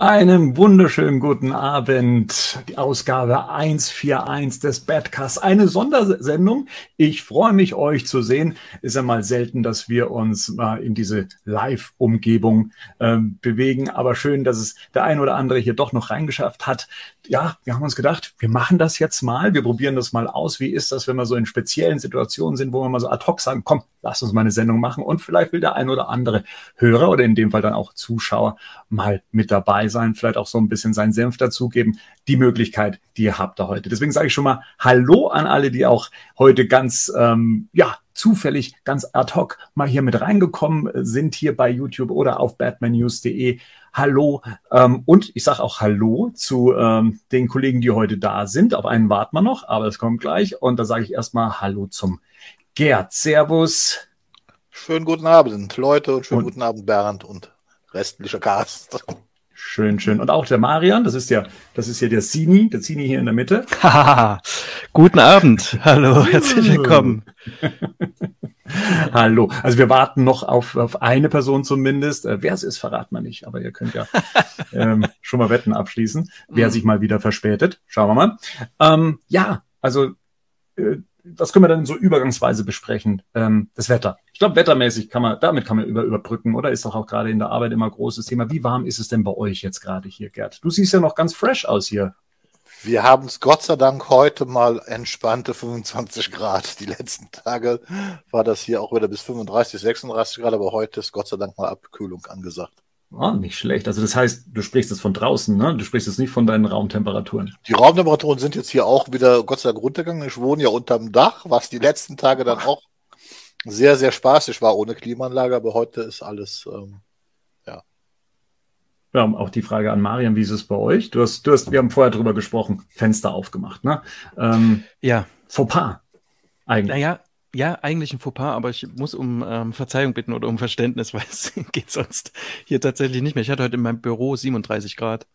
Einen wunderschönen guten Abend. Die Ausgabe 141 des Badcasts. Eine Sondersendung. Ich freue mich, euch zu sehen. Ist ja mal selten, dass wir uns mal in diese Live-Umgebung bewegen. Aber schön, dass es der ein oder andere hier doch noch reingeschafft hat. Ja, wir haben uns gedacht, wir machen das jetzt mal. Wir probieren das mal aus. Wie ist das, wenn wir so in speziellen Situationen sind, wo wir mal so ad hoc sagen, komm, lass uns mal eine Sendung machen. Und vielleicht will der ein oder andere Hörer oder in dem Fall dann auch Zuschauer mal mit dabei sein, vielleicht auch so ein bisschen seinen Senf dazugeben. Die Möglichkeit, die ihr habt da heute. Deswegen sage ich schon mal Hallo an alle, die auch heute ganz, zufällig, ganz ad hoc mal hier mit reingekommen sind, hier bei YouTube oder auf batmannews.de. Hallo und ich sage auch Hallo zu den Kollegen, die heute da sind. Auf einen warten wir noch, aber das kommt gleich. Und da sage ich erstmal Hallo zum Gerd. Servus. Schönen guten Abend, Leute, und schönen guten Abend, Bernd und restlicher Cast. Schön, schön. Und auch der Marian, das ist ja der Sini hier in der Mitte. Guten Abend. Hallo, herzlich willkommen. Hallo. Also wir warten noch auf eine Person zumindest. Wer es ist, verraten wir nicht. Aber ihr könnt ja schon mal Wetten abschließen, wer sich mal wieder verspätet. Schauen wir mal. Was können wir dann so übergangsweise besprechen? Das Wetter. Ich glaube, wettermäßig damit kann man überbrücken, oder? Ist doch auch gerade in der Arbeit immer ein großes Thema. Wie warm ist es denn bei euch jetzt gerade hier, Gerd? Du siehst ja noch ganz fresh aus hier. Wir haben es Gott sei Dank heute mal entspannte 25 Grad. Die letzten Tage war das hier auch wieder bis 35, 36 Grad, aber heute ist Gott sei Dank mal Abkühlung angesagt. Oh, nicht schlecht. Also das heißt, du sprichst jetzt von draußen, ne? Du sprichst jetzt nicht von deinen Raumtemperaturen. Die Raumtemperaturen sind jetzt hier auch wieder Gott sei Dank runtergegangen. Ich wohne ja unterm Dach, was die letzten Tage dann auch sehr, sehr spaßig war ohne Klimaanlage, aber heute ist alles, Ja, auch die Frage an Marian, wie ist es bei euch? Wir haben vorher drüber gesprochen, Fenster aufgemacht, ne? Ja. Fauxpas eigentlich. Naja, ja, eigentlich ein Fauxpas, aber ich muss um Verzeihung bitten oder um Verständnis, weil es geht sonst hier tatsächlich nicht mehr. Ich hatte heute in meinem Büro 37 Grad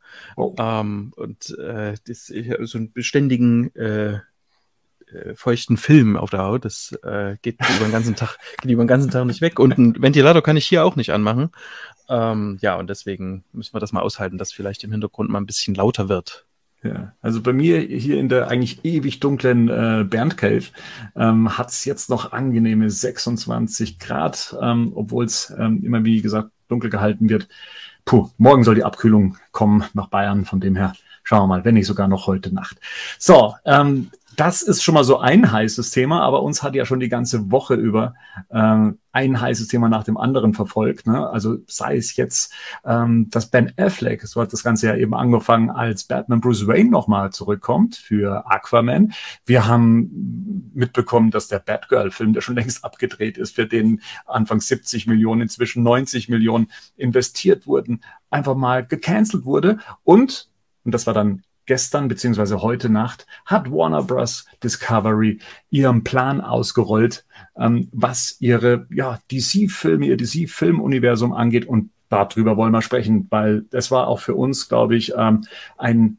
das so einen beständigen feuchten Film auf der Haut. Das geht über den ganzen Tag nicht weg. Und einen Ventilator kann ich hier auch nicht anmachen. Und deswegen müssen wir das mal aushalten, dass vielleicht im Hintergrund mal ein bisschen lauter wird. Ja, also bei mir hier in der eigentlich ewig dunklen Bernd Cave hat es jetzt noch angenehme 26 Grad, obwohl es immer, wie gesagt, dunkel gehalten wird. Morgen soll die Abkühlung kommen nach Bayern, von dem her schauen wir mal, wenn nicht sogar noch heute Nacht. So, das ist schon mal so ein heißes Thema, aber uns hat ja schon die ganze Woche über ein heißes Thema nach dem anderen verfolgt. Ne? Also sei es jetzt, dass Ben Affleck, so hat das Ganze ja eben angefangen, als Batman Bruce Wayne nochmal zurückkommt für Aquaman. Wir haben mitbekommen, dass der Batgirl-Film, der schon längst abgedreht ist, für den Anfang 70 Millionen, inzwischen 90 Millionen investiert wurden, einfach mal gecancelt wurde. Und das war dann gestern beziehungsweise heute Nacht hat Warner Bros. Discovery ihren Plan ausgerollt, was ihre DC-Filme, ihr DC-Filmuniversum angeht. Und darüber wollen wir sprechen, weil das war auch für uns, glaube ich, eine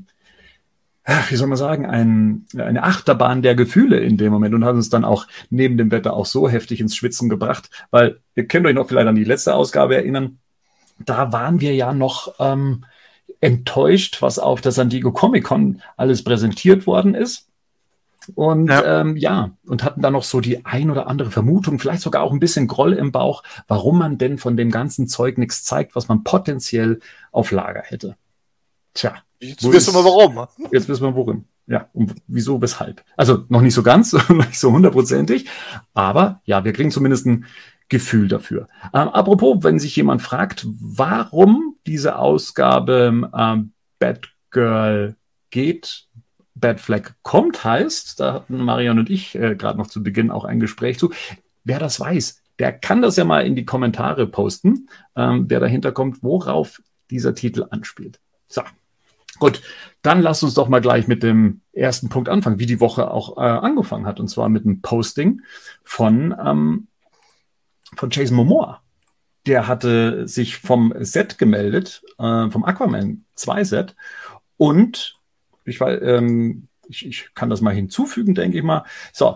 Achterbahn der Gefühle in dem Moment und hat uns dann auch neben dem Wetter auch so heftig ins Schwitzen gebracht, weil ihr könnt euch noch vielleicht an die letzte Ausgabe erinnern, da waren wir ja noch enttäuscht, was auf der San Diego Comic-Con alles präsentiert worden ist. Und und hatten dann noch so die ein oder andere Vermutung, vielleicht sogar auch ein bisschen Groll im Bauch, warum man denn von dem ganzen Zeug nichts zeigt, was man potenziell auf Lager hätte. Tja. Jetzt wissen wir warum. Jetzt wissen wir worum. Ja, und wieso, weshalb. Also noch nicht so ganz, noch nicht so hundertprozentig, aber ja, wir kriegen zumindest ein Gefühl dafür. Apropos, wenn sich jemand fragt, warum diese Ausgabe Batgirl geht, Batfleck kommt, heißt, da hatten Marian und ich gerade noch zu Beginn auch ein Gespräch zu. Wer das weiß, der kann das ja mal in die Kommentare posten, wer dahinter kommt, worauf dieser Titel anspielt. So, gut, dann lasst uns doch mal gleich mit dem ersten Punkt anfangen, wie die Woche auch angefangen hat, und zwar mit einem Posting von Jason Momoa. Der hatte sich vom Set gemeldet, vom Aquaman 2 Set, und ich kann das mal hinzufügen, denke ich mal. So,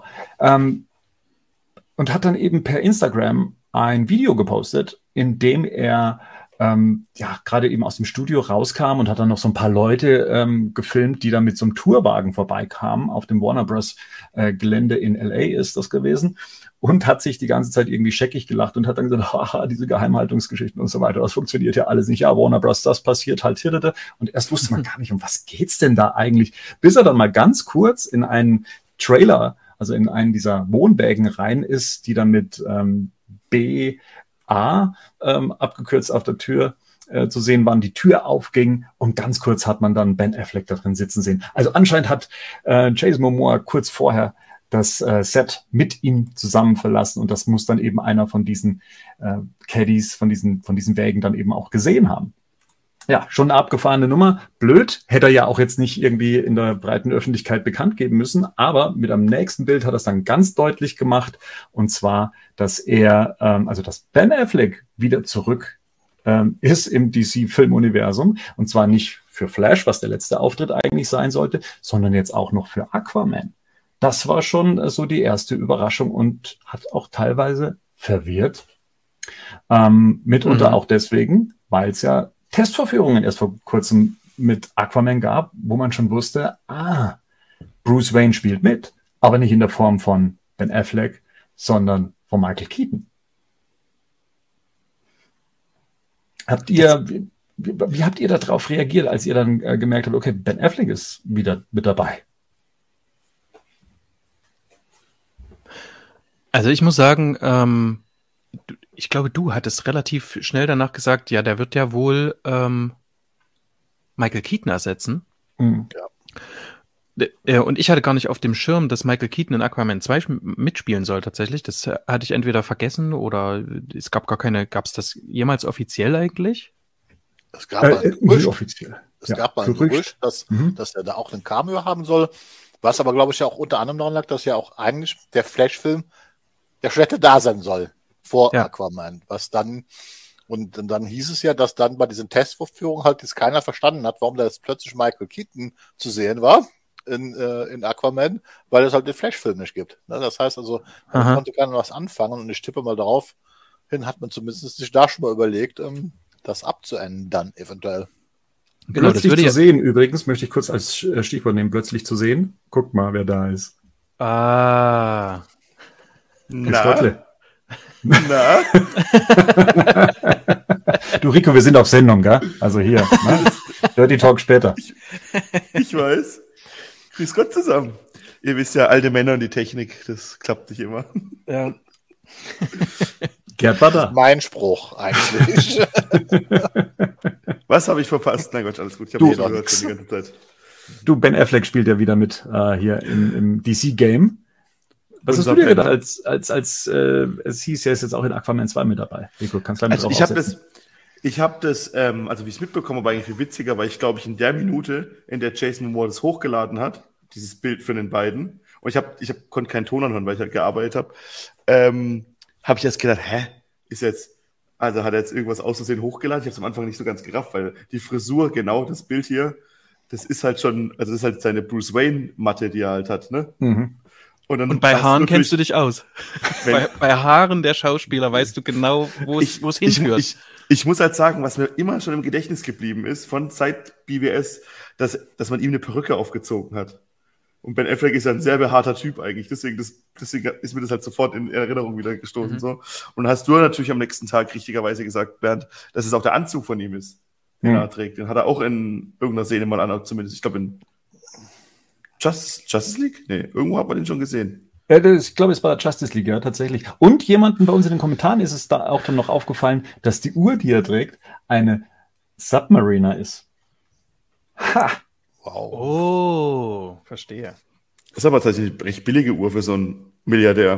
und hat dann eben per Instagram ein Video gepostet, in dem er gerade eben aus dem Studio rauskam und hat dann noch so ein paar Leute gefilmt, die dann mit so einem Tourwagen vorbeikamen. Auf dem Warner Bros. Gelände in LA ist das gewesen. Und hat sich die ganze Zeit irgendwie scheckig gelacht und hat dann gesagt, haha, diese Geheimhaltungsgeschichten und so weiter, das funktioniert ja alles nicht. Ja, Warner Bros., das passiert halt hier. Und erst wusste man gar nicht, um was geht's denn da eigentlich? Bis er dann mal ganz kurz in einen Trailer, also in einen dieser Wohnwägen rein ist, die dann mit BA abgekürzt auf der Tür zu sehen waren, die Tür aufging und ganz kurz hat man dann Ben Affleck da drin sitzen sehen. Also anscheinend hat Jason Momoa kurz vorher das Set mit ihm zusammen verlassen und das muss dann eben einer von diesen Caddies, von diesen Wägen dann eben auch gesehen haben. Ja, schon eine abgefahrene Nummer. Blöd, hätte er ja auch jetzt nicht irgendwie in der breiten Öffentlichkeit bekannt geben müssen, aber mit am nächsten Bild hat er es dann ganz deutlich gemacht und zwar, dass dass Ben Affleck wieder zurück ist im DC-Filmuniversum und zwar nicht für Flash, was der letzte Auftritt eigentlich sein sollte, sondern jetzt auch noch für Aquaman. Das war schon so die erste Überraschung und hat auch teilweise verwirrt. Mitunter auch deswegen, weil es ja Testvorführungen erst vor kurzem mit Aquaman gab, wo man schon wusste, Bruce Wayne spielt mit, aber nicht in der Form von Ben Affleck, sondern von Michael Keaton. Wie habt ihr darauf reagiert, als ihr dann gemerkt habt, okay, Ben Affleck ist wieder mit dabei? Also ich muss sagen, ich glaube, du hattest relativ schnell danach gesagt, ja, der wird ja wohl Michael Keaton ersetzen. Mhm. Ja. Und ich hatte gar nicht auf dem Schirm, dass Michael Keaton in Aquaman 2 mitspielen soll tatsächlich. Das hatte ich entweder vergessen oder es gab gab es das jemals offiziell eigentlich? Es gab ein Gerücht, offiziell. gab mal ein Gerücht, dass er da auch einen Cameo haben soll. Was aber, glaube ich, ja auch unter anderem daran lag, dass ja auch eigentlich der Flash-Film, der schon hätte da sein soll vor Aquaman. Und dann hieß es ja, dass dann bei diesen Testvorführungen halt jetzt keiner verstanden hat, warum da jetzt plötzlich Michael Keaton zu sehen war in Aquaman, weil es halt den Flash-Film nicht gibt. Ne? Das heißt also, man konnte keiner was anfangen und ich tippe mal darauf hin, hat man zumindest sich da schon mal überlegt, das abzuändern eventuell. Genau, plötzlich zu sehen, übrigens, möchte ich kurz als Stichwort nehmen, plötzlich zu sehen. Guck mal, wer da ist. Na? Du, Rico, wir sind auf Sendung, gell? Also hier, ne? Dirty Talk später. Ich weiß. Grüß Gott zusammen. Ihr wisst ja, alte Männer und die Technik, das klappt nicht immer. Ja. Gerd war da. Mein Spruch eigentlich. Was habe ich verpasst? Na Gott, alles gut. Ich habe hier gehört schon die ganze Zeit. Du, Ben Affleck spielt ja wieder mit hier im DC-Game. Was hast du dir gedacht, als es hieß, er ist jetzt auch in Aquaman 2 mit dabei? Rico, kannst du also ich habe das, also wie ich es mitbekommen habe, eigentlich viel witziger, weil ich glaube, in der Minute, in der Jason Momoa das hochgeladen hat, dieses Bild von den beiden, und ich konnte keinen Ton anhören, weil ich halt gearbeitet habe, habe ich erst gedacht, hat er jetzt irgendwas aus Versehen hochgeladen? Ich habe es am Anfang nicht so ganz gerafft, weil die Frisur, genau, das Bild hier, das ist halt schon, also das ist halt seine Bruce Wayne-Matte, die er halt hat, ne? Mhm. Und bei Haaren kennst du dich aus. Bei Haaren der Schauspieler weißt du genau, wo es hinführt. Ich muss halt sagen, was mir immer schon im Gedächtnis geblieben ist, von seit BWS, dass man ihm eine Perücke aufgezogen hat. Und Ben Affleck ist ja ein sehr behaarter Typ eigentlich. Deswegen ist mir das halt sofort in Erinnerung wieder gestoßen. So. Und hast du natürlich am nächsten Tag richtigerweise gesagt, Bernd, dass es auch der Anzug von ihm ist, den er trägt. Den hat er auch in irgendeiner Szene mal an, zumindest, ich glaube in Justice League? Nee, irgendwo hat man den schon gesehen. Ich glaube, es war Justice League, ja, tatsächlich. Und jemanden bei uns in den Kommentaren ist es da auch dann noch aufgefallen, dass die Uhr, die er trägt, eine Submariner ist. Ha! Wow. Oh, verstehe. Das ist aber tatsächlich eine recht billige Uhr für so einen Milliardär.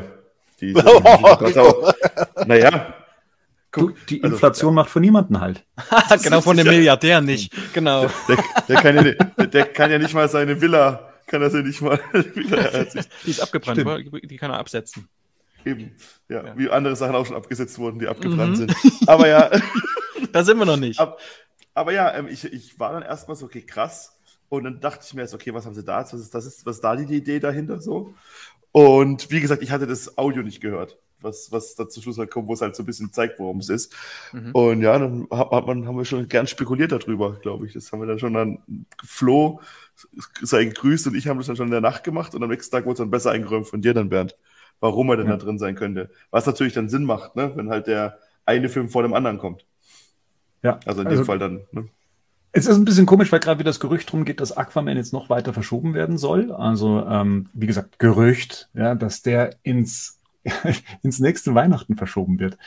Naja. Die Inflation macht von niemandem halt. Genau, von dem Milliardär nicht. Genau. Der kann ja nicht mal seine Villa, kann er sich nicht mal Die ist abgebrannt, die kann er absetzen. Eben, ja, wie andere Sachen auch schon abgesetzt wurden, die abgebrannt sind. Aber ja. Da sind wir noch nicht. Aber ja, ich war dann erstmal so, okay, krass. Und dann dachte ich mir jetzt, okay, was haben sie da? Was ist da die Idee dahinter so? Und wie gesagt, ich hatte das Audio nicht gehört. was da zum Schluss halt kommt, wo es halt so ein bisschen zeigt, worum es ist. Und ja, dann haben wir schon gern spekuliert darüber, glaube ich. Das haben wir dann schon Flo sei gegrüßt und ich haben das dann schon in der Nacht gemacht und am nächsten Tag wurde es dann besser eingeräumt von dir dann, Bernd, warum er denn da drin sein könnte. Was natürlich dann Sinn macht, ne? Wenn halt der eine Film vor dem anderen kommt. Ja. Also in dem Fall dann, ne? Es ist ein bisschen komisch, weil gerade wieder das Gerücht drum geht, dass Aquaman jetzt noch weiter verschoben werden soll. Also, wie gesagt, Gerücht, ja, dass der ins nächste Weihnachten verschoben wird.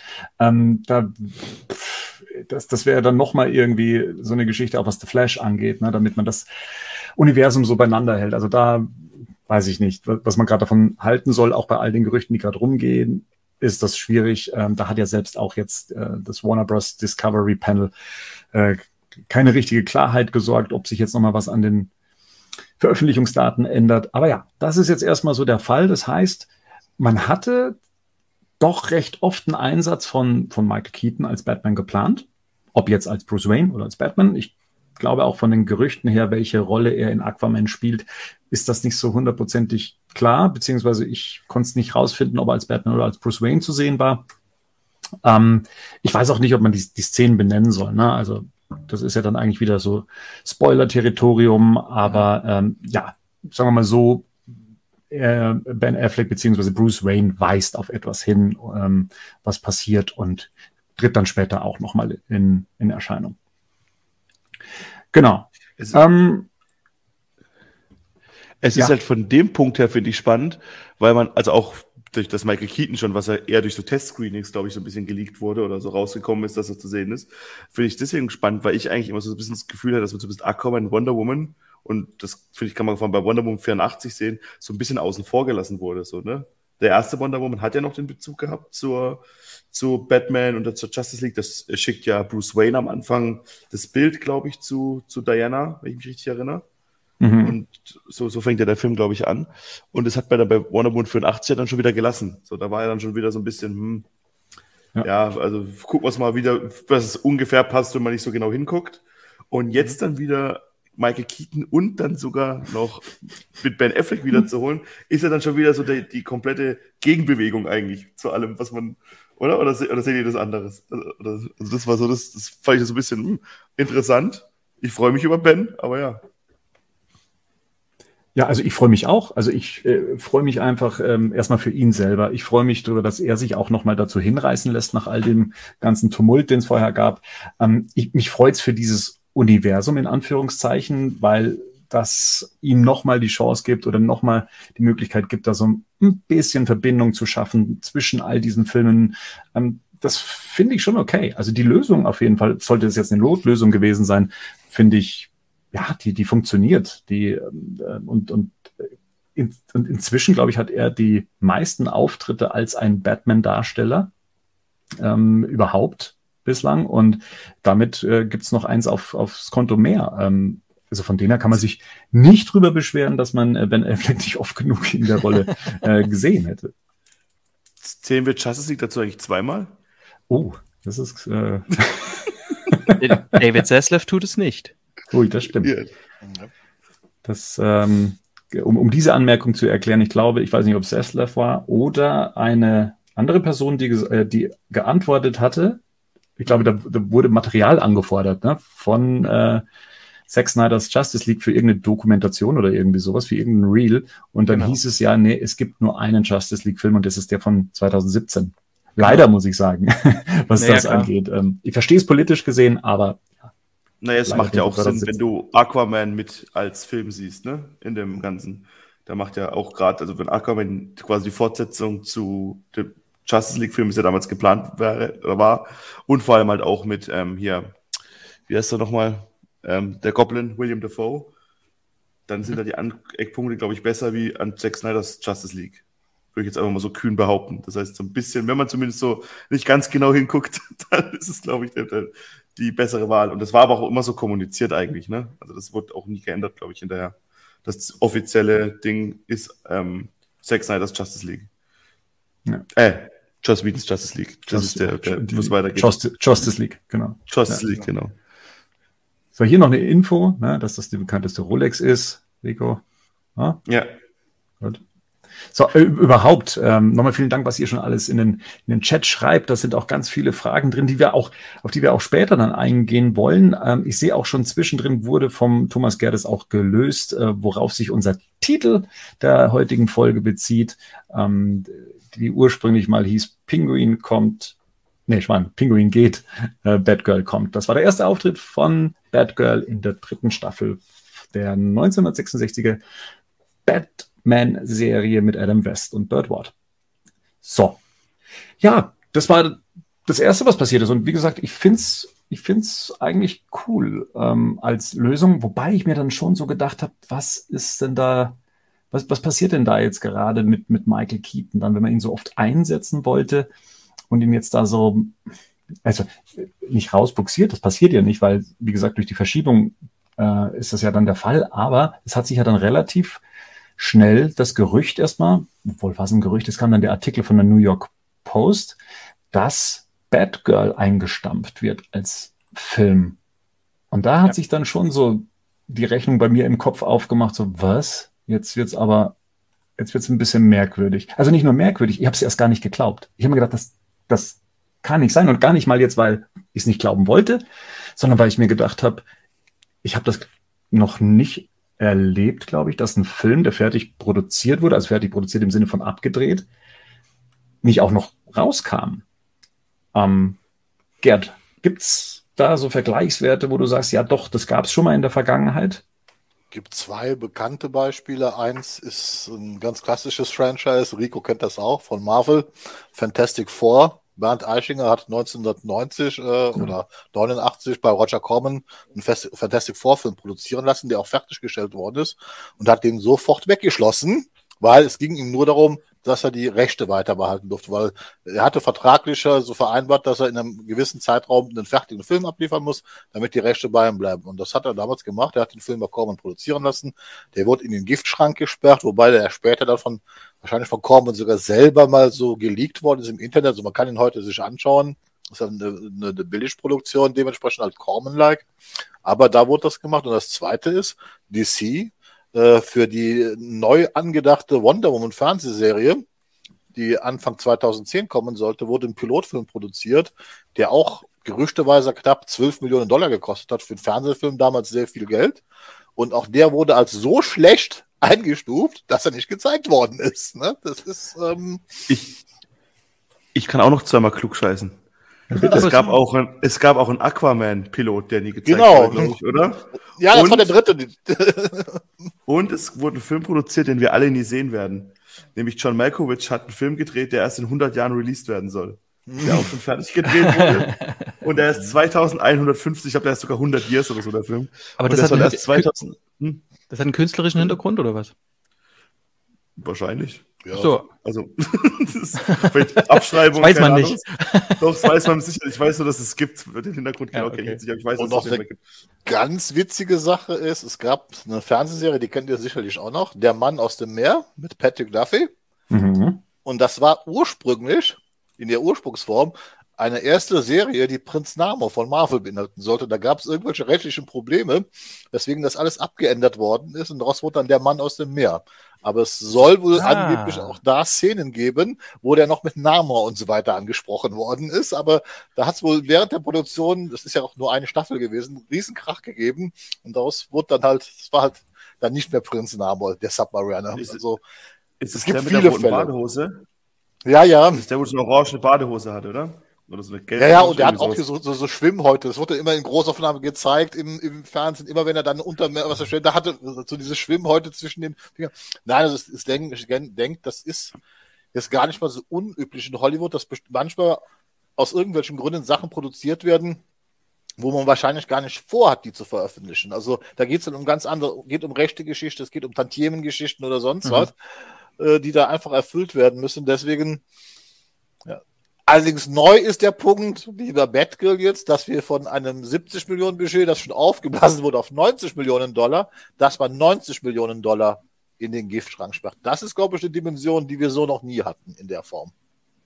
Das wäre dann nochmal irgendwie so eine Geschichte, auch was The Flash angeht, ne, damit man das Universum so beieinander hält. Also da weiß ich nicht, was man gerade davon halten soll, auch bei all den Gerüchten, die gerade rumgehen, ist das schwierig. Da hat ja selbst auch jetzt das Warner Bros. Discovery Panel keine richtige Klarheit gesorgt, ob sich jetzt nochmal was an den Veröffentlichungsdaten ändert. Aber ja, das ist jetzt erstmal so der Fall. Das heißt, man hatte doch recht oft einen Einsatz von Michael Keaton als Batman geplant. Ob jetzt als Bruce Wayne oder als Batman. Ich glaube auch von den Gerüchten her, welche Rolle er in Aquaman spielt, ist das nicht so hundertprozentig klar, beziehungsweise ich konnte es nicht rausfinden, ob er als Batman oder als Bruce Wayne zu sehen war. Ich weiß auch nicht, ob man die Szenen benennen soll. Ne? Also das ist ja dann eigentlich wieder so Spoiler-Territorium, aber ja, sagen wir mal so, Ben Affleck beziehungsweise Bruce Wayne weist auf etwas hin, was passiert und tritt dann später auch nochmal in Erscheinung. Genau. Es ist halt von dem Punkt her, finde ich, spannend, weil man, also auch durch das Michael Keaton schon, was ja eher durch so Testscreenings, glaube ich, so ein bisschen geleakt wurde oder so rausgekommen ist, dass er zu sehen ist, finde ich deswegen spannend, weil ich eigentlich immer so ein bisschen das Gefühl hatte, dass man so ein bisschen Aquaman, Wonder Woman, und das, finde ich, kann man bei Wonder Woman 84 sehen, so ein bisschen außen vor gelassen wurde, so, ne? Der erste Wonder Woman hat ja noch den Bezug gehabt zu Batman und zur Justice League. Das schickt ja Bruce Wayne am Anfang das Bild, glaube ich, zu Diana, wenn ich mich richtig erinnere. Und so fängt ja der Film, glaube ich, an. Und das hat man dann bei Wonder Woman 84 dann schon wieder gelassen. So, da war er dann schon wieder so ein bisschen, also gucken wir es mal wieder, was es ungefähr passt, wenn man nicht so genau hinguckt. Und jetzt dann wieder Michael Keaton und dann sogar noch mit Ben Affleck wieder zu holen, ist ja dann schon wieder so die komplette Gegenbewegung eigentlich zu allem, was man, oder seht ihr das anderes? Also das war so, das fand ich so ein bisschen interessant. Ich freue mich über Ben, aber ja. Ja, also ich freue mich auch. Also ich freue mich einfach erstmal für ihn selber. Ich freue mich darüber, dass er sich auch nochmal dazu hinreißen lässt, nach all dem ganzen Tumult, den es vorher gab. Mich freut es für dieses Universum in Anführungszeichen, weil das ihm nochmal die Chance gibt oder nochmal die Möglichkeit gibt, da so ein bisschen Verbindung zu schaffen zwischen all diesen Filmen. Das finde ich schon okay. Also die Lösung auf jeden Fall, sollte es jetzt eine Notlösung gewesen sein, finde ich, ja, die funktioniert. Und inzwischen, glaube ich, hat er die meisten Auftritte als ein Batman-Darsteller überhaupt bislang. Und damit gibt es noch eins aufs Konto mehr. Also von denen her kann man sich nicht drüber beschweren, dass man Ben Affleck nicht oft genug in der Rolle gesehen hätte. Zählen wir Justice League dazu eigentlich zweimal? Oh, das ist... David Zaslav tut es nicht. Ui, das stimmt. Das, um diese Anmerkung zu erklären, ich glaube, ich weiß nicht, ob es Zaslav war oder eine andere Person, die geantwortet hatte. Ich glaube, da wurde Material angefordert, ne, von Zack Snyders Justice League für irgendeine Dokumentation oder irgendwie sowas, für irgendein Reel. Und dann hieß es ja, nee, es gibt nur einen Justice League-Film und das ist der von 2017. Leider, muss ich sagen, was das angeht. Ich verstehe es politisch gesehen, aber naja, es macht ja auch Sinn, wenn du Aquaman mit als Film siehst, ne? In dem Ganzen. Da macht ja auch gerade, also wenn Aquaman quasi die Fortsetzung zu dem Justice League-Film ist ja damals geplant war. Und vor allem halt auch mit hier, wie heißt er nochmal? Der Goblin, William Dafoe. Dann sind da die Eckpunkte, glaube ich, besser wie an Zack Snyders Justice League. Würde ich jetzt einfach mal so kühn behaupten. Das heißt, so ein bisschen, wenn man zumindest so nicht ganz genau hinguckt, dann ist es, glaube ich, die bessere Wahl. Und das war aber auch immer so kommuniziert eigentlich, ne? Also das wurde auch nie geändert, glaube ich, hinterher. Das offizielle Ding ist Zack Snyders Justice League. Ja. Joss Whedons Justice League. Das ist der wo es weitergeht. Justice League, genau. Justice League, genau. So, hier noch eine Info, ne, dass das die bekannteste Rolex ist, Rico. Ja. Gut. So, überhaupt, nochmal vielen Dank, was ihr schon alles in den Chat schreibt. Das sind auch ganz viele Fragen drin, auf die wir auch später dann eingehen wollen. Ich sehe auch schon zwischendrin wurde vom Thomas Gerdes auch gelöst, worauf sich unser Titel der heutigen Folge bezieht, die ursprünglich mal hieß Pinguin geht, Batgirl kommt. Das war der erste Auftritt von Batgirl in der 3. Staffel der 1966er Batman-Serie mit Adam West und Burt Ward. So. Ja, das war das Erste, was passiert ist. Und wie gesagt, ich find's eigentlich cool als Lösung, wobei ich mir dann schon so gedacht habe, was passiert denn da jetzt gerade mit Michael Keaton dann, wenn man ihn so oft einsetzen wollte und ihn jetzt da so, also nicht rausbuxiert, das passiert ja nicht, weil, wie gesagt, durch die Verschiebung ist das ja dann der Fall, aber es hat sich ja dann relativ schnell das Gerücht erstmal, obwohl was ein Gerücht, es kam dann der Artikel von der New York Post, dass Batgirl eingestampft wird als Film. Und da hat sich dann schon so die Rechnung bei mir im Kopf aufgemacht, so was? Jetzt wird's ein bisschen merkwürdig. Also nicht nur merkwürdig, ich habe es erst gar nicht geglaubt. Ich habe mir gedacht, das kann nicht sein und gar nicht mal jetzt, weil ich es nicht glauben wollte, sondern weil ich mir gedacht habe, ich habe das noch nicht erlebt, glaube ich, dass ein Film, der fertig produziert wurde, also fertig produziert im Sinne von abgedreht, nicht auch noch rauskam. Gerd, gibt's da so Vergleichswerte, wo du sagst, ja doch, das gab es schon mal in der Vergangenheit? Gibt 2 bekannte Beispiele. Eins ist ein ganz klassisches Franchise, Rico kennt das auch, von Marvel, Fantastic Four. Bernd Eichinger hat 1990 oder 89 bei Roger Corman einen Fantastic Four-Film produzieren lassen, der auch fertiggestellt worden ist und hat den sofort weggeschlossen, weil es ging ihm nur darum, dass er die Rechte weiter behalten durfte, weil er hatte vertraglich so vereinbart, dass er in einem gewissen Zeitraum einen fertigen Film abliefern muss, damit die Rechte bei ihm bleiben. Und das hat er damals gemacht. Er hat den Film bei Corman produzieren lassen. Der wurde in den Giftschrank gesperrt, wobei der später dann wahrscheinlich von Corman sogar selber mal so geleakt worden ist im Internet. Also man kann ihn heute sich anschauen. Das ist eine Billigproduktion, dementsprechend halt Corman-like. Aber da wurde das gemacht. Und das Zweite ist, DC für die neu angedachte Wonder Woman Fernsehserie, die Anfang 2010 kommen sollte, wurde ein Pilotfilm produziert, der auch gerüchteweise knapp $12 Millionen gekostet hat. Für einen Fernsehfilm damals sehr viel Geld. Und auch der wurde als so schlecht eingestuft, dass er nicht gezeigt worden ist. Ne? Das ist. Ich kann auch noch zweimal klugscheißen. Es gab auch einen Aquaman-Pilot, der nie gezeigt wurde, glaube ich, oder? Ja, das war der dritte. Und es wurde ein Film produziert, den wir alle nie sehen werden. Nämlich John Malkovich hat einen Film gedreht, der erst in 100 Jahren released werden soll. Der auch schon fertig gedreht wurde. Und der ist 2150, ich glaube, der ist sogar 100 Years oder so, der Film. Aber das hat erst 2000. Das hat einen künstlerischen Hintergrund, oder was? Wahrscheinlich. Ja. So. Also, das ist Abschreibung. Das weiß man nicht. Doch, das weiß man sicher. Ich weiß nur, dass es gibt. Den Hintergrund genau kenne ich jetzt nicht, aber ich weiß, und dass noch eine ganz witzige Sache ist, es gab eine Fernsehserie, die kennt ihr sicherlich auch noch, Der Mann aus dem Meer mit Patrick Duffy. Mhm. Und das war ursprünglich, in der Ursprungsform, eine erste Serie, die Prinz Namor von Marvel beinhalten sollte. Da gab es irgendwelche rechtlichen Probleme, weswegen das alles abgeändert worden ist und daraus wurde dann Der Mann aus dem Meer. Aber es soll wohl angeblich auch da Szenen geben, wo der noch mit Namor und so weiter angesprochen worden ist. Aber da hat es wohl während der Produktion, das ist ja auch nur eine Staffel gewesen, einen Riesenkrach gegeben. Und daraus wurde dann halt, es war halt dann nicht mehr Prinz Namor, der Submariner. Also, es gibt viele Fälle. Badehose? Ja, ja. Das ist der, wo so eine orange Badehose hatte, oder? Oder so eine gelbe ja, und der hat auch so Schwimmhäute. Das wurde immer in Großaufnahme gezeigt im Fernsehen. Immer wenn er dann unter was er stellt, da hatte so diese Schwimmhäute zwischen den Fingern. Nein, also ich denke, das ist jetzt gar nicht mal so unüblich in Hollywood, dass manchmal aus irgendwelchen Gründen Sachen produziert werden, wo man wahrscheinlich gar nicht vorhat, die zu veröffentlichen. Also da geht es dann um ganz andere, geht um rechte Geschichte, es geht um Tantiemengeschichten oder sonst was, die da einfach erfüllt werden müssen. Deswegen, ja. Allerdings neu ist der Punkt, wie bei Batgirl jetzt, dass wir von einem 70 Millionen Budget, das schon aufgeblasen wurde auf $90 Millionen, dass man $90 Millionen in den Giftschrank sperrt. Das ist, glaube ich, eine Dimension, die wir so noch nie hatten in der Form.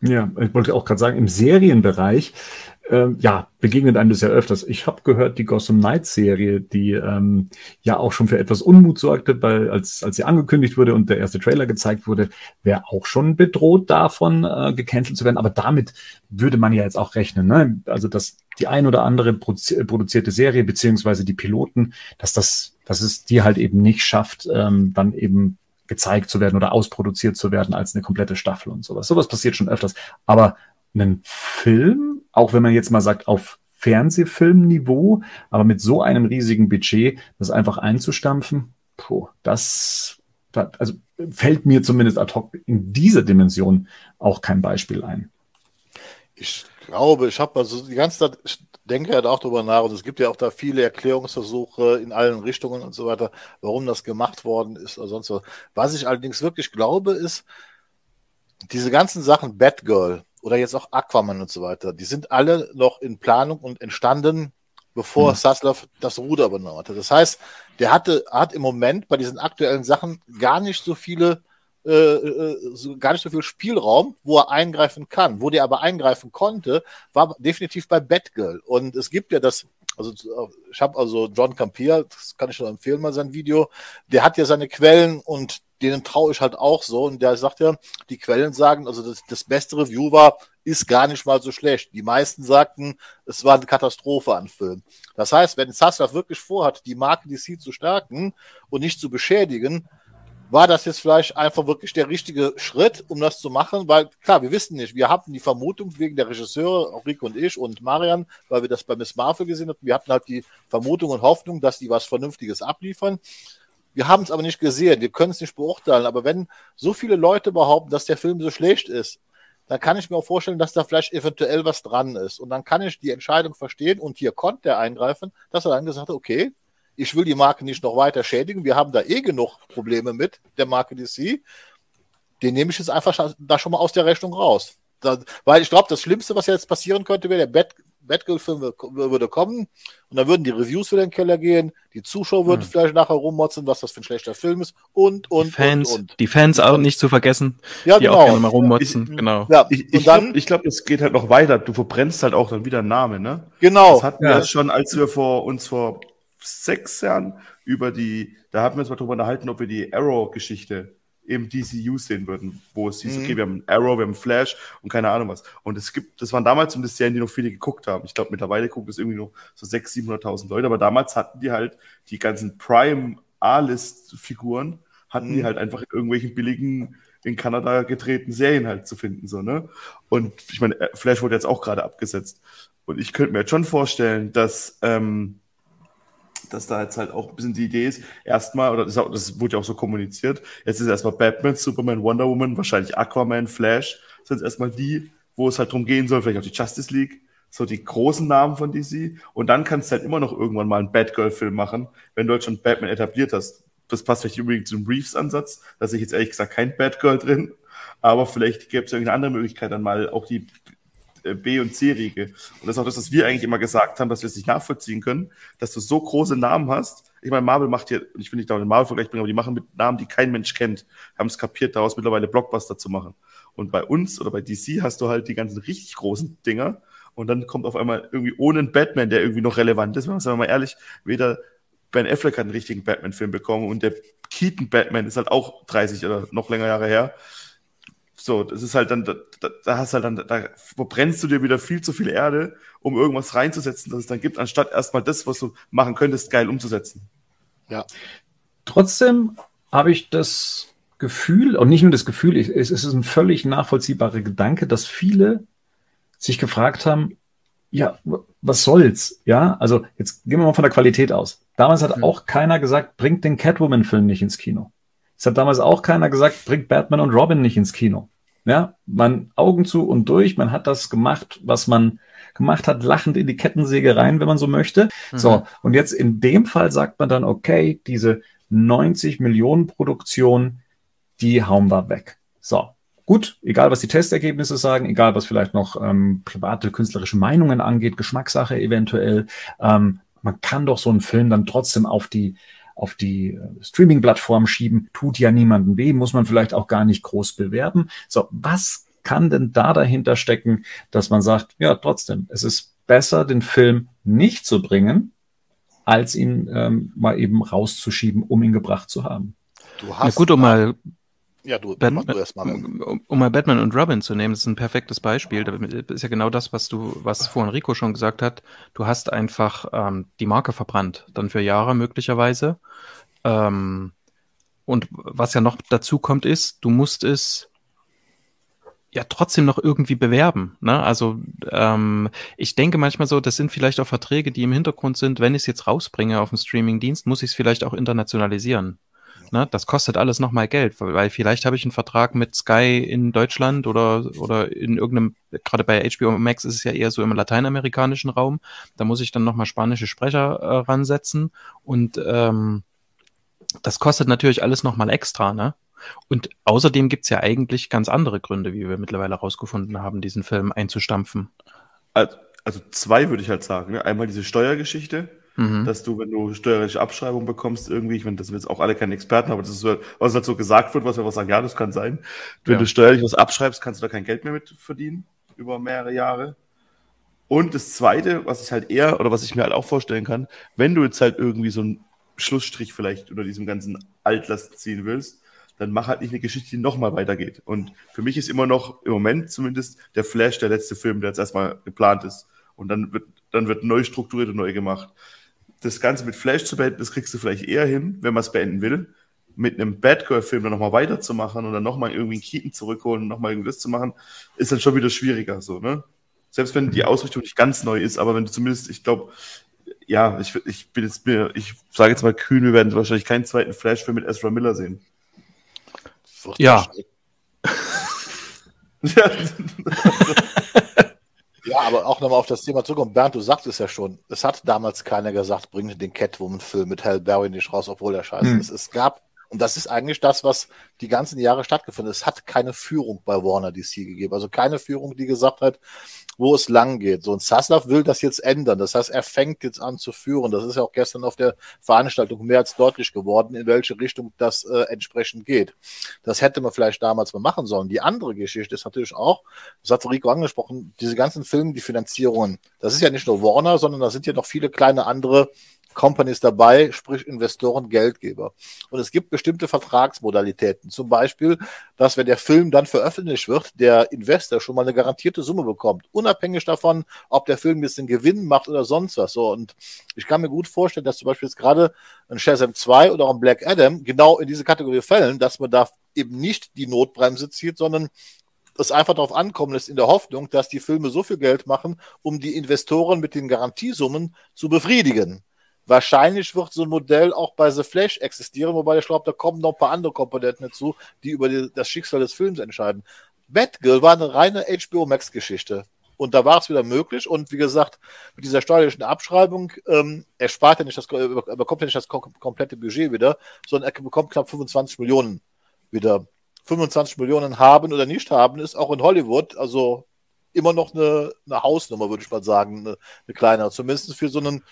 Ja, ich wollte auch gerade sagen, im Serienbereich, begegnet einem das ja öfters. Ich habe gehört, die Gotham Knights Serie, die ja auch schon für etwas Unmut sorgte, als sie angekündigt wurde und der erste Trailer gezeigt wurde, wäre auch schon bedroht davon, gecancelt zu werden. Aber damit würde man ja jetzt auch rechnen, ne? Also, dass die ein oder andere produzierte Serie, beziehungsweise die Piloten, dass es die halt eben nicht schafft, dann eben gezeigt zu werden oder ausproduziert zu werden als eine komplette Staffel und sowas. Sowas passiert schon öfters. Aber einen Film, auch wenn man jetzt mal sagt, auf Fernsehfilmniveau, aber mit so einem riesigen Budget, das einfach einzustampfen, also fällt mir zumindest ad hoc in dieser Dimension auch kein Beispiel ein. Ich glaube, ich habe also die ganze Zeit, ich denke halt auch darüber nach, und es gibt ja auch da viele Erklärungsversuche in allen Richtungen und so weiter, warum das gemacht worden ist oder sonst was. Was ich allerdings wirklich glaube, ist, diese ganzen Sachen, Batgirl oder jetzt auch Aquaman und so weiter, die sind alle noch in Planung und entstanden, bevor Zaslav das Ruder übernommen hatte. Das heißt, der hat im Moment bei diesen aktuellen Sachen gar nicht so viel Spielraum, wo er eingreifen kann. Wo der aber eingreifen konnte, war definitiv bei Batgirl. Und es gibt ja ich habe also John Campea, das kann ich nur empfehlen, mal sein Video, der hat ja seine Quellen und denen traue ich halt auch so. Und der sagt ja, die Quellen sagen, also das beste Review ist gar nicht mal so schlecht. Die meisten sagten, es war eine Katastrophe an Film. Das heißt, wenn Zaslav wirklich vorhat, die Marke DC zu stärken und nicht zu beschädigen, war das jetzt vielleicht einfach wirklich der richtige Schritt, um das zu machen? Weil, klar, wir wissen nicht. Wir hatten die Vermutung wegen der Regisseure, auch Rico und ich und Marian, weil wir das bei Miss Marvel gesehen hatten. Wir hatten halt die Vermutung und Hoffnung, dass die was Vernünftiges abliefern. Wir haben es aber nicht gesehen. Wir können es nicht beurteilen. Aber wenn so viele Leute behaupten, dass der Film so schlecht ist, dann kann ich mir auch vorstellen, dass da vielleicht eventuell was dran ist. Und dann kann ich die Entscheidung verstehen, und hier konnte er eingreifen, dass er dann gesagt hat, okay, ich will die Marke nicht noch weiter schädigen. Wir haben da genug Probleme mit der Marke DC. Den nehme ich jetzt einfach da schon mal aus der Rechnung raus. Weil ich glaube, das Schlimmste, was jetzt passieren könnte, wäre, der Batgirl-Film würde kommen und dann würden die Reviews wieder in den Keller gehen, die Zuschauer würden vielleicht nachher rummotzen, was das für ein schlechter Film ist und. Die Fans auch nicht zu vergessen, ja, die genau. auch gerne mal rummotzen. Genau. Ja, ich glaube, es geht halt noch weiter. Du verbrennst halt auch dann wieder einen Namen, ne? Genau. Das hatten wir schon, als wir uns vor 6 Jahren da haben wir uns mal drüber unterhalten, ob wir die Arrow-Geschichte im DCU sehen würden, wo es hieß, okay, wir haben Arrow, wir haben Flash und keine Ahnung was. Und das waren damals zumindest Serien, die noch viele geguckt haben. Ich glaube, mittlerweile gucken es irgendwie noch so 600.000, 700.000 Leute, aber damals hatten die halt die ganzen Prime A-List-Figuren, hatten die halt einfach in irgendwelchen billigen, in Kanada gedrehten Serien halt zu finden, so, ne? Und ich meine, Flash wurde jetzt auch gerade abgesetzt. Und ich könnte mir jetzt schon vorstellen, dass da jetzt halt auch ein bisschen die Idee ist, erstmal, oder das wurde ja auch so kommuniziert, jetzt ist erstmal Batman, Superman, Wonder Woman, wahrscheinlich Aquaman, Flash, sind jetzt erstmal die, wo es halt drum gehen soll, vielleicht auch die Justice League, so die großen Namen von DC, und dann kannst du halt immer noch irgendwann mal einen Batgirl-Film machen, wenn du halt schon Batman etabliert hast. Das passt vielleicht übrigens zum Reeves-Ansatz, da sehe ich jetzt ehrlich gesagt kein Batgirl drin, aber vielleicht gäbe es irgendeine andere Möglichkeit, dann mal auch die B- und C-Riege. Und das ist auch das, was wir eigentlich immer gesagt haben, dass wir es nicht nachvollziehen können, dass du so große Namen hast. Ich meine, Marvel macht hier, und ich will nicht da den Marvel-Vergleich bringen, aber die machen mit Namen, die kein Mensch kennt, haben es kapiert, daraus mittlerweile Blockbuster zu machen. Und bei uns oder bei DC hast du halt die ganzen richtig großen Dinger, und dann kommt auf einmal irgendwie ohne einen Batman, der irgendwie noch relevant ist. Sagen wir mal ehrlich, weder Ben Affleck hat einen richtigen Batman-Film bekommen, und der Keaton-Batman ist halt auch 30 oder noch länger Jahre her. So, das ist halt dann, da verbrennst du dir wieder viel zu viel Erde, um irgendwas reinzusetzen, das es dann gibt, anstatt erstmal das, was du machen könntest, geil umzusetzen. Ja. Trotzdem habe ich das Gefühl, und nicht nur das Gefühl, es ist ein völlig nachvollziehbarer Gedanke, dass viele sich gefragt haben, ja, was soll's? Ja, also jetzt gehen wir mal von der Qualität aus. Damals hat auch keiner gesagt, bringt den Catwoman-Film nicht ins Kino. Es hat damals auch keiner gesagt, bringt Batman und Robin nicht ins Kino. Ja, man Augen zu und durch, man hat das gemacht, was man gemacht hat, lachend in die Kettensäge rein, wenn man so möchte. So, und jetzt in dem Fall sagt man dann, okay, diese 90 Millionen Produktion, die hauen wir weg. So, gut, egal was die Testergebnisse sagen, egal was vielleicht noch private künstlerische Meinungen angeht, Geschmackssache eventuell, man kann doch so einen Film dann trotzdem auf die Streaming-Plattform schieben, tut ja niemandem weh, muss man vielleicht auch gar nicht groß bewerben. So, was kann denn da dahinter stecken, dass man sagt, ja, trotzdem, es ist besser, den Film nicht zu bringen, als ihn mal eben rauszuschieben, um ihn gebracht zu haben. Du hast gut, um mal Batman und Robin zu nehmen, das ist ein perfektes Beispiel. Das ist ja genau das, was vorhin Rico schon gesagt hat. Du hast einfach die Marke verbrannt, dann für Jahre möglicherweise. Und was ja noch dazu kommt ist, du musst es ja trotzdem noch irgendwie bewerben. Ne? Also ich denke manchmal so, das sind vielleicht auch Verträge, die im Hintergrund sind, wenn ich es jetzt rausbringe auf dem Streaming-Dienst, muss ich es vielleicht auch internationalisieren. Ne? Das kostet alles nochmal Geld, weil vielleicht habe ich einen Vertrag mit Sky in Deutschland oder in irgendeinem, gerade bei HBO Max ist es ja eher so im lateinamerikanischen Raum, da muss ich dann nochmal spanische Sprecher ransetzen und das kostet natürlich alles nochmal extra, ne? Und außerdem gibt es ja eigentlich ganz andere Gründe, wie wir mittlerweile herausgefunden haben, diesen Film einzustampfen. Also 2 würde ich halt sagen. Ne? Einmal diese Steuergeschichte, dass du, wenn du steuerliche Abschreibung bekommst, irgendwie, ich meine, das sind jetzt auch alle keine Experten, aber das ist so, was halt so gesagt wird, was wir was sagen, ja, das kann sein. Wenn du steuerlich was abschreibst, kannst du da kein Geld mehr mit verdienen über mehrere Jahre. Und das Zweite, was ich halt eher, oder was ich mir halt auch vorstellen kann, wenn du jetzt halt irgendwie so einen Schlussstrich vielleicht unter diesem ganzen Altlast ziehen willst, dann mach halt nicht eine Geschichte, die nochmal weitergeht. Und für mich ist immer noch, im Moment zumindest, der Flash der letzte Film, der jetzt erstmal geplant ist. Und dann wird neu strukturiert und neu gemacht. Das Ganze mit Flash zu beenden, das kriegst du vielleicht eher hin, wenn man es beenden will. Mit einem Batgirl-Film dann nochmal weiterzumachen und dann nochmal irgendwie einen Keaton zurückholen und nochmal irgendwas zu machen, ist dann schon wieder schwieriger, so, ne? Selbst wenn die Ausrichtung nicht ganz neu ist, aber wenn du zumindest, ich glaube, ja, ich sage jetzt mal kühn, wir werden wahrscheinlich keinen zweiten Flash-Film mit Ezra Miller sehen. Ja. Ja, aber auch nochmal auf das Thema zurückkommen. Bernd, du sagst es ja schon. Es hat damals keiner gesagt, bring den Catwoman-Film mit Halle Berry nicht raus, obwohl der scheiße ist. Es gab, und das ist eigentlich das, was die ganzen Jahre stattgefunden hat. Es hat keine Führung bei Warner DC gegeben. Also keine Führung, die gesagt hat, wo es lang geht. So, und Zaslav will das jetzt ändern. Das heißt, er fängt jetzt an zu führen. Das ist ja auch gestern auf der Veranstaltung mehr als deutlich geworden, in welche Richtung das entsprechend geht. Das hätte man vielleicht damals mal machen sollen. Die andere Geschichte ist natürlich auch, das hat Rico angesprochen, diese ganzen Filme, die Finanzierungen, das ist ja nicht nur Warner, sondern da sind ja noch viele kleine andere Companies dabei, sprich Investoren, Geldgeber. Und es gibt bestimmte Vertragsmodalitäten. Zum Beispiel, dass wenn der Film dann veröffentlicht wird, der Investor schon mal eine garantierte Summe bekommt. Unabhängig davon, ob der Film jetzt einen Gewinn macht oder sonst was. So, und ich kann mir gut vorstellen, dass zum Beispiel jetzt gerade ein Shazam 2 oder auch ein Black Adam genau in diese Kategorie fallen, dass man da eben nicht die Notbremse zieht, sondern es einfach darauf ankommen lässt, in der Hoffnung, dass die Filme so viel Geld machen, um die Investoren mit den Garantiesummen zu befriedigen. Wahrscheinlich wird so ein Modell auch bei The Flash existieren, wobei ich glaube, da kommen noch ein paar andere Komponenten dazu, die über das Schicksal des Films entscheiden. Batgirl war eine reine HBO Max-Geschichte. Und da war es wieder möglich. Und wie gesagt, mit dieser steuerlichen Abschreibung, er bekommt ja nicht das komplette Budget wieder, sondern er bekommt knapp 25 Millionen wieder. 25 Millionen haben oder nicht haben, ist auch in Hollywood, also immer noch eine Hausnummer, würde ich mal sagen, eine kleinere. Zumindest für so einen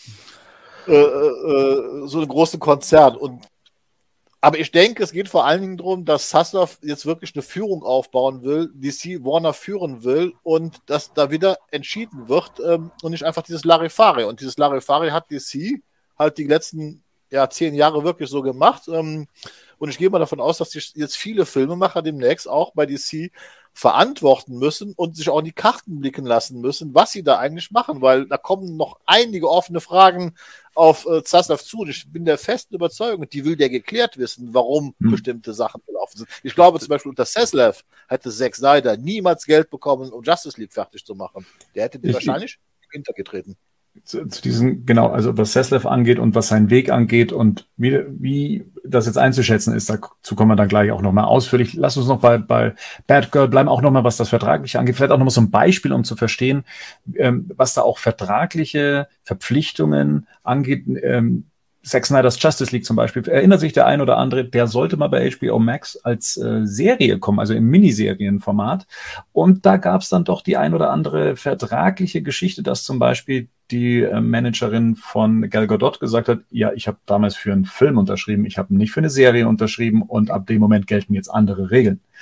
großen Konzern. Aber ich denke, es geht vor allen Dingen darum, dass Zaslav jetzt wirklich eine Führung aufbauen will, DC Warner führen will und dass da wieder entschieden wird und nicht einfach dieses Larifari. Und dieses Larifari hat DC halt die letzten 10 Jahre wirklich so gemacht. Und ich gehe mal davon aus, dass jetzt viele Filmemacher demnächst auch bei DC verantworten müssen und sich auch in die Karten blicken lassen müssen, was sie da eigentlich machen, weil da kommen noch einige offene Fragen auf Zaslav zu. Und ich bin der festen Überzeugung, die will der geklärt wissen, warum bestimmte Sachen gelaufen sind. Ich glaube zum Beispiel unter Zaslav hätte Zack Snyder niemals Geld bekommen, um Justice League fertig zu machen. Der hätte den wahrscheinlich hintergetreten. Zu diesen, genau, also was Zaslav angeht und was seinen Weg angeht und wie das jetzt einzuschätzen ist, dazu kommen wir dann gleich auch nochmal ausführlich. Lass uns noch bei Batgirl bleiben, auch nochmal, was das Vertragliche angeht. Vielleicht auch nochmal so ein Beispiel, um zu verstehen, was da auch vertragliche Verpflichtungen angeht. Zack Snyders Justice League zum Beispiel, erinnert sich der ein oder andere, der sollte mal bei HBO Max als Serie kommen, also im Miniserienformat. Und da gab es dann doch die ein oder andere vertragliche Geschichte, dass zum Beispiel die Managerin von Gal Gadot gesagt hat, ja, ich habe damals für einen Film unterschrieben, ich habe nicht für eine Serie unterschrieben und ab dem Moment gelten jetzt andere Regeln.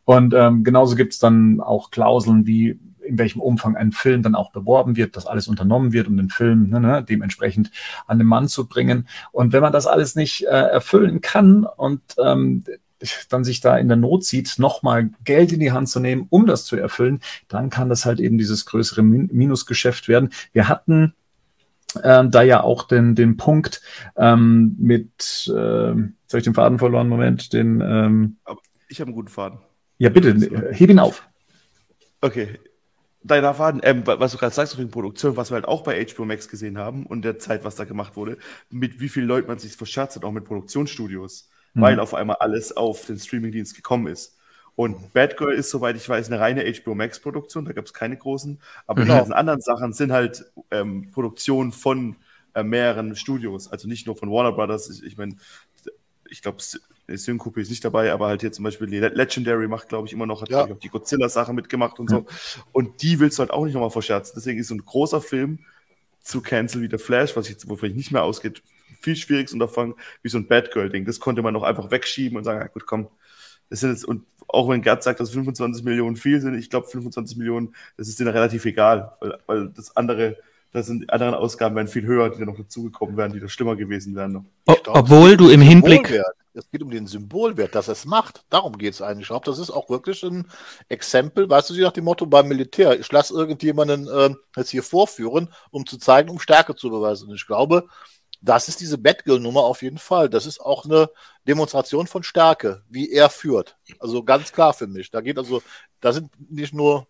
Und genauso gibt es dann auch Klauseln, wie in welchem Umfang ein Film dann auch beworben wird, dass alles unternommen wird, um den Film dementsprechend an den Mann zu bringen. Und wenn man das alles nicht erfüllen kann und dann sich da in der Not sieht, nochmal Geld in die Hand zu nehmen, um das zu erfüllen, dann kann das halt eben dieses größere Minusgeschäft werden. Wir hatten da ja auch den Punkt mit, jetzt habe ich den Faden verloren, Moment, Aber ich habe einen guten Faden. Ja, bitte, heb ihn auf. Okay. Deiner Faden, was du gerade sagst, wegen Produktion, was wir halt auch bei HBO Max gesehen haben und der Zeit, was da gemacht wurde, mit wie vielen Leuten man sich verscherzt hat, auch mit Produktionsstudios, weil auf einmal alles auf den Streamingdienst gekommen ist. Und Batgirl ist, soweit ich weiß, eine reine HBO Max-Produktion, da gab es keine großen, aber die ganzen anderen Sachen sind halt Produktionen von mehreren Studios, also nicht nur von Warner Brothers. Ich meine, ich glaube, Syncope ist nicht dabei, aber halt hier zum Beispiel die Legendary macht, glaube ich, immer noch, hat glaub ich, auch die Godzilla-Sache mitgemacht und so. Und die willst du halt auch nicht nochmal verscherzen. Deswegen ist so ein großer Film zu cancel wie der Flash, wofür ich nicht mehr ausgeht, viel schwieriges Unterfangen wie so ein Batgirl-Ding. Das konnte man noch einfach wegschieben und sagen, ja gut, komm, das sind jetzt, und auch wenn Gerd sagt, dass 25 Millionen viel sind, ich glaube 25 Millionen, das ist denen relativ egal, weil das sind die anderen Ausgaben werden viel höher, die dann noch dazugekommen wären, die da schlimmer gewesen wären noch. Obwohl du im Hinblick... Es geht um den Symbolwert, dass es macht. Darum geht es eigentlich. Ich glaube, das ist auch wirklich ein Exempel, weißt du, nach dem Motto beim Militär. Ich lasse irgendjemanden jetzt hier vorführen, um zu zeigen, um Stärke zu beweisen. Und ich glaube, das ist diese Batgirl-Nummer auf jeden Fall. Das ist auch eine Demonstration von Stärke, wie er führt. Also ganz klar für mich. Da sind nicht nur...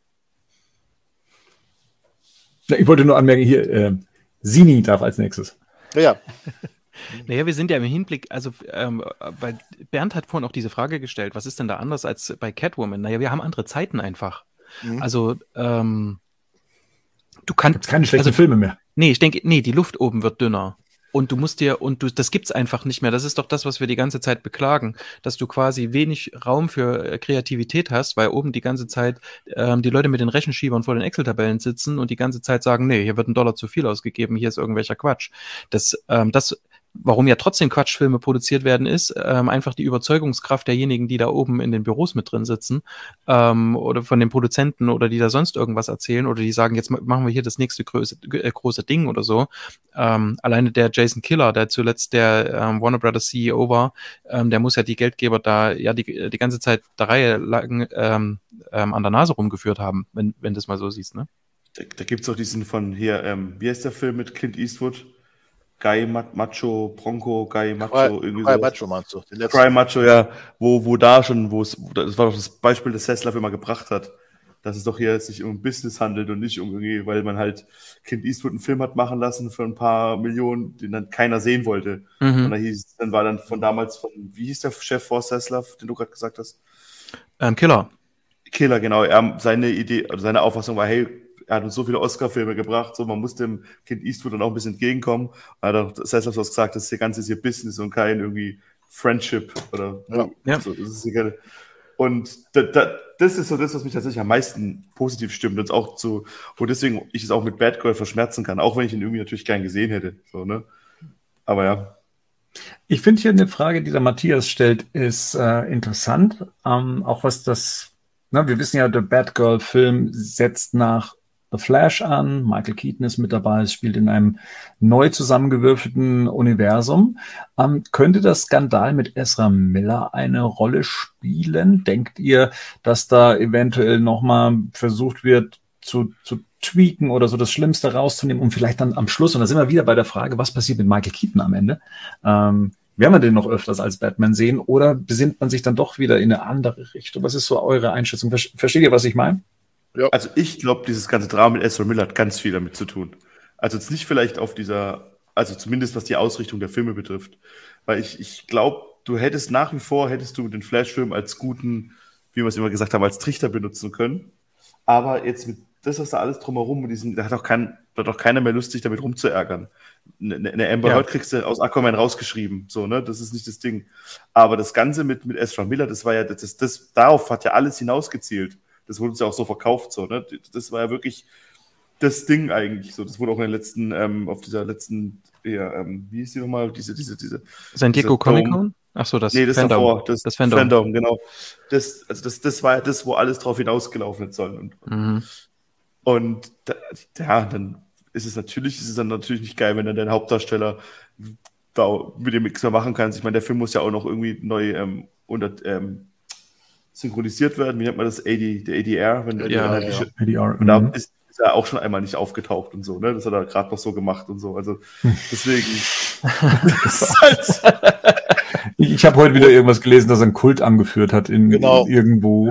Ich wollte nur anmerken, hier, Sini darf als nächstes. Ja. Naja, wir sind ja im Hinblick, also, weil Bernd hat vorhin auch diese Frage gestellt, was ist denn da anders als bei Catwoman? Naja, wir haben andere Zeiten einfach. Also, du kannst... Gibt's keine schlechten Filme mehr. Nee, ich denke, die Luft oben wird dünner. Und das gibt's einfach nicht mehr. Das ist doch das, was wir die ganze Zeit beklagen, dass du quasi wenig Raum für Kreativität hast, weil oben die ganze Zeit die Leute mit den Rechenschiebern vor den Excel-Tabellen sitzen und die ganze Zeit sagen, nee, hier wird $1 zu viel ausgegeben, hier ist irgendwelcher Quatsch. Warum ja trotzdem Quatschfilme produziert werden, ist einfach die Überzeugungskraft derjenigen, die da oben in den Büros mit drin sitzen, oder von den Produzenten oder die da sonst irgendwas erzählen oder die sagen, jetzt machen wir hier das nächste große Ding oder so. Alleine der Jason Killer, der zuletzt der Warner Brothers CEO war, der muss ja die Geldgeber da ja die ganze Zeit der Reihe lang an der Nase rumgeführt haben, wenn du das mal so siehst, ne? Da gibt es auch diesen von hier, wie heißt der Film mit Clint Eastwood? Guy Macho, Bronco, Guy Macho, irgendwie so. Guy Macho meinst du? Guy Macho, ja, wo da schon, das war doch das Beispiel, das Sessler immer gebracht hat, dass es doch hier sich um Business handelt und nicht um irgendwie, weil man halt Clint Eastwood einen Film hat machen lassen für ein paar Millionen, den dann keiner sehen wollte. Und dann war dann von damals wie hieß der Chef vor Sessler, den du gerade gesagt hast? Killer. Killer, genau. Seine Idee, also seine Auffassung war, hey, er hat uns so viele Oscar-Filme gebracht, so man muss dem Clint Eastwood dann auch ein bisschen entgegenkommen. Er hat auch Sessler was gesagt, das Ganze ist hier Business und kein irgendwie Friendship oder so. Das ist hier und das ist so das, was mich tatsächlich am meisten positiv stimmt und auch so, wo deswegen ich es auch mit Batgirl verschmerzen kann, auch wenn ich ihn irgendwie natürlich gern gesehen hätte. So, ne? Aber ja. Ich finde hier eine Frage, die der Matthias stellt, ist interessant. Auch was wir wissen ja, der Batgirl-Film setzt nach The Flash an. Michael Keaton ist mit dabei. Es spielt in einem neu zusammengewürfelten Universum. Könnte das Skandal mit Ezra Miller eine Rolle spielen? Denkt ihr, dass da eventuell nochmal versucht wird, zu tweaken oder so das Schlimmste rauszunehmen, um vielleicht dann am Schluss, und da sind wir wieder bei der Frage, was passiert mit Michael Keaton am Ende? Werden wir den noch öfters als Batman sehen oder besinnt man sich dann doch wieder in eine andere Richtung? Was ist so eure Einschätzung? Versteht ihr, was ich meine? Ja. Also ich glaube, dieses ganze Drama mit Ezra Miller hat ganz viel damit zu tun. Also jetzt nicht vielleicht auf also zumindest was die Ausrichtung der Filme betrifft. Weil ich glaube, hättest du den Flash-Film als guten, wie wir es immer gesagt haben, als Trichter benutzen können. Aber jetzt mit das, was da alles drumherum, da hat auch keiner mehr Lust, sich damit rumzuärgern. Eine Amber Heard kriegst du aus Aquaman rausgeschrieben, so, ne? Das ist nicht das Ding. Aber das Ganze mit Ezra Miller, das war ja, darauf hat ja alles hinausgezielt. Das wurde uns ja auch so verkauft, so, ne? Das war ja wirklich das Ding eigentlich, so. Das wurde auch in den letzten, auf dieser letzten, wie hieß die nochmal? Diese San Diego Comic-Con? Ach so, das Fandom. Davor, das Fandom. Fandom, genau. Das war ja das, wo alles drauf hinausgelaufen soll. Und dann ist es dann natürlich nicht geil, wenn dann dein Hauptdarsteller da mit dem nichts mehr machen kann. Ich meine, der Film muss ja auch noch irgendwie neu synchronisiert werden. Wie nennt man das? Der ADR? ADR. Und da ist er auch schon einmal nicht aufgetaucht und so, ne? Das hat er gerade noch so gemacht und so. Also deswegen. Ich habe heute wieder irgendwas gelesen, dass er einen Kult angeführt hat irgendwo.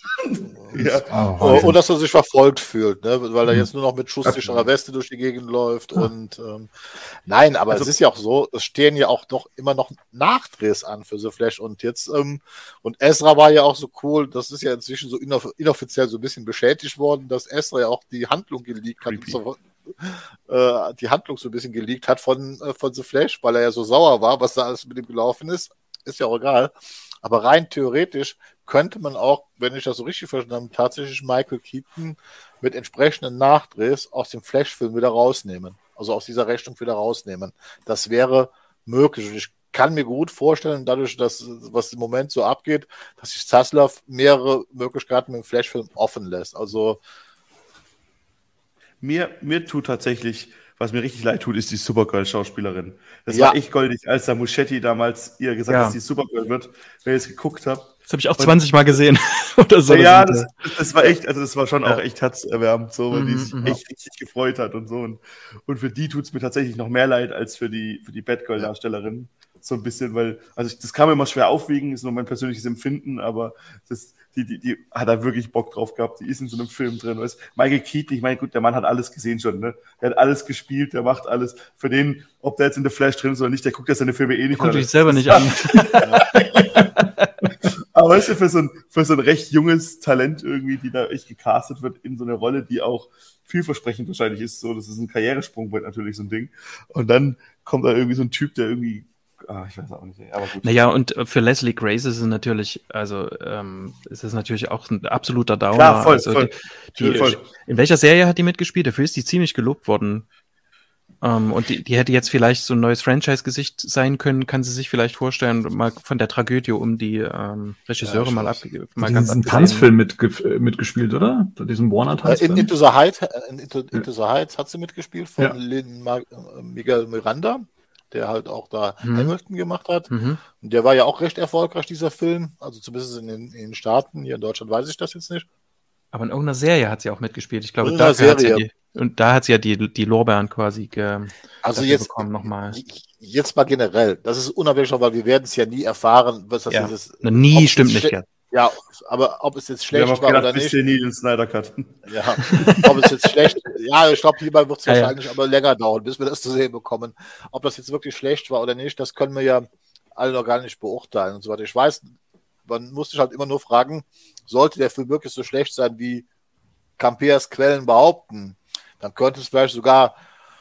Und dass er sich verfolgt fühlt, ne? Weil er jetzt nur noch mit schusssicherer Weste durch die Gegend läuft. Und nein, aber es ist ja auch so, es stehen ja auch doch immer noch Nachdrehs an für The Flash. Und jetzt, und Ezra war ja auch so cool, das ist ja inzwischen so inoffiziell so ein bisschen beschädigt worden, dass Ezra ja auch die Handlung geleakt hat. Die Handlung so ein bisschen geleakt hat von The Flash, weil er ja so sauer war, was da alles mit ihm gelaufen ist. Ist ja auch egal. Aber rein theoretisch könnte man auch, wenn ich das so richtig verstanden habe, tatsächlich Michael Keaton mit entsprechenden Nachdrehs aus dem Flash-Film wieder rausnehmen. Also aus dieser Rechnung wieder rausnehmen. Das wäre möglich. Und ich kann mir gut vorstellen, dadurch, dass was im Moment so abgeht, dass sich Zaslav mehrere Möglichkeiten mit dem Flash-Film offen lässt. Also mir tut tatsächlich, was mir richtig leid tut, ist die Supergirl-Schauspielerin. Das war echt goldig, als der Muschetti damals ihr gesagt hat, dass die Supergirl wird, wenn ich es geguckt habe. Das habe ich auch 20 Mal gesehen. Oder so. Ja, das war echt, also das war schon auch echt herzerwärmend, so, weil die sich echt richtig gefreut hat und so. Und für die tut es mir tatsächlich noch mehr leid als für die Batgirl-Darstellerin. So ein bisschen, weil, also das kann man immer schwer aufwiegen, ist nur mein persönliches Empfinden, aber die hat da wirklich Bock drauf gehabt, die ist in so einem Film drin, weißt. Michael Keaton, ich meine, gut, der Mann hat alles gesehen schon, ne? Der hat alles gespielt, der macht alles. Für den, ob der jetzt in The Flash drin ist oder nicht, der guckt ja seine Filme eh nicht. Guckt sich selber nicht an. Aber weißt du, für so ein recht junges Talent irgendwie, die da echt gecastet wird in so eine Rolle, die auch vielversprechend wahrscheinlich ist, so, das ist ein Karrieresprungbrett natürlich, so ein Ding. Und dann kommt da irgendwie so ein Typ, der irgendwie ich weiß auch nicht, aber gut. Naja, und für Leslie Grace ist es natürlich, ist es natürlich auch ein absoluter Downer. Klar, voll, also voll. In welcher Serie hat die mitgespielt? Dafür ist die ziemlich gelobt worden. Und die hätte jetzt vielleicht so ein neues Franchise-Gesicht sein können, kann sie sich vielleicht vorstellen, mal von der Tragödie um die Regisseure mal abgegeben. Mal ganz einen Tanzfilm mitgespielt, oder? Diesen Warner-Tanzfilm? Into the Heights hat sie mitgespielt von Miguel Miranda, der halt auch da Hamilton gemacht hat. Und der war ja auch recht erfolgreich, dieser Film. Also zumindest in den Staaten. Hier in Deutschland weiß ich das jetzt nicht. Aber in irgendeiner Serie hat sie auch mitgespielt. Ich glaube, da hat sie ja die Lorbeeren quasi bekommen nochmal. Jetzt mal generell. Das ist unabhängig, weil wir werden es ja nie erfahren. Was das ist. Nie stimmt nicht, ja. Ja, aber ob es jetzt schlecht war oder nicht. Nie den Snyder Cut. Ja, ob es jetzt schlecht. Ja, ich glaube, hierbei wird es wahrscheinlich aber länger dauern, bis wir das zu sehen bekommen. Ob das jetzt wirklich schlecht war oder nicht, das können wir ja alle noch gar nicht beurteilen und so weiter. Ich weiß, man muss sich halt immer nur fragen, sollte der Film wirklich so schlecht sein, wie Campeers Quellen behaupten, dann könnte es vielleicht sogar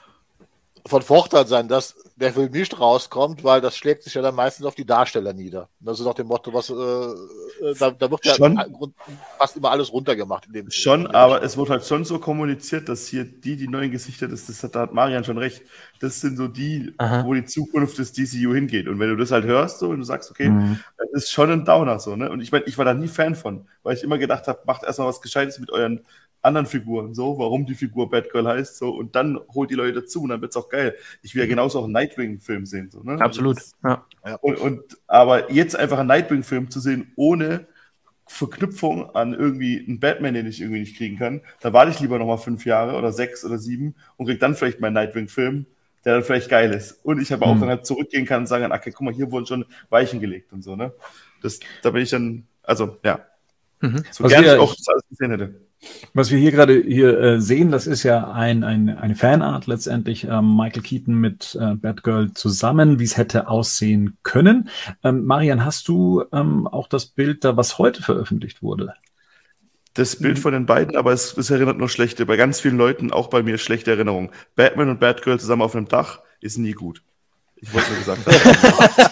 von Vorteil sein, dass der Film nicht rauskommt, weil das schlägt sich ja dann meistens auf die Darsteller nieder. Das ist auch dem Motto, was da wird ja fast immer alles runtergemacht. Aber es wird halt schon so kommuniziert, dass hier die neuen Gesichter, da hat Marian schon recht, das sind so die, wo die Zukunft des DCU hingeht. Und wenn du das halt hörst so, und du sagst, okay, das ist schon ein Downer so, ne? Und ich meine, ich war da nie Fan von, weil ich immer gedacht habe, macht erstmal was Gescheites mit euren anderen Figuren, so, warum die Figur Batgirl heißt, so, und dann holt die Leute dazu und dann wird's auch geil. Ich will ja genauso auch einen Nightwing-Film sehen, so, ne? Absolut, ja. Aber jetzt einfach einen Nightwing-Film zu sehen, ohne Verknüpfung an irgendwie einen Batman, den ich irgendwie nicht kriegen kann, da warte ich lieber nochmal 5 Jahre oder 6 oder 7 und krieg dann vielleicht meinen Nightwing-Film, der dann vielleicht geil ist. Und ich aber auch dann halt zurückgehen kann und sagen, okay, guck mal, hier wurden schon Weichen gelegt und so, ne? Da bin ich dann, also, ja. So gerne ich auch das alles gesehen hätte. Was wir hier gerade sehen, das ist ja eine Fanart letztendlich, Michael Keaton mit Batgirl zusammen, wie es hätte aussehen können. Marian, hast du auch das Bild da, was heute veröffentlicht wurde? Das Bild von den beiden, aber es erinnert nur schlechte, bei ganz vielen Leuten, auch bei mir, schlechte Erinnerungen. Batman und Batgirl zusammen auf einem Dach ist nie gut. Ich wollte nur gesagt haben.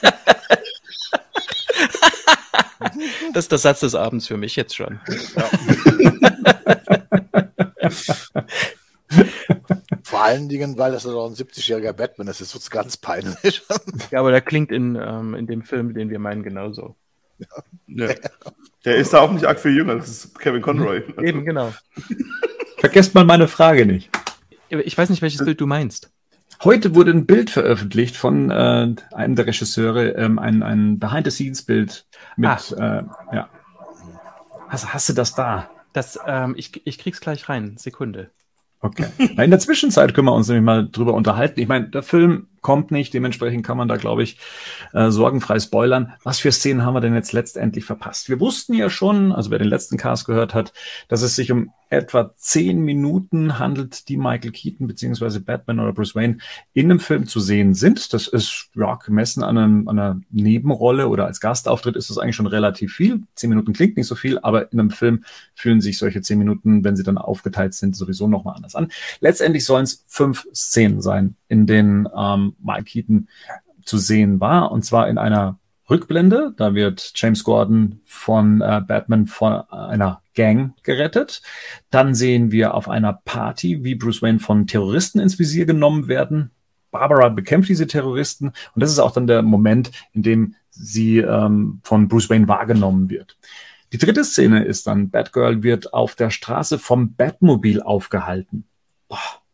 Das ist der Satz des Abends für mich jetzt schon. Vor Vor allen Dingen, weil das doch ein 70-jähriger Batman ist. Das wird ganz peinlich. Ja, aber der klingt in dem Film, den wir meinen, genauso. Ja. Der ist da auch nicht arg viel jünger. Das ist Kevin Conroy. Eben, genau. Vergesst mal meine Frage nicht. Ich weiß nicht, welches Bild du meinst. Heute wurde ein Bild veröffentlicht von einem der Regisseure, ein Behind-the-Scenes-Bild mit, ja. Hast du das da? Ich krieg's gleich rein. Sekunde. Okay. Na, in der Zwischenzeit können wir uns nämlich mal drüber unterhalten. Ich meine, der Film kommt nicht, dementsprechend kann man da, glaube ich, sorgenfrei spoilern. Was für Szenen haben wir denn jetzt letztendlich verpasst? Wir wussten ja schon, also wer den letzten Cast gehört hat, dass es sich um etwa 10 Minuten handelt, die Michael Keaton beziehungsweise Batman oder Bruce Wayne in einem Film zu sehen sind. Das ist ja gemessen an einer Nebenrolle oder als Gastauftritt ist das eigentlich schon relativ viel. 10 Minuten klingt nicht so viel, aber in einem Film fühlen sich solche 10 Minuten, wenn sie dann aufgeteilt sind, sowieso nochmal anders an. Letztendlich sollen es 5 Szenen sein, in denen Michael Keaton zu sehen war, und zwar in einer Rückblende. Da wird James Gordon von Batman von einer Gang gerettet. Dann sehen wir auf einer Party, wie Bruce Wayne von Terroristen ins Visier genommen werden. Barbara bekämpft diese Terroristen und das ist auch dann der Moment, in dem sie von Bruce Wayne wahrgenommen wird. Die dritte Szene ist dann, Batgirl wird auf der Straße vom Batmobil aufgehalten. Boah.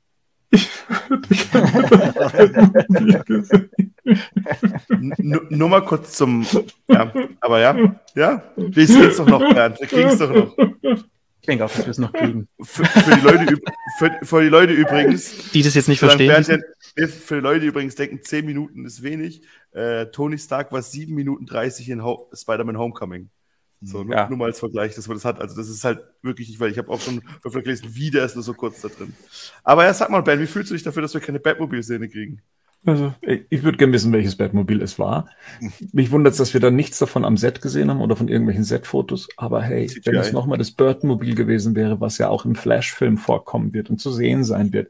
Nur mal kurz zum. Ja, aber ja. Wir kriegen es doch noch, Bernd. Wir kriegen es doch noch. Ich denke auch, dass wir es noch kriegen. Für die Leute übrigens. Die das jetzt nicht verstehen. Für die Leute übrigens denken, 10 Minuten ist wenig. Tony Stark war 7 Minuten 30 in Spider-Man Homecoming. So, nur mal als Vergleich, dass man das hat. Also das ist halt wirklich nicht, weil ich habe auch schon öfter gelesen, wie der ist nur so kurz da drin. Aber ja, sag mal, Ben, wie fühlst du dich dafür, dass wir keine Batmobil-Szene kriegen? Also, ich würde gerne wissen, welches Batmobil es war. Mich wundert es, dass wir da nichts davon am Set gesehen haben oder von irgendwelchen Set-Fotos. Aber hey, CGI. Wenn es nochmal das Batmobil gewesen wäre, was ja auch im Flash-Film vorkommen wird und zu sehen sein wird.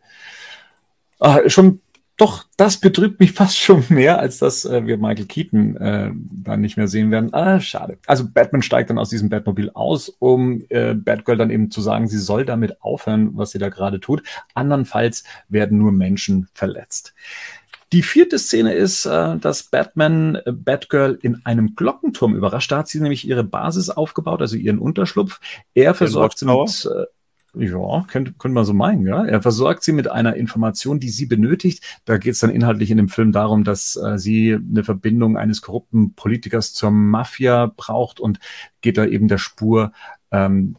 Doch, das betrübt mich fast schon mehr, als dass wir Michael Keaton dann nicht mehr sehen werden. Schade. Also Batman steigt dann aus diesem Batmobil aus, um Batgirl dann eben zu sagen, sie soll damit aufhören, was sie da gerade tut. Andernfalls werden nur Menschen verletzt. Die vierte Szene ist, dass Batman Batgirl in einem Glockenturm überrascht. Da hat sie nämlich ihre Basis aufgebaut, also ihren Unterschlupf. Er versorgt sie mit... Ja, könnte man so meinen, ja. Er versorgt sie mit einer Information, die sie benötigt. Da geht es dann inhaltlich in dem Film darum, dass sie eine Verbindung eines korrupten Politikers zur Mafia braucht und geht da eben der Spur von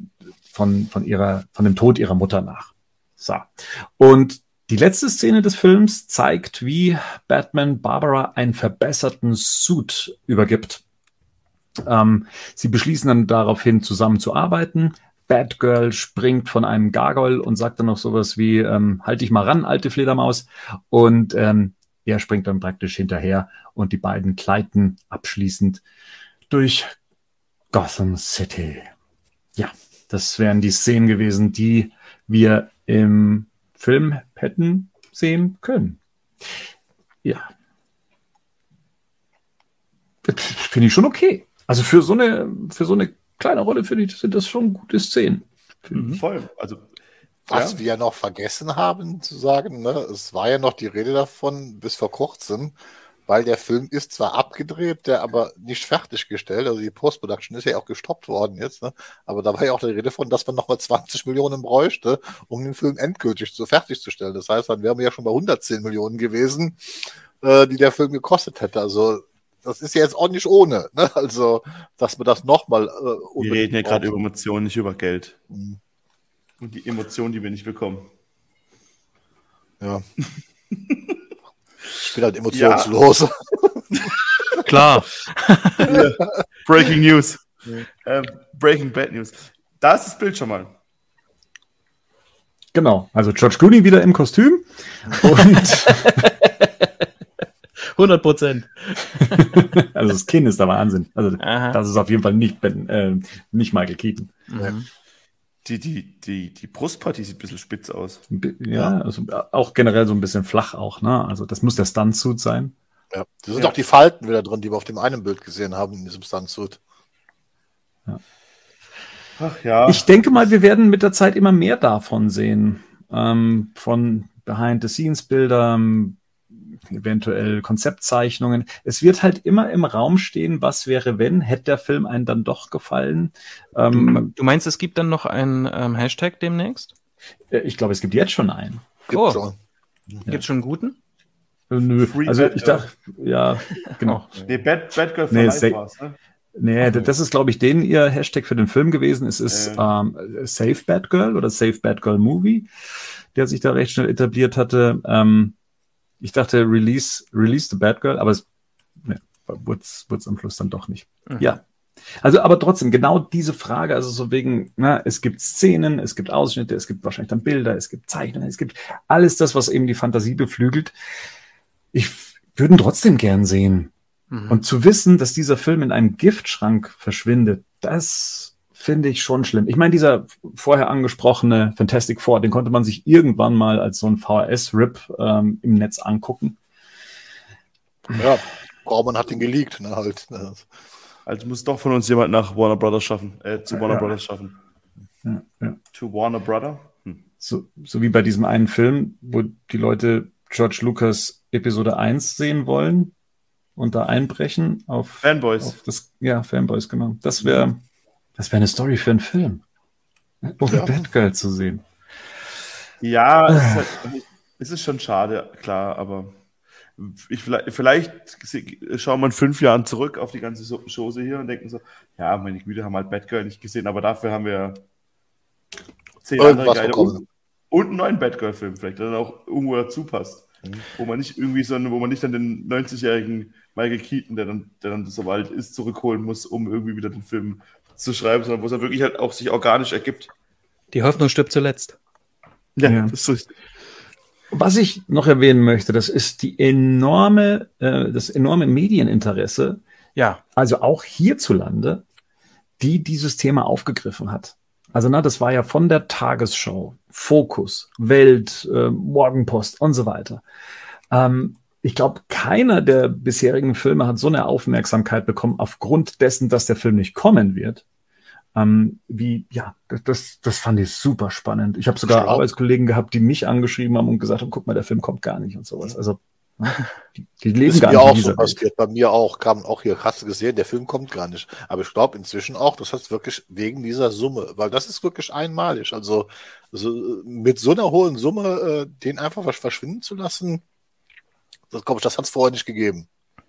dem Tod ihrer Mutter nach. So. Und die letzte Szene des Films zeigt, wie Batman Barbara einen verbesserten Suit übergibt. Sie beschließen dann daraufhin zusammenzuarbeiten. Batgirl springt von einem Gargoyle und sagt dann noch sowas wie, halt dich mal ran, alte Fledermaus. Und er springt dann praktisch hinterher und die beiden gleiten abschließend durch Gotham City. Ja, das wären die Szenen gewesen, die wir im Film hätten sehen können. Ja. Finde ich schon okay. Also für so eine kleine Rolle, finde ich, sind das schon gute Szenen. Voll. Also, was wir ja noch vergessen haben zu sagen, ne, es war ja noch die Rede davon bis vor kurzem, weil der Film ist zwar abgedreht, der aber nicht fertiggestellt, also die Post-Production ist ja auch gestoppt worden jetzt, ne, aber da war ja auch die Rede von, dass man nochmal 20 Millionen bräuchte, um den Film endgültig fertigzustellen. Das heißt, dann wären wir ja schon bei 110 Millionen gewesen, die der Film gekostet hätte. Also das ist ja jetzt auch nicht ohne, ne? Also, dass wir das nochmal... wir reden ja gerade über Emotionen, nicht über Geld. Mhm. Und die Emotionen, die wir nicht bekommen. Ja. Ich bin halt emotionslos. Ja. Klar. Ja. Breaking News. Breaking Bad News. Da ist das Bild schon mal. Genau, also George Clooney wieder im Kostüm. Und 100%. Also das Kinn ist der Wahnsinn. Also das ist auf jeden Fall nicht Michael Keaton. Mhm. Die Brustpartie sieht ein bisschen spitz aus. Ja, also auch generell so ein bisschen flach auch, ne? Also das muss der Stuntsuit sein. Ja, da sind auch die Falten wieder drin, die wir auf dem einen Bild gesehen haben in diesem Stuntsuit. Ja. Ach ja. Ich denke mal, wir werden mit der Zeit immer mehr davon sehen. Von Behind-the-Scenes-Bilder, eventuell Konzeptzeichnungen. Es wird halt immer im Raum stehen, was wäre, wenn, hätte der Film einen dann doch gefallen. Du meinst, es gibt dann noch einen Hashtag demnächst? Ich glaube, es gibt jetzt schon einen. Gibt es schon einen guten? Nö, also ich dachte, ja, genau. Nee, Batgirl for Life war's, ne? Nee, das ist, glaube ich, ihr Hashtag für den Film gewesen. Es ist Save Batgirl oder Save Batgirl Movie, der sich da recht schnell etabliert hatte. Ich dachte, Release the Batgirl, aber es wurde es am Schluss dann doch nicht. Mhm. Ja. Also, aber trotzdem, genau diese Frage, also so wegen, es gibt Szenen, es gibt Ausschnitte, es gibt wahrscheinlich dann Bilder, es gibt Zeichnungen, es gibt alles das, was eben die Fantasie beflügelt. Ich würde ihn trotzdem gern sehen. Mhm. Und zu wissen, dass dieser Film in einem Giftschrank verschwindet, das finde ich schon schlimm. Ich meine, dieser vorher angesprochene Fantastic Four, den konnte man sich irgendwann mal als so ein VHS-Rip im Netz angucken. Ja, Graumann hat den geleakt, ne, halt. Also muss doch von uns jemand nach Warner Brothers schaffen, zu Warner Brothers schaffen. Ja. To Warner Brother? So wie bei diesem einen Film, wo die Leute George Lucas Episode 1 sehen wollen und da einbrechen auf Fanboys. Fanboys, genau. Das wäre eine Story für einen Film. Um Batgirl zu sehen. Ja, es ist schon schade, klar, aber vielleicht schauen wir in 5 Jahren zurück auf die ganze Chose hier und denken so, ja, meine Güte, haben halt Batgirl nicht gesehen, aber dafür haben wir 10 andere geile und einen neuen Batgirl-Film vielleicht, der dann auch irgendwo dazu passt. Wo man nicht dann den 90-jährigen Michael Keaton, der dann so alt ist, zurückholen muss, um irgendwie wieder den Film zu schreiben, sondern wo es dann wirklich halt auch sich organisch ergibt. Die Hoffnung stirbt zuletzt. Ja. Das ist richtig. Was ich noch erwähnen möchte, das ist das enorme Medieninteresse, also auch hierzulande, die dieses Thema aufgegriffen hat. Also das war ja von der Tagesschau, Fokus, Welt, Morgenpost und so weiter. Ich glaube, keiner der bisherigen Filme hat so eine Aufmerksamkeit bekommen, aufgrund dessen, dass der Film nicht kommen wird. Das fand ich super spannend. Ich habe sogar Arbeitskollegen gehabt, die mich angeschrieben haben und gesagt haben, guck mal, der Film kommt gar nicht und sowas. Also die leben gar nicht in dieser Welt. Passiert. Bei mir auch, kam auch hier, hast du gesehen, der Film kommt gar nicht. Aber ich glaube inzwischen auch, das heißt wirklich wegen dieser Summe, weil das ist wirklich einmalig. Also mit so einer hohen Summe den einfach verschwinden zu lassen, das glaube ich, das hat es vorher nicht gegeben.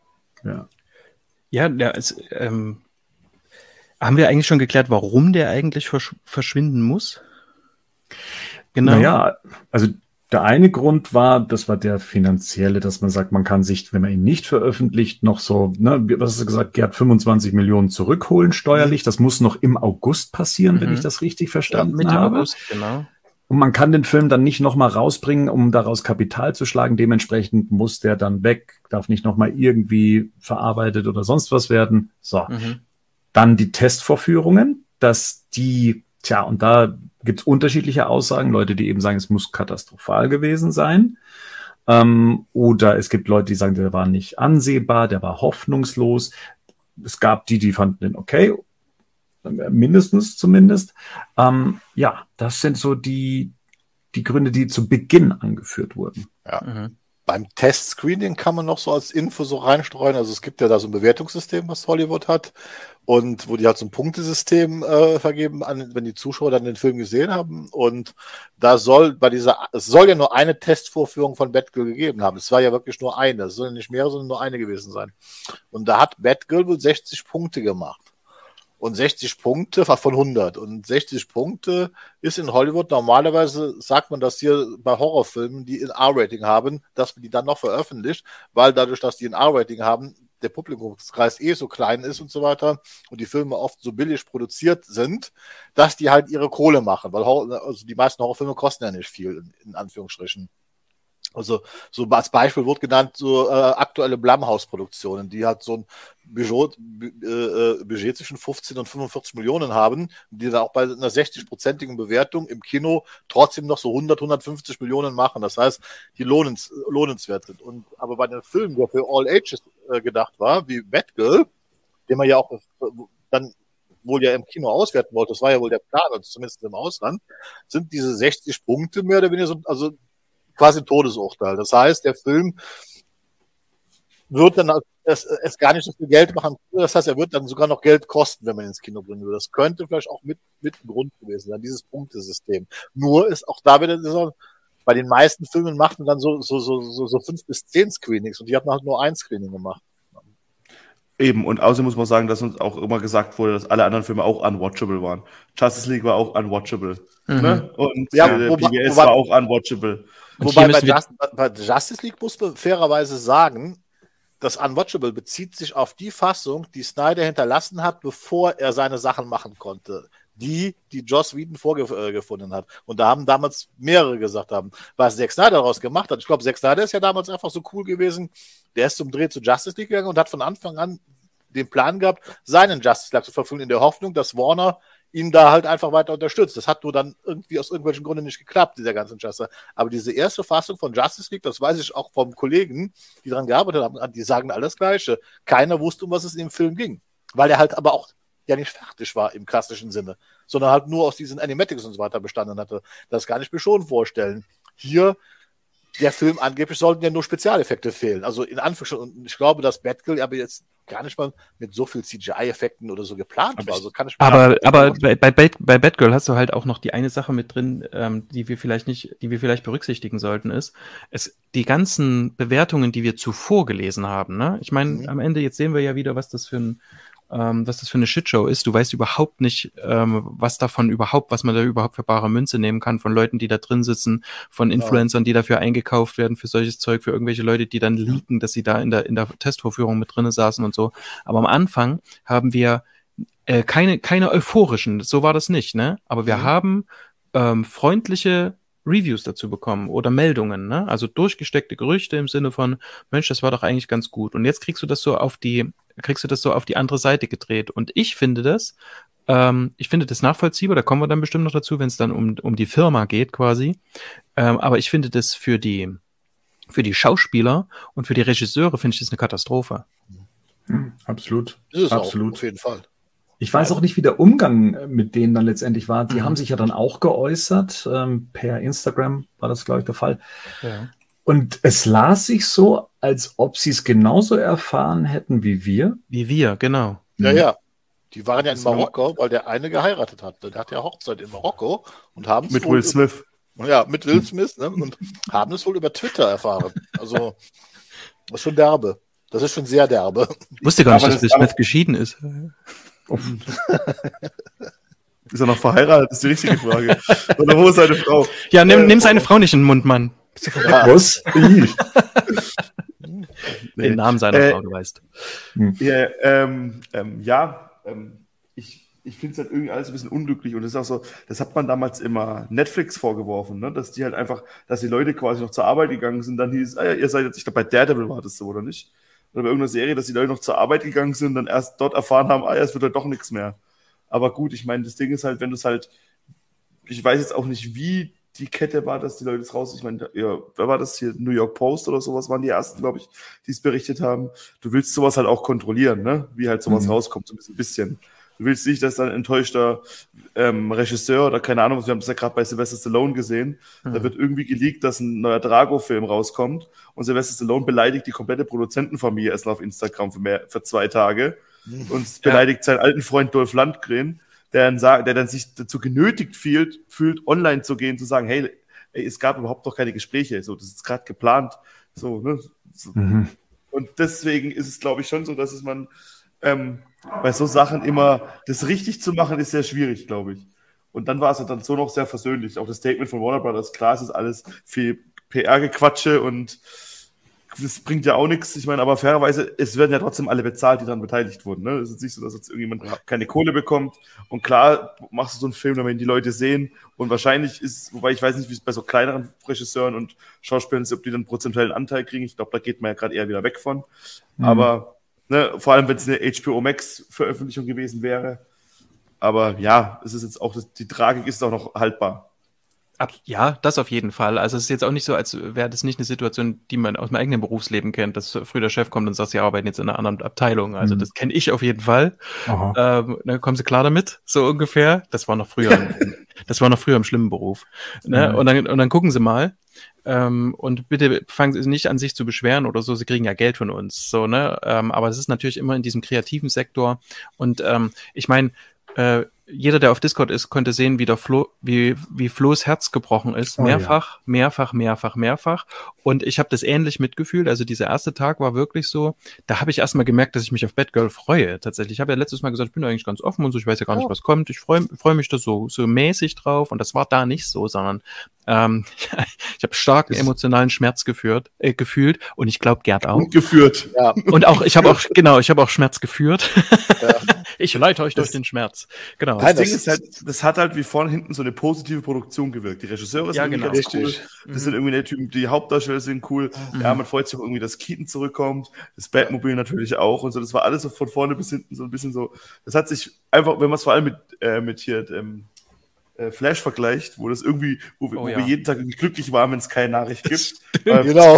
Haben wir eigentlich schon geklärt, warum der eigentlich verschwinden muss? Genau. Naja, also der eine Grund war, das war der finanzielle, dass man sagt, man kann sich, wenn man ihn nicht veröffentlicht, noch so, was hast du gesagt, Gerd, 25 Millionen zurückholen steuerlich. Das muss noch im August passieren, wenn ich das richtig verstanden habe. August, genau. Und man kann den Film dann nicht nochmal rausbringen, um daraus Kapital zu schlagen. Dementsprechend muss der dann weg, darf nicht nochmal irgendwie verarbeitet oder sonst was werden. So. Dann die Testvorführungen, dass die, und da gibt es unterschiedliche Aussagen, Leute, die eben sagen, es muss katastrophal gewesen sein. Oder es gibt Leute, die sagen, der war nicht ansehbar, der war hoffnungslos. Es gab die fanden den okay, mindestens zumindest. Das sind so die Gründe, die zu Beginn angeführt wurden. Ja. Beim Testscreening kann man noch so als Info so reinstreuen. Also es gibt ja da so ein Bewertungssystem, was Hollywood hat. Und wo die halt so ein Punktesystem vergeben, wenn die Zuschauer dann den Film gesehen haben. Und da es soll ja nur eine Testvorführung von Batgirl gegeben haben. Es war ja wirklich nur eine. Es sollen nicht mehrere, sondern nur eine gewesen sein. Und da hat Batgirl wohl 60 Punkte gemacht. Und 60 Punkte war von 100. Und 60 Punkte ist in Hollywood normalerweise, sagt man das hier bei Horrorfilmen, die ein R-Rating haben, dass man die dann noch veröffentlicht, weil dadurch, dass die ein R-Rating haben, der Publikumskreis so klein ist und so weiter und die Filme oft so billig produziert sind, dass die halt ihre Kohle machen, weil also die meisten Horrorfilme kosten ja nicht viel, in Anführungsstrichen. Also so als Beispiel wird genannt so aktuelle Blumhouse-Produktionen, die halt so ein Budget zwischen 15 und 45 Millionen haben, die dann auch bei einer 60-prozentigen Bewertung im Kino trotzdem noch so 100, 150 Millionen machen. Das heißt, die lohnenswert sind. Aber bei einem Film, der für All Ages gedacht war, wie Batgirl, den man ja auch dann wohl ja im Kino auswerten wollte, das war ja wohl der Plan, also zumindest im Ausland, sind diese 60 Punkte mehr oder weniger so, also quasi ein Todesurteil. Das heißt, der Film wird dann es gar nicht so viel Geld machen. Das heißt, er wird dann sogar noch Geld kosten, wenn man ihn ins Kino bringen will. Das könnte vielleicht auch mit ein Grund gewesen sein, dieses Punktesystem. Nur ist auch da wieder so, bei den meisten Filmen macht man dann so 5 bis 10 Screenings und die hatten halt nur ein Screening gemacht. Eben, und außerdem muss man sagen, dass uns auch immer gesagt wurde, dass alle anderen Filme auch unwatchable waren. Justice League war auch unwatchable. Ne? Und BVS war auch unwatchable. Wobei bei Justice League muss man fairerweise sagen, das Unwatchable bezieht sich auf die Fassung, die Snyder hinterlassen hat, bevor er seine Sachen machen konnte. Die Joss Whedon vorgefunden hat. Und da haben damals mehrere gesagt haben, was Zack Snyder daraus gemacht hat. Ich glaube, Zack Snyder ist ja damals einfach so cool gewesen. Der ist zum Dreh zu Justice League gegangen und hat von Anfang an den Plan gehabt, seinen Justice League zu verfilmen, in der Hoffnung, dass Warner ihn da halt einfach weiter unterstützt. Das hat nur dann irgendwie aus irgendwelchen Gründen nicht geklappt, dieser ganzen Justice. Aber diese erste Fassung von Justice League, das weiß ich auch vom Kollegen, die daran gearbeitet haben, die sagen alles Gleiche. Keiner wusste, um was es in dem Film ging. Weil er halt aber auch ja nicht fertig war im klassischen Sinne, sondern halt nur aus diesen Animatics und so weiter bestanden hatte. Das kann ich mir schon vorstellen. Hier, der Film angeblich sollten ja nur Spezialeffekte fehlen. Also in Anführungsstrichen, und ich glaube, dass Batgirl aber jetzt gar nicht mal mit so viel CGI-Effekten oder so geplant war. Also kann ich aber bei Batgirl hast du halt auch noch die eine Sache mit drin, die wir vielleicht berücksichtigen sollten, ist, die ganzen Bewertungen, die wir zuvor gelesen haben, ne? Ich meine, am Ende, jetzt sehen wir ja wieder, was das für eine Shitshow ist. Du weißt überhaupt nicht, was man da überhaupt für bare Münze nehmen kann von Leuten, die da drin sitzen, von Influencern, die dafür eingekauft werden für solches Zeug, für irgendwelche Leute, die dann leaken, dass sie da in der Testvorführung mit drin saßen und so. Aber am Anfang haben wir keine euphorischen, so war das nicht, ne? Aber wir haben freundliche Reviews dazu bekommen oder Meldungen, ne? Also durchgesteckte Gerüchte im Sinne von, Mensch, das war doch eigentlich ganz gut. Und jetzt kriegst du das so auf die andere Seite gedreht. Und ich finde das nachvollziehbar, da kommen wir dann bestimmt noch dazu, wenn es dann um die Firma geht quasi. Aber ich finde das für die Schauspieler und für die Regisseure finde ich das eine Katastrophe. Absolut. Ist es absolut. Auch, auf jeden Fall. Ich weiß auch nicht, wie der Umgang mit denen dann letztendlich war. Die haben sich ja dann auch geäußert. Per Instagram war das, glaube ich, der Fall. Ja. Und es las sich so, als ob sie es genauso erfahren hätten wie wir. Wie wir, genau. Ja. Die waren ja in Marokko, weil der eine geheiratet hat. Der hat ja Hochzeit in Marokko und haben es mit Will Smith. Ja, mit Will Smith, ne? Und haben es wohl über Twitter erfahren. Also, das ist schon derbe. Das ist schon sehr derbe. Ich wusste gar nicht, dass Will Smith geschieden ist. Ist er noch verheiratet? Das ist die richtige Frage. Oder wo ist seine Frau? Ja, nimm seine Frau nicht in den Mund, Mann. Was? Den Namen seiner Frau, du weißt. Ich finde es halt irgendwie alles ein bisschen unglücklich und das ist auch so, das hat man damals immer Netflix vorgeworfen, ne? Dass die halt einfach, dass die Leute quasi noch zur Arbeit gegangen sind, dann hieß es, ihr seid jetzt, ich glaube bei Daredevil war das so, oder nicht? Oder bei irgendeiner Serie, dass die Leute noch zur Arbeit gegangen sind und dann erst dort erfahren haben, es wird halt doch nichts mehr. Aber gut, ich meine, das Ding ist halt, wenn du es halt, ich weiß jetzt auch nicht, wie die Kette war, dass die Leute es raus, ich meine, ja, wer war das hier? New York Post oder sowas waren die ersten, glaube ich, die es berichtet haben. Du willst sowas halt auch kontrollieren, ne? Wie halt sowas rauskommt, so ein bisschen. Du willst nicht, dass dann ein enttäuschter Regisseur oder keine Ahnung, wir haben das ja gerade bei Sylvester Stallone gesehen, da wird irgendwie geleakt, dass ein neuer Drago-Film rauskommt und Sylvester Stallone beleidigt die komplette Produzentenfamilie erst für Instagram für 2 Tage und beleidigt seinen alten Freund Dolph Lundgren, der dann sich dazu genötigt fühlt, online zu gehen, zu sagen, hey, es gab überhaupt noch keine Gespräche, so, das ist gerade geplant, so, ne? So. Und deswegen ist es, glaube ich, schon so, dass man bei so Sachen immer, das richtig zu machen, ist sehr schwierig, glaube ich. Und dann war es dann so noch sehr versöhnlich. Auch das Statement von Warner Brothers, klar, es ist alles viel PR-Gequatsche und das bringt ja auch nichts. Ich meine, aber fairerweise, es werden ja trotzdem alle bezahlt, die daran beteiligt wurden. Ne? Es ist nicht so, dass jetzt irgendjemand keine Kohle bekommt. Und klar machst du so einen Film, damit die Leute sehen. Und wahrscheinlich ist, wobei ich weiß nicht, wie es bei so kleineren Regisseuren und Schauspielern ist, ob die dann einen prozentuellen Anteil kriegen. Ich glaube, da geht man ja gerade eher wieder weg von. Aber ne, vor allem, wenn es eine HBO Max-Veröffentlichung gewesen wäre. Aber ja, es ist jetzt auch, die Tragik ist auch noch haltbar. Ja, das auf jeden Fall. Also es ist jetzt auch nicht so, als wäre das nicht eine Situation, die man aus dem eigenen Berufsleben kennt, dass früher der Chef kommt und sagt, sie arbeiten jetzt in einer anderen Abteilung. Also das kenne ich auf jeden Fall. Dann kommen sie klar damit, so ungefähr. Das war noch früher im schlimmen Beruf. Ne? Und dann gucken sie mal. Und bitte fangen Sie nicht an, sich zu beschweren oder so, Sie kriegen ja Geld von uns, so, ne? Aber es ist natürlich immer in diesem kreativen Sektor. Und ich meine, jeder, der auf Discord ist, konnte sehen, wie Flo's Herz gebrochen ist. Mehrfach. Und ich habe das ähnlich mitgefühlt. Also dieser erste Tag war wirklich so, da habe ich erstmal gemerkt, dass ich mich auf Batgirl freue. Tatsächlich. Ich habe ja letztes Mal gesagt, ich bin eigentlich ganz offen und so, ich weiß ja gar nicht, was kommt. Ich freu mich da so mäßig drauf. Und das war da nicht so, sondern ich habe starken emotionalen Schmerz gefühlt und ich glaube Gerd auch. Und geführt. Ja. Und auch, ich habe auch Schmerz geführt. Ja. Ich leite euch durch den Schmerz. Genau. Das Ding ist halt, das hat halt wie vorne hinten so eine positive Produktion gewirkt. Die Regisseure sind irgendwie ganz cool. Das sind irgendwie die Typen, die Hauptdarsteller sind cool. Ja, man freut sich auch irgendwie, dass Keaton zurückkommt. Das Batmobil natürlich auch und so. Das war alles so von vorne bis hinten so ein bisschen so. Das hat sich einfach, wenn man es vor allem mit hier Flash vergleicht, wo das irgendwie, wo wir jeden Tag irgendwie glücklich waren, wenn es keine Nachricht gibt. Genau.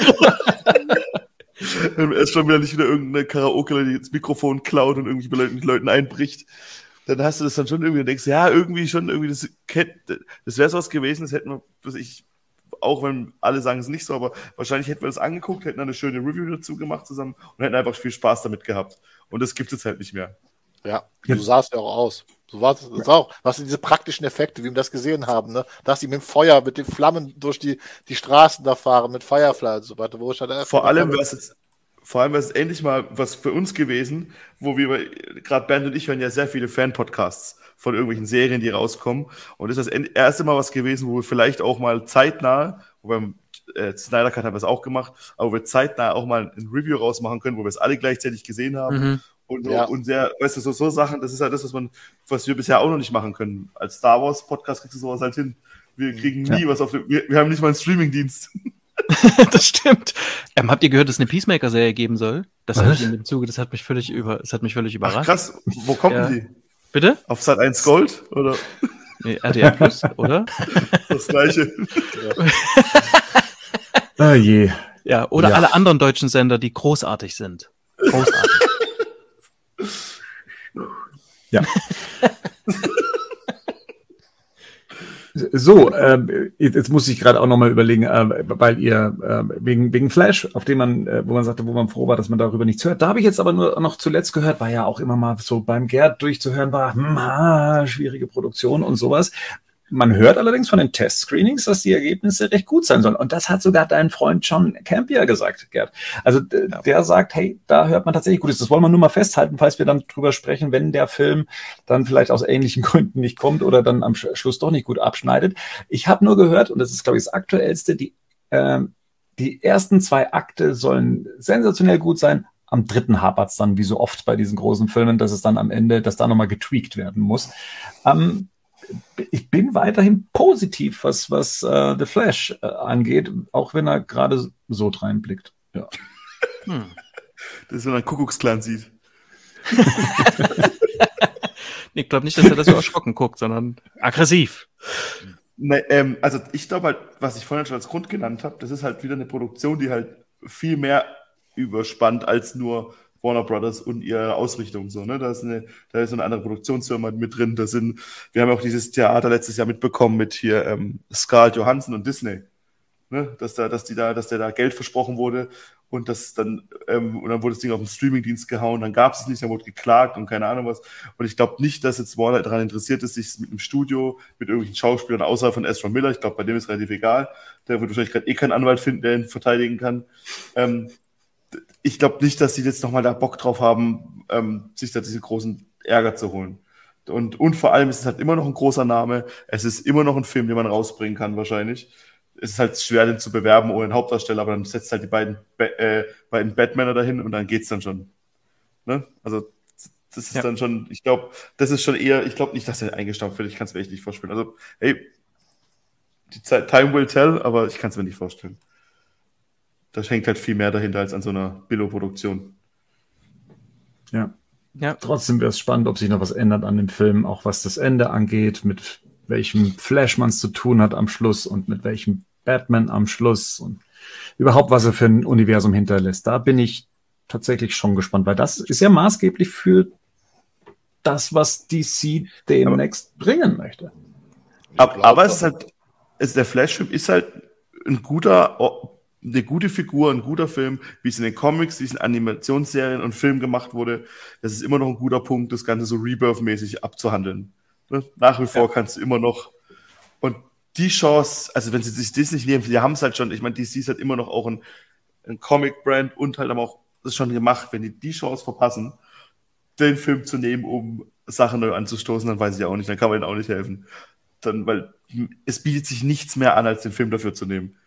Erst schon wieder nicht wieder irgendeine Karaoke, die das Mikrofon klaut und irgendwie bei Leuten einbricht. Dann hast du das dann schon irgendwie und denkst, ja, irgendwie schon, irgendwie, das wäre sowas gewesen, das hätten wir, auch wenn alle sagen es nicht so, aber wahrscheinlich hätten wir das angeguckt, hätten dann eine schöne Review dazu gemacht zusammen und hätten einfach viel Spaß damit gehabt. Und das gibt es halt nicht mehr. Ja, so sah es ja auch aus. So war es auch. Was sind diese praktischen Effekte, wie wir das gesehen haben, ne? Dass sie mit dem Feuer, mit den Flammen durch die Straßen da fahren, mit Firefly und so weiter, wo ich halt vor allem wäre es endlich mal was für uns gewesen, wo wir, gerade Bernd und ich hören ja sehr viele Fan-Podcasts von irgendwelchen Serien, die rauskommen. Und das ist das erste Mal was gewesen, wo wir vielleicht auch mal zeitnah, wo wir Snyder Cut haben wir es auch gemacht, aber wo wir zeitnah auch mal ein Review rausmachen können, wo wir es alle gleichzeitig gesehen haben. Und sehr, weißt du, so Sachen, das ist halt das, was wir bisher auch noch nicht machen können. Als Star Wars Podcast kriegst du sowas halt hin. Wir kriegen nie was wir haben nicht mal einen Streaming-Dienst. Das stimmt. Habt ihr gehört, dass es eine Peacemaker-Serie geben soll? Das hatte ich in dem Zuge, das hat mich völlig überrascht. Ach, krass, wo kommt denn die? Bitte? Auf Sat.1 Gold, oder? Nee, RTL Plus, oder? Das Gleiche. Oh je. Ja, oder alle anderen deutschen Sender, die großartig sind. Großartig. Ja. So, jetzt muss ich gerade auch nochmal überlegen, weil ihr wegen Flash, auf dem wo man sagte, wo man froh war, dass man darüber nichts hört. Da habe ich jetzt aber nur noch zuletzt gehört, weil ja auch immer mal so beim Gerd durchzuhören war, schwierige Produktion und sowas. Man hört allerdings von den Test-Screenings, dass die Ergebnisse recht gut sein sollen. Und das hat sogar dein Freund John Campea gesagt, Gerd. Also der sagt, hey, da hört man tatsächlich Gutes. Das wollen wir nur mal festhalten, falls wir dann drüber sprechen, wenn der Film dann vielleicht aus ähnlichen Gründen nicht kommt oder dann am Schluss doch nicht gut abschneidet. Ich habe nur gehört, und das ist, glaube ich, das Aktuellste, die ersten 2 Akte sollen sensationell gut sein. Am 3. hapert's dann, wie so oft bei diesen großen Filmen, dass es dann am Ende, dass da nochmal getweakt werden muss. Ich bin weiterhin positiv, was The Flash angeht, auch wenn er gerade so reinblickt. Ja. Das ist, wenn er einen Kuckucksklan sieht. Ich glaube nicht, dass er das so erschrocken guckt, sondern aggressiv. Also ich glaube halt, was ich vorhin schon als Grund genannt habe, das ist halt wieder eine Produktion, die halt viel mehr überspannt als nur Warner Brothers und ihre Ausrichtung so, ne? Da ist eine andere Produktionsfirma mit drin. Wir haben auch dieses Theater letztes Jahr mitbekommen mit hier Scarlett Johansson und Disney, ne? Dass der da Geld versprochen wurde und und dann wurde das Ding auf den Streamingdienst gehauen, dann gab es nicht, dann wurde geklagt und keine Ahnung was. Und ich glaube nicht, dass jetzt Warner daran interessiert ist, sich mit einem Studio, mit irgendwelchen Schauspielern außerhalb von Ezra Miller, ich glaube, bei dem ist relativ egal. Der wird wahrscheinlich gerade keinen Anwalt finden, der ihn verteidigen kann. Ich glaube nicht, dass sie jetzt nochmal da Bock drauf haben, sich da diesen großen Ärger zu holen. Und vor allem ist es halt immer noch ein großer Name. Es ist immer noch ein Film, den man rausbringen kann wahrscheinlich. Es ist halt schwer, den zu bewerben ohne einen Hauptdarsteller, aber dann setzt halt die beiden Batmaner dahin und dann geht's dann schon. Ne? Also das ist dann schon, ich glaube, das ist schon eher, ich glaube nicht, dass er eingestampft wird. Ich kann es mir echt nicht vorstellen. Also, hey, die Zeit, time will tell, aber ich kann es mir nicht vorstellen. Da hängt halt viel mehr dahinter als an so einer Billo-Produktion. Ja. Trotzdem wäre es spannend, ob sich noch was ändert an dem Film, auch was das Ende angeht, mit welchem Flash man es zu tun hat am Schluss und mit welchem Batman am Schluss und überhaupt, was er für ein Universum hinterlässt. Da bin ich tatsächlich schon gespannt, weil das ist ja maßgeblich für das, was DC demnächst bringen möchte. Aber es ist halt, der Flash-Film ist halt eine gute Figur, ein guter Film, wie es in den Comics, diesen Animationsserien und Filmen gemacht wurde. Das ist immer noch ein guter Punkt, das Ganze so Rebirth-mäßig abzuhandeln. Ne? Nach wie vor kannst du immer noch. Und die Chance, also wenn sie sich das nicht nehmen, die haben es halt schon, ich meine, DC ist halt immer noch auch ein Comic-Brand und halt aber auch das schon gemacht. Wenn die Chance verpassen, den Film zu nehmen, um Sachen neu anzustoßen, dann weiß ich auch nicht, dann kann man ihnen auch nicht helfen. Weil es bietet sich nichts mehr an, als den Film dafür zu nehmen.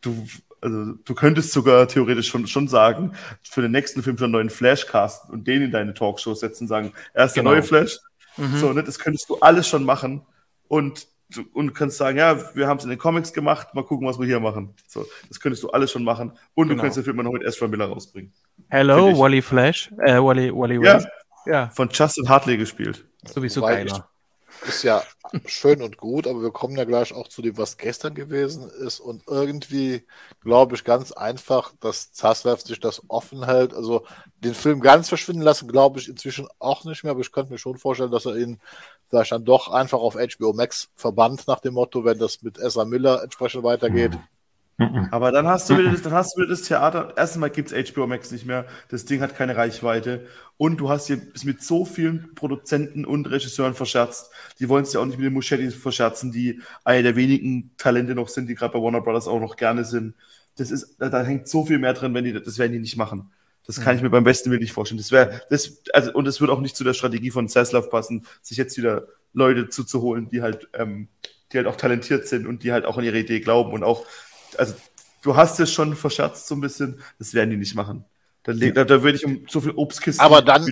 Du könntest sogar theoretisch schon sagen, für den nächsten Film schon einen neuen Flash casten und den in deine Talkshow setzen und sagen, erst der neue Flash. So, ne, das könntest du alles schon machen und kannst sagen, ja, wir haben es in den Comics gemacht, mal gucken, was wir hier machen. So, das könntest du alles schon machen und du könntest den Film noch mit Ezra Miller rausbringen. Hello, Wally Flash. Wally West. Ja, von Justin Hartley gespielt. Sowieso geiler. Ist ja schön und gut, aber wir kommen ja gleich auch zu dem, was gestern gewesen ist. Und irgendwie glaube ich ganz einfach, dass Zaslav sich das offen hält. Also den Film ganz verschwinden lassen, glaube ich inzwischen auch nicht mehr. Aber ich könnte mir schon vorstellen, dass er ihn vielleicht dann doch einfach auf HBO Max verbannt, nach dem Motto, wenn das mit Ezra Miller entsprechend weitergeht. Aber dann hast du wieder das Theater. Erstmal gibt es HBO Max nicht mehr. Das Ding hat keine Reichweite. Und du hast hier mit so vielen Produzenten und Regisseuren verscherzt. Die wollen es ja auch nicht mit den Muschetti verscherzen, die eine der wenigen Talente noch sind, die gerade bei Warner Brothers auch noch gerne sind. Da hängt so viel mehr drin, das werden die nicht machen. Das kann ich mir beim besten Willen nicht vorstellen. Und es wird auch nicht zu der Strategie von Zaslav passen, sich jetzt wieder Leute zuzuholen, die halt auch talentiert sind und die halt auch an ihre Idee glauben und auch. Also, du hast es schon verscherzt so ein bisschen, das werden die nicht machen. Da würde ich um so viel Obstkisten.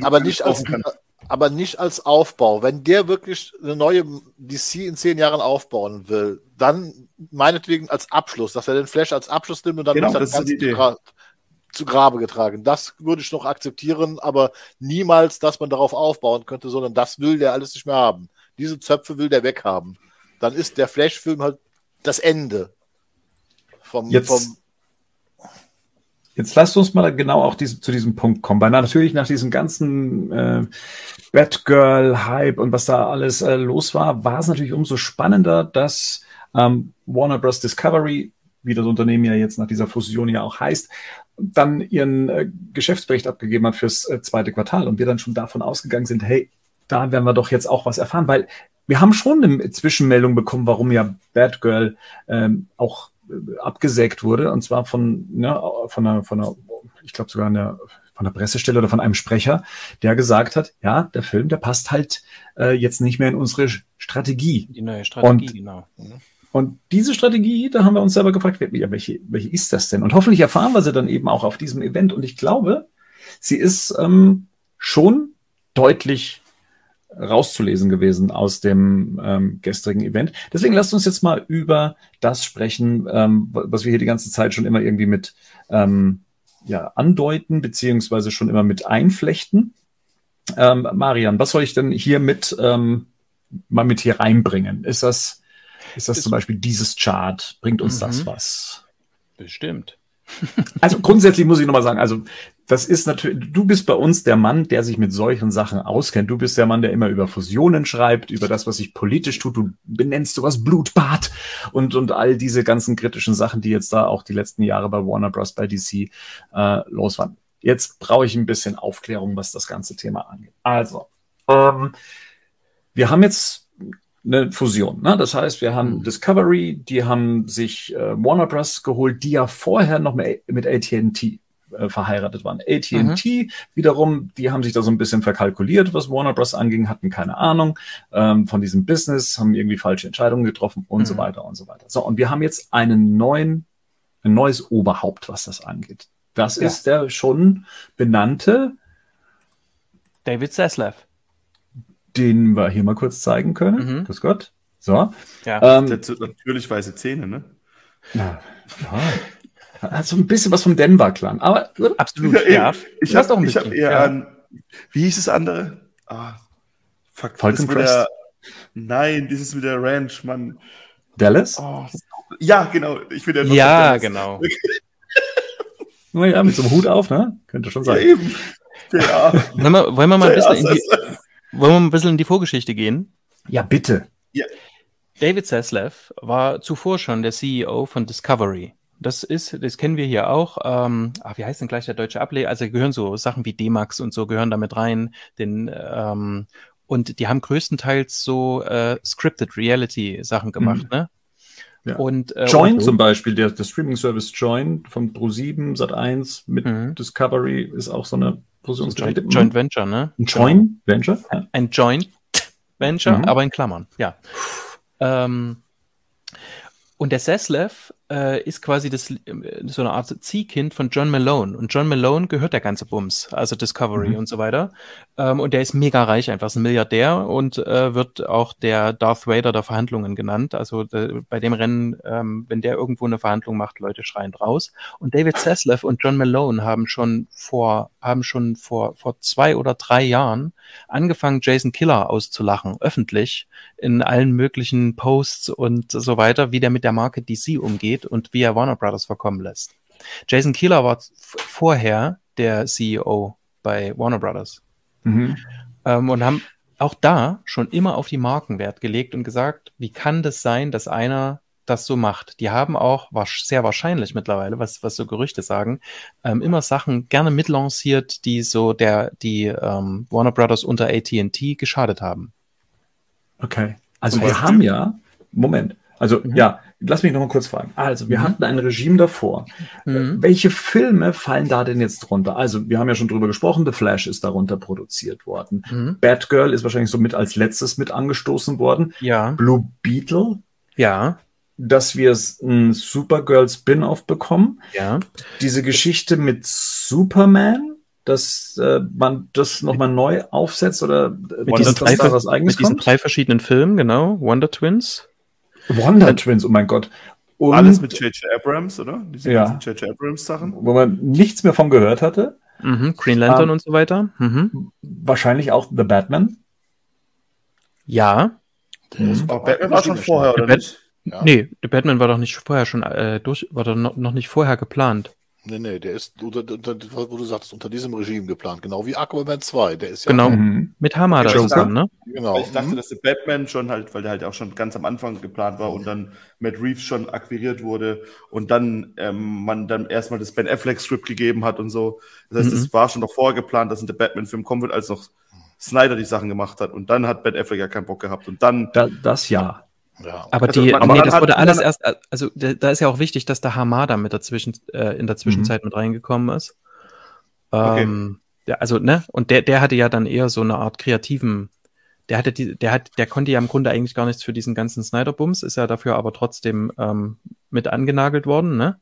Aber nicht als Aufbau. Wenn der wirklich eine neue DC in 10 Jahren aufbauen will, dann meinetwegen als Abschluss, dass er den Flash als Abschluss nimmt und dann wird das Ganze zu Grabe getragen. Das würde ich noch akzeptieren, aber niemals, dass man darauf aufbauen könnte, sondern das will der alles nicht mehr haben. Diese Zöpfe will der weghaben. Dann ist der Flash-Film halt das Ende. Jetzt lasst uns mal genau auch zu diesem Punkt kommen. Weil natürlich nach diesem ganzen Batgirl-Hype und was da alles los war es natürlich umso spannender, dass Warner Bros. Discovery, wie das Unternehmen ja jetzt nach dieser Fusion ja auch heißt, dann ihren Geschäftsbericht abgegeben hat fürs zweite Quartal und wir dann schon davon ausgegangen sind, hey, da werden wir doch jetzt auch was erfahren, weil wir haben schon eine Zwischenmeldung bekommen, warum ja Batgirl auch abgesägt wurde, und zwar von einer, ich glaube sogar von der Pressestelle oder von einem Sprecher, der gesagt hat, ja, der Film, der passt halt jetzt nicht mehr in unsere Strategie. Die neue Strategie, genau. Und diese Strategie, da haben wir uns selber gefragt, welche ist das denn? Und hoffentlich erfahren wir sie dann eben auch auf diesem Event. Und ich glaube, sie ist schon deutlich rauszulesen gewesen aus dem gestrigen Event. Deswegen lasst uns jetzt mal über das sprechen, was wir hier die ganze Zeit schon immer irgendwie mit andeuten, beziehungsweise schon immer mit einflechten. Marian, was soll ich denn hier mal mit hier reinbringen? Ist das zum Beispiel dieses Chart? Bringt uns das was? Bestimmt. Also grundsätzlich muss ich nochmal sagen, also das ist natürlich, du bist bei uns der Mann, der sich mit solchen Sachen auskennt. Du bist der Mann, der immer über Fusionen schreibt, über das, was sich politisch tut. Du benennst sowas Blutbad und all diese ganzen kritischen Sachen, die jetzt da auch die letzten Jahre bei Warner Bros., bei DC los waren. Jetzt brauche ich ein bisschen Aufklärung, was das ganze Thema angeht. Also, wir haben jetzt eine Fusion, ne? Das heißt, wir haben Discovery, die haben sich Warner Bros. Geholt, die ja vorher noch mit AT&T verheiratet waren. AT&T wiederum, die haben sich da so ein bisschen verkalkuliert, was Warner Bros. Anging, hatten keine Ahnung von diesem Business, haben irgendwie falsche Entscheidungen getroffen und so weiter und so weiter. So, und wir haben jetzt ein neues Oberhaupt, was das angeht. Das ist der schon benannte David Zaslav, den wir hier mal kurz zeigen können. Grüß Gott. So. Ja. Natürlich weiße Zähne, ne? Ja. Hat so ein bisschen was vom Denver-Clan. Aber absolut, ja. Ich habe eher an. Wie hieß das andere? Falcon Crest? Nein, dieses mit der Ranch, Mann. Dallas? Oh, ja, genau. Ich will genau. Naja, mit so einem Hut auf, ne? Könnte schon sein. Ja, eben. Ja. Wollen wir mal ein bisschen in die Vorgeschichte gehen? Ja, bitte. Ja. David Zaslav war zuvor schon der CEO von Discovery. das kennen wir hier auch. Wie heißt denn gleich der deutsche Ableger? Also gehören so Sachen wie D-Max und so gehören damit rein. Und die haben größtenteils so Scripted Reality Sachen gemacht, ne? Ja. Und Join zum Beispiel, der Streaming-Service Join von Pro7, Sat1 mit Discovery ist auch so eine Fusionsgeschichte. Joint Venture, ne? Ein Joint Venture? Ja. Ein Joint Venture, aber in Klammern, ja. Und der Zaslav ist quasi so eine Art Ziehkind von John Malone. Und John Malone gehört der ganze Bums, also Discovery und so weiter. Und der ist mega reich, einfach ist ein Milliardär und wird auch der Darth Vader der Verhandlungen genannt. Also bei dem Rennen, wenn der irgendwo eine Verhandlung macht, Leute schreien raus. Und David Zaslav und John Malone haben schon vor 2 oder 3 Jahren angefangen, Jason Killer auszulachen, öffentlich, in allen möglichen Posts und so weiter, wie der mit der Marke DC umgeht und wie er Warner Brothers verkommen lässt. Jason Killer war vorher der CEO bei Warner Brothers und haben auch da schon immer auf die Marken Wert gelegt und gesagt, wie kann das sein, dass einer das so macht? Die haben auch sehr wahrscheinlich mittlerweile, was so Gerüchte sagen, immer Sachen gerne mitlanciert, die so die Warner Brothers unter AT&T geschadet haben. Okay, also wir haben ja, Moment, also ja, lass mich noch mal kurz fragen. Also wir hatten ein Regime davor. Welche Filme fallen da denn jetzt drunter? Also wir haben ja schon drüber gesprochen, The Flash ist darunter produziert worden. Batgirl ist wahrscheinlich so mit als letztes mit angestoßen worden. Ja. Blue Beetle. Ja. Dass wir ein Supergirl Spin-off bekommen. Ja. Diese Geschichte mit Superman, dass man das nochmal neu aufsetzt oder mit diesen 3 verschiedenen Filmen, genau. Wonder Twins, oh mein Gott. Und alles mit J.J. Abrams, oder? Diese ganzen J.J. Abrams-Sachen. Wo man nichts mehr von gehört hatte. Green Lantern und so weiter. Wahrscheinlich auch The Batman. Ja. Aber Batman war schon vorher, oder nicht? Ja. Nee, der Batman war doch nicht vorher schon war doch noch nicht vorher geplant. Nee, der ist, wo du sagtest, unter diesem Regime geplant, genau wie Aquaman 2. Der ist ja genau, mit Hamada zusammen, ne? Genau. Weil ich dachte, dass der Batman schon halt, weil der halt auch schon ganz am Anfang geplant war und dann Matt Reeves schon akquiriert wurde und dann man dann erstmal das Ben Affleck-Skript gegeben hat und so. Das heißt, es war schon noch vorher geplant, dass in der Batman-Film kommen wird, als noch Snyder die Sachen gemacht hat und dann hat Ben Affleck ja keinen Bock gehabt und dann... Das ja. Ja. Aber das wurde alles erst, also da ist ja auch wichtig, dass der Hamada in der Zwischenzeit mit reingekommen ist. Okay. Also, ne, und der hatte ja dann eher so eine Art kreativen, der konnte ja im Grunde eigentlich gar nichts für diesen ganzen Snyder-Bums, ist ja dafür aber trotzdem mit angenagelt worden, ne?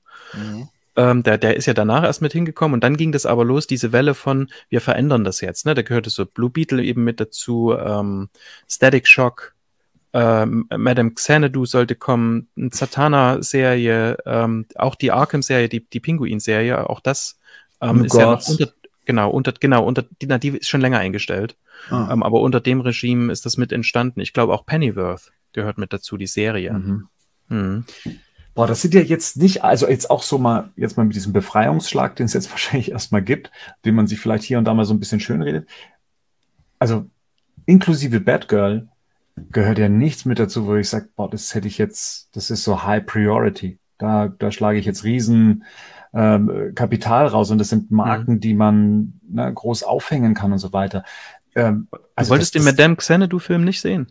Der ist ja danach erst mit hingekommen und dann ging das aber los, diese Welle von, wir verändern das jetzt, ne? Da gehörte so Blue Beetle eben mit dazu, Static Shock, Madame Xanadu sollte kommen, eine Zatanna-Serie, auch die Arkham-Serie, die Pinguin-Serie, auch das ist ja noch die ist schon länger eingestellt. Aber unter dem Regime ist das mit entstanden. Ich glaube auch Pennyworth gehört mit dazu, die Serie. Boah, das sind ja jetzt nicht, also jetzt auch so mal, jetzt mal mit diesem Befreiungsschlag, den es jetzt wahrscheinlich erstmal gibt, den man sich vielleicht hier und da mal so ein bisschen schönredet. Also inklusive Batgirl gehört ja nichts mit dazu, wo ich sage, boah, das ist so High Priority. Da schlage ich jetzt riesen Kapital raus und das sind Marken, die man groß aufhängen kann und so weiter. Du wolltest den Madame Xanadu-Film nicht sehen.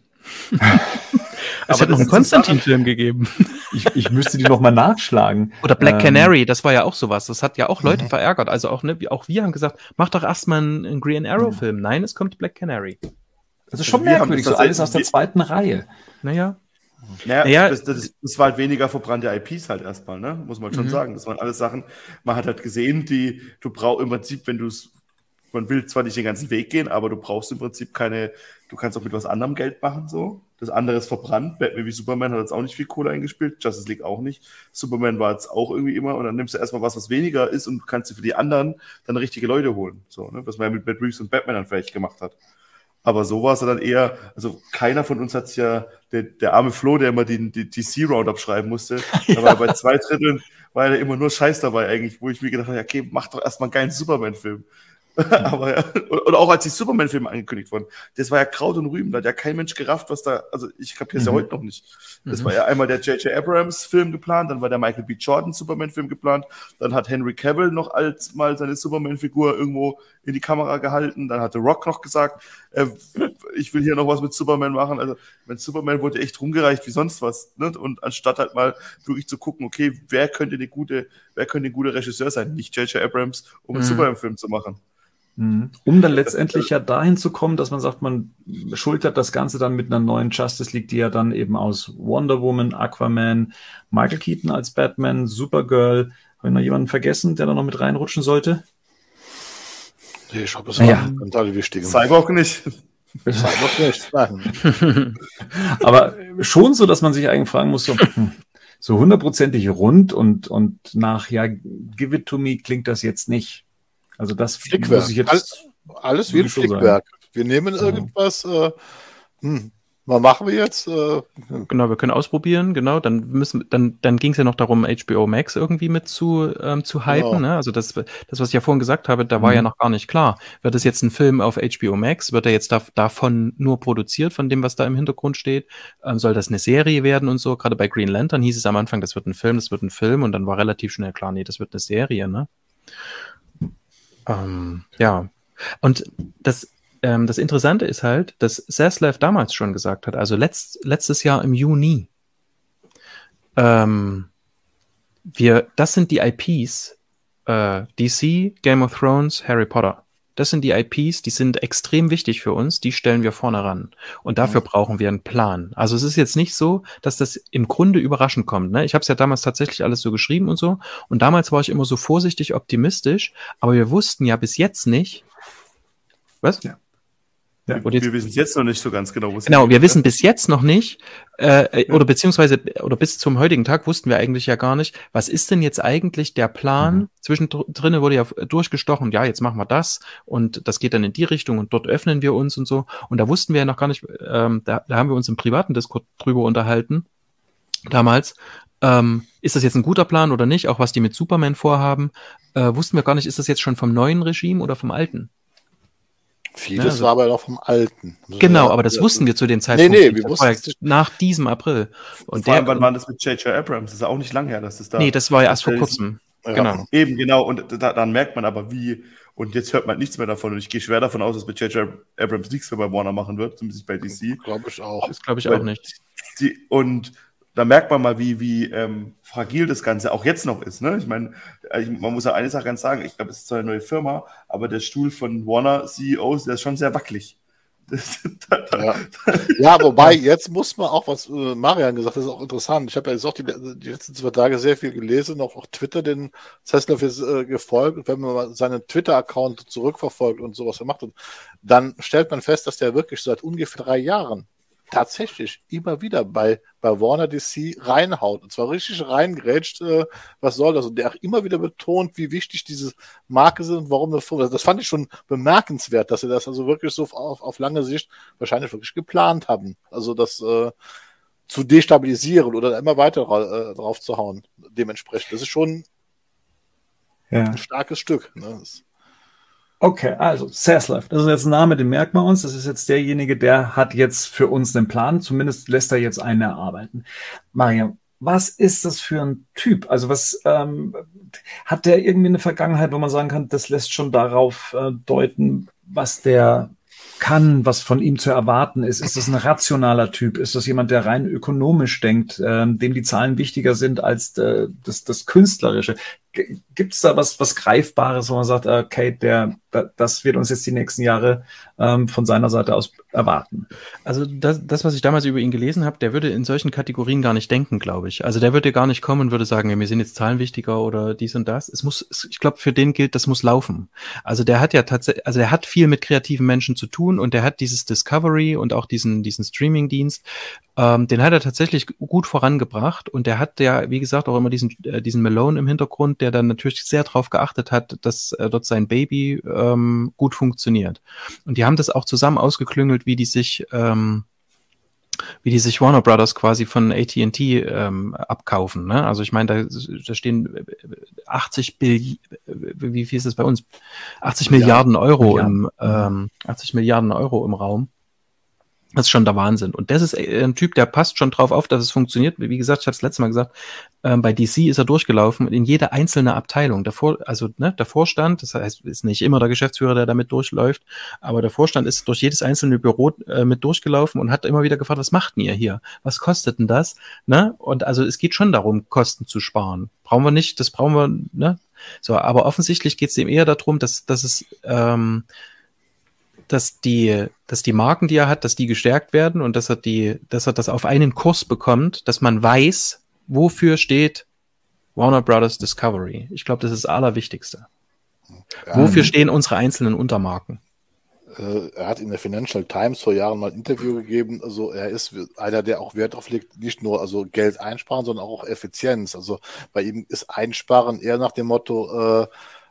Es hat noch einen Konstantin-Film gegeben. Ich müsste die noch mal nachschlagen. Oder Black Canary, das war ja auch sowas. Das hat ja auch Leute verärgert. Also auch wir haben gesagt, mach doch erstmal einen Green Arrow-Film. Nein, es kommt Black Canary. Das ist schon merkwürdig, so alles aus der zweiten Reihe. Naja, das war halt weniger verbrannte IPs halt erstmal, ne? Muss man schon sagen. Das waren alles Sachen, man hat halt gesehen, die du brauchst im Prinzip, man will zwar nicht den ganzen Weg gehen, aber du brauchst im Prinzip du kannst auch mit was anderem Geld machen, so. Das andere ist verbrannt. Batman wie Superman hat jetzt auch nicht viel Kohle eingespielt. Justice League auch nicht. Superman war jetzt auch irgendwie immer. Und dann nimmst du erstmal was weniger ist und kannst dir für die anderen dann richtige Leute holen. So, ne? Was man ja mit Matt Reeves und Batman dann vielleicht gemacht hat. Aber so war es dann eher, also keiner von uns hat es ja, der arme Flo, der immer die DC-Roundup schreiben musste, da war bei 2/3 war ja immer nur Scheiß dabei eigentlich, wo ich mir gedacht habe, okay, mach doch erstmal einen geilen Superman-Film. Aber ja, und auch als die Superman-Filme angekündigt wurden, das war ja Kraut und Rüben, da hat ja kein Mensch gerafft, was da, also ich kapiere es ja heute noch nicht. Das war ja einmal der J.J. Abrams-Film geplant, dann war der Michael B. Jordan-Superman-Film geplant, dann hat Henry Cavill noch als mal seine Superman-Figur irgendwo in die Kamera gehalten, dann hatte Rock noch gesagt, ich will hier noch was mit Superman machen. Also, wenn Superman wurde echt rumgereicht wie sonst was, ne? Und anstatt halt mal wirklich zu gucken, okay, wer könnte ein guter Regisseur sein? Nicht J.J. Abrams, um einen Superman-Film zu machen. Um dann letztendlich ja dahin zu kommen, dass man sagt, man schultert das Ganze dann mit einer neuen Justice League, die ja dann eben aus Wonder Woman, Aquaman, Michael Keaton als Batman, Supergirl, habe ich noch jemanden vergessen, der da noch mit reinrutschen sollte? Nee, ich glaube, das waren alle wichtige. Cyborg nicht. Cyborg nicht, nein. Aber schon so, dass man sich eigentlich fragen muss, so hundertprozentig rund und nach, ja, give it to me klingt das jetzt nicht. Also das Flickwerk. muss ich jetzt alles wie ein Flickwerk. Wir nehmen irgendwas, was machen wir jetzt? Genau, wir können ausprobieren, genau. Dann ging es ja noch darum, HBO Max irgendwie mit zu hypen. Genau. Ne? Also das, was ich ja vorhin gesagt habe, da war ja noch gar nicht klar. Wird es jetzt ein Film auf HBO Max? Wird er jetzt davon nur produziert, von dem, was da im Hintergrund steht? Soll das eine Serie werden und so? Gerade bei Green Lantern hieß es am Anfang, das wird ein Film und dann war relativ schnell klar, nee, das wird eine Serie, ne? Ja. Und das Interessante ist halt, dass Zaslav damals schon gesagt hat, also letztes Jahr im Juni, das sind die IPs, DC, Game of Thrones, Harry Potter. Das sind die IPs, die sind extrem wichtig für uns, die stellen wir vorne ran. Und dafür brauchen wir einen Plan. Also es ist jetzt nicht so, dass das im Grunde überraschend kommt. Ne? Ich habe es ja damals tatsächlich alles so geschrieben und so. Und damals war ich immer so vorsichtig optimistisch, aber wir wussten ja bis jetzt nicht, was? Ja. Ja, wir wissen es jetzt noch nicht so ganz genau. Genau, wir wissen bis jetzt noch nicht, oder bis zum heutigen Tag wussten wir eigentlich ja gar nicht, was ist denn jetzt eigentlich der Plan? Zwischendrin wurde ja durchgestochen, ja, jetzt machen wir das und das geht dann in die Richtung und dort öffnen wir uns und so. Und da wussten wir ja noch gar nicht, da haben wir uns im privaten Discord drüber unterhalten, damals. Ist das jetzt ein guter Plan oder nicht? Auch was die mit Superman vorhaben, wussten wir gar nicht, ist das jetzt schon vom neuen Regime oder vom alten? Vieles war aber noch vom Alten. Genau, aber das wussten wir zu dem Zeitpunkt. Nee, wir wussten es nicht. Nach diesem April. Und vor allem, wann war das mit J.J. Abrams? Das ist ja auch nicht lang her, dass das da... Nee, das war ja erst vor kurzem. Ja. Genau. Eben, genau. Und dann merkt man aber, wie... Und jetzt hört man nichts mehr davon. Und ich gehe schwer davon aus, dass mit J.J. Abrams nichts mehr bei Warner machen wird, zumindest bei DC. Glaube ich auch. Das glaube ich auch nicht. Und da merkt man mal, wie fragil das Ganze auch jetzt noch ist. Ne? Ich meine, man muss ja eine Sache ganz sagen, ich glaube, es ist zwar eine neue Firma, aber der Stuhl von Warner CEOs, der ist schon sehr wackelig. Ja, wobei, jetzt muss man auch, was Marian gesagt hat, ist auch interessant. Ich habe ja jetzt auch die letzten 2 Tage sehr viel gelesen, auch auf Twitter den Zaslav ist gefolgt. Und wenn man mal seinen Twitter-Account zurückverfolgt und sowas gemacht hat, dann stellt man fest, dass der wirklich seit ungefähr 3 Jahren tatsächlich immer wieder bei Warner DC reinhaut. Und zwar richtig reingrätscht, was soll das? Und der auch immer wieder betont, wie wichtig diese Marke sind und warum das fand ich schon bemerkenswert, dass sie das also wirklich so auf lange Sicht wahrscheinlich wirklich geplant haben. Also das zu destabilisieren oder immer weiter drauf zu hauen. Dementsprechend. Das ist schon ein starkes Stück. Ne? Okay, also Zaslav, das ist jetzt ein Name, den merken wir uns. Das ist jetzt derjenige, der hat jetzt für uns den Plan. Zumindest lässt er jetzt einen erarbeiten. Mariam, was ist das für ein Typ? Also was hat der irgendwie eine Vergangenheit, wo man sagen kann, das lässt schon darauf deuten, was der kann, was von ihm zu erwarten ist? Ist das ein rationaler Typ? Ist das jemand, der rein ökonomisch denkt, dem die Zahlen wichtiger sind als das Künstlerische? Gibt es da was Greifbares, wo man sagt, okay, das wird uns jetzt die nächsten Jahre von seiner Seite aus erwarten? Also das, was ich damals über ihn gelesen habe, der würde in solchen Kategorien gar nicht denken, glaube ich. Also der würde gar nicht kommen und würde sagen, ja, mir sind jetzt Zahlen wichtiger oder dies und das. Ich glaube, für den gilt, das muss laufen. Also der hat ja tatsächlich, also er hat viel mit kreativen Menschen zu tun und der hat dieses Discovery und auch diesen Streaming-Dienst, den hat er tatsächlich gut vorangebracht und der hat ja, wie gesagt, auch immer diesen Malone im Hintergrund, der dann natürlich sehr darauf geachtet hat, dass dort sein Baby gut funktioniert. Und die haben das auch zusammen ausgeklüngelt, wie die sich sich Warner Brothers quasi von AT&T abkaufen. Ne? Also ich meine, da stehen 80 wie viel ist das bei uns? 80 Milliarden Euro 80 Milliarden Euro im Raum. Das ist schon der Wahnsinn. Und das ist ein Typ, der passt schon drauf auf, dass es funktioniert. Wie gesagt, ich habe es letztes Mal gesagt, bei DC ist er durchgelaufen in jede einzelne Abteilung. Der Vorstand, das heißt, ist nicht immer der Geschäftsführer, der damit durchläuft, aber der Vorstand ist durch jedes einzelne Büro mit durchgelaufen und hat immer wieder gefragt, was macht denn ihr hier? Was kostet denn das? Ne? Und also es geht schon darum, Kosten zu sparen. Brauchen wir nicht, das brauchen wir, ne? So, aber offensichtlich geht es ihm eher darum, dass die Marken, die er hat, dass die gestärkt werden und dass er das auf einen Kurs bekommt, dass man weiß, wofür steht Warner Brothers Discovery. Ich glaube, das ist das Allerwichtigste. Ja, wofür stehen unsere einzelnen Untermarken? Er hat in der Financial Times vor Jahren mal ein Interview gegeben. Also er ist einer, der auch Wert darauf legt, nicht nur also Geld einsparen, sondern auch Effizienz. Also bei ihm ist Einsparen eher nach dem Motto,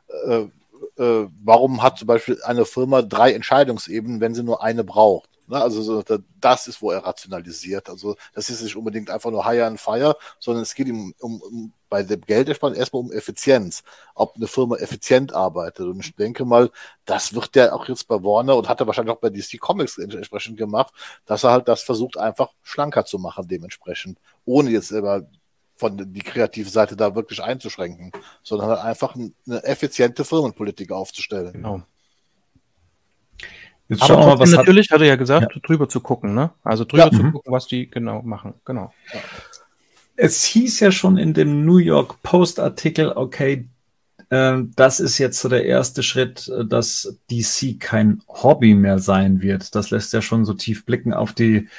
warum hat zum Beispiel eine Firma 3 Entscheidungsebenen, wenn sie nur eine braucht? Ne? Also das ist, wo er rationalisiert. Also das ist nicht unbedingt einfach nur Hire and Fire, sondern es geht ihm bei dem Geldersparen erstmal um Effizienz, ob eine Firma effizient arbeitet. Und ich denke mal, das wird der auch jetzt bei Warner und hat er wahrscheinlich auch bei DC Comics entsprechend gemacht, dass er halt das versucht, einfach schlanker zu machen dementsprechend, ohne jetzt selber von die kreative Seite da wirklich einzuschränken, sondern halt einfach eine effiziente Firmenpolitik aufzustellen. Genau. Jetzt aber schauen wir mal, natürlich, hat er ja gesagt, drüber zu gucken, ne? Also drüber zu gucken, was die genau machen. Genau. Ja. Es hieß ja schon in dem New York Post-Artikel, okay, das ist jetzt so der erste Schritt, dass DC kein Hobby mehr sein wird. Das lässt ja schon so tief blicken auf die,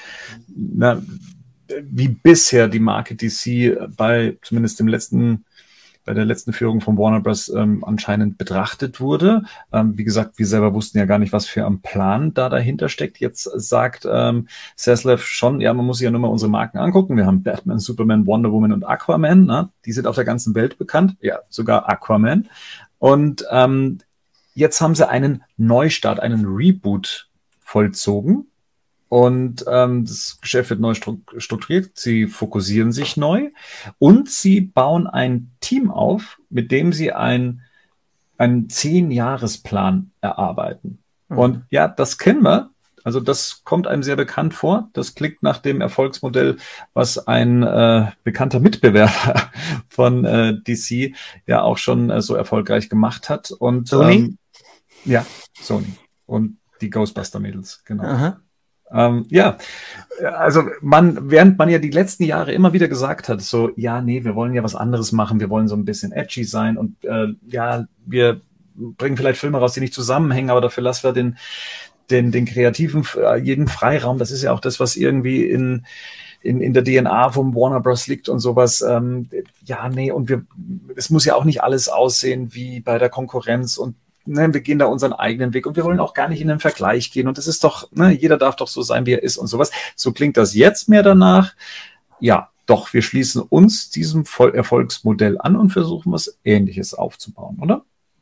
wie bisher die Marke DC zumindest bei der letzten Führung von Warner Bros. Anscheinend betrachtet wurde. Wie gesagt, wir selber wussten ja gar nicht, was für ein Plan da dahinter steckt. Jetzt sagt Zaslav schon, ja, man muss sich ja nur mal unsere Marken angucken. Wir haben Batman, Superman, Wonder Woman und Aquaman. Ne? Die sind auf der ganzen Welt bekannt. Ja, sogar Aquaman. Und jetzt haben sie einen Neustart, einen Reboot vollzogen. Und das Geschäft wird neu strukturiert, sie fokussieren sich neu und sie bauen ein Team auf, mit dem sie einen 10-Jahresplan erarbeiten. Mhm. Und ja, das kennen wir. Also das kommt einem sehr bekannt vor. Das klingt nach dem Erfolgsmodell, was ein bekannter Mitbewerber von DC ja auch schon so erfolgreich gemacht hat. Und Sony? Ja, Sony. Und die Ghostbuster-Mädels, genau. Aha. Ja, also während man ja die letzten Jahre immer wieder gesagt hat, so, ja, nee, wir wollen ja was anderes machen, wir wollen so ein bisschen edgy sein und ja, wir bringen vielleicht Filme raus, die nicht zusammenhängen, aber dafür lassen wir den Kreativen jeden Freiraum. Das ist ja auch das, was irgendwie in der DNA vom Warner Bros. Liegt und sowas. Ja, nee, und es muss ja auch nicht alles aussehen wie bei der Konkurrenz und wir gehen da unseren eigenen Weg und wir wollen auch gar nicht in den Vergleich gehen. Und das ist doch, jeder darf doch so sein, wie er ist und sowas. So klingt das jetzt mehr danach. Ja, doch, wir schließen uns diesem Erfolgsmodell an und versuchen, was Ähnliches aufzubauen, oder?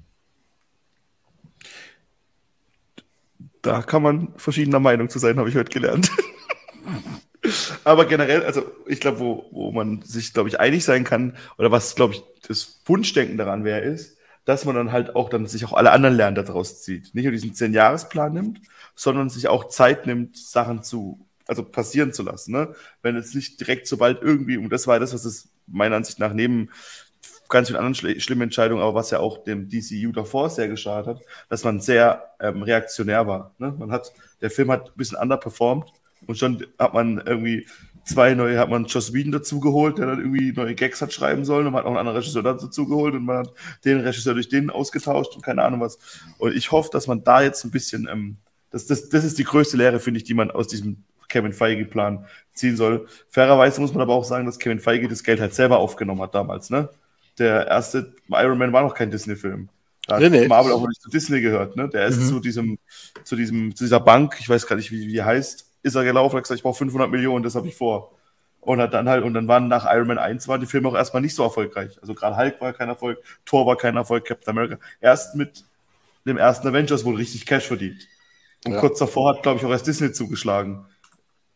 Da kann man verschiedener Meinung zu sein, habe ich heute gelernt. Aber generell, also ich glaube, wo man sich, glaube ich, einig sein kann, oder was, glaube ich, das Wunschdenken daran wäre, ist, dass man dann halt auch dann sich auch alle anderen Lernen daraus zieht. Nicht nur diesen 10-Jahresplan nimmt, sondern sich auch Zeit nimmt, Sachen passieren zu lassen. Ne? Wenn es nicht direkt sobald irgendwie, und das war das, was es meiner Ansicht nach neben ganz vielen anderen schlimmen Entscheidungen, aber was ja auch dem DCU davor sehr geschadet hat, dass man sehr reaktionär war. Ne? Der Film hat ein bisschen underperformed und schon hat man irgendwie hat man Joss Whedon dazugeholt, der dann irgendwie neue Gags hat schreiben sollen und man hat auch einen anderen Regisseur dazugeholt und man hat den Regisseur durch den ausgetauscht und keine Ahnung was. Und ich hoffe, dass man da jetzt ein bisschen, das ist die größte Lehre, finde ich, die man aus diesem Kevin Feige-Plan ziehen soll. Fairerweise muss man aber auch sagen, dass Kevin Feige das Geld halt selber aufgenommen hat damals, ne? Der erste Iron Man war noch kein Disney-Film. Da hat Marvel auch noch nicht zu Disney gehört, ne? Der ist zu dieser Bank, ich weiß gar nicht, wie die heißt, ist er gelaufen und hat gesagt, ich brauche 500 Millionen, das habe ich vor. Und dann waren nach Iron Man 1 die Filme auch erstmal nicht so erfolgreich. Also gerade Hulk war kein Erfolg, Thor war kein Erfolg, Captain America. Erst mit dem ersten Avengers wurde richtig Cash verdient. Und kurz davor hat, glaube ich, auch erst Disney zugeschlagen.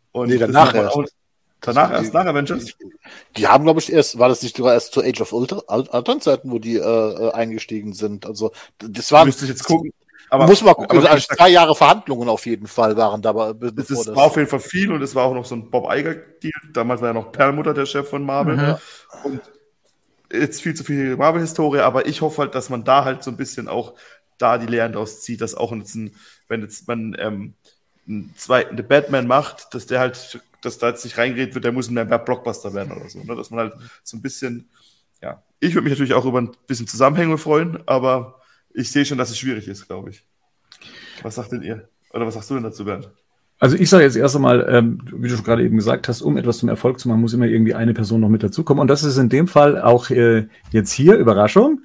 Und nee, danach erst. Erst nach Avengers? Die haben, glaube ich, war das nicht sogar erst zu Age of Ultron-Zeiten, wo die eingestiegen sind? Also, das war. Müsste ich jetzt gucken. Aber, muss mal gucken, also 2 Jahre Verhandlungen auf jeden Fall waren dabei. Das war auf jeden Fall viel und es war auch noch so ein Bob Iger-Deal. Damals war ja noch Perlmutter der Chef von Marvel. Mhm. Und jetzt viel zu viel Marvel-Historie, aber ich hoffe halt, dass man da halt so ein bisschen auch da die Lehren draus zieht, dass auch wenn jetzt man einen zweiten The Batman macht, dass da jetzt nicht reingeht wird, der muss mehr Blockbuster werden oder so. Ne? Dass man halt so ein bisschen, ja, ich würde mich natürlich auch über ein bisschen Zusammenhänge freuen, aber ich sehe schon, dass es schwierig ist, glaube ich. Was sagt denn ihr? Oder was sagst du denn dazu, Bernd? Also ich sage jetzt erst einmal, wie du schon gerade eben gesagt hast, um etwas zum Erfolg zu machen, muss immer irgendwie eine Person noch mit dazukommen. Und das ist in dem Fall auch jetzt hier, Überraschung.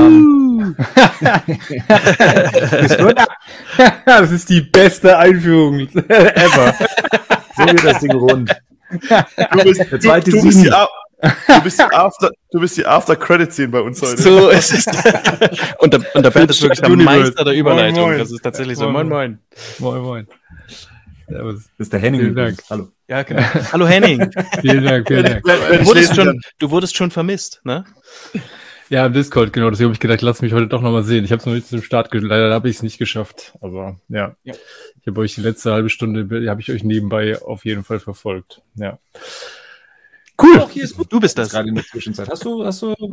Das ist die beste Einführung ever. So wird das Ding rund. Du bist die After-Credit-Szene bei uns heute. So ist es. Und der Bernd ist wirklich der Meister der Überleitung. Moin, moin. Das ist tatsächlich so. Moin, moin. Moin, moin. Das ist der Henning. Vielen Dank. Hallo. Ja, genau. Hallo Henning. Vielen Dank. Du wurdest schon vermisst, ne? Ja, im Discord, genau. Deswegen habe ich gedacht, lass mich heute doch nochmal sehen. Ich habe es noch nicht zum Start leider habe ich es nicht geschafft. Aber ja. Ich habe euch die letzte halbe Stunde, habe ich euch nebenbei auf jeden Fall verfolgt. Ja. Cool. Auch hier ist gut. Du bist das. Gerade in der Zwischenzeit. Weißt du,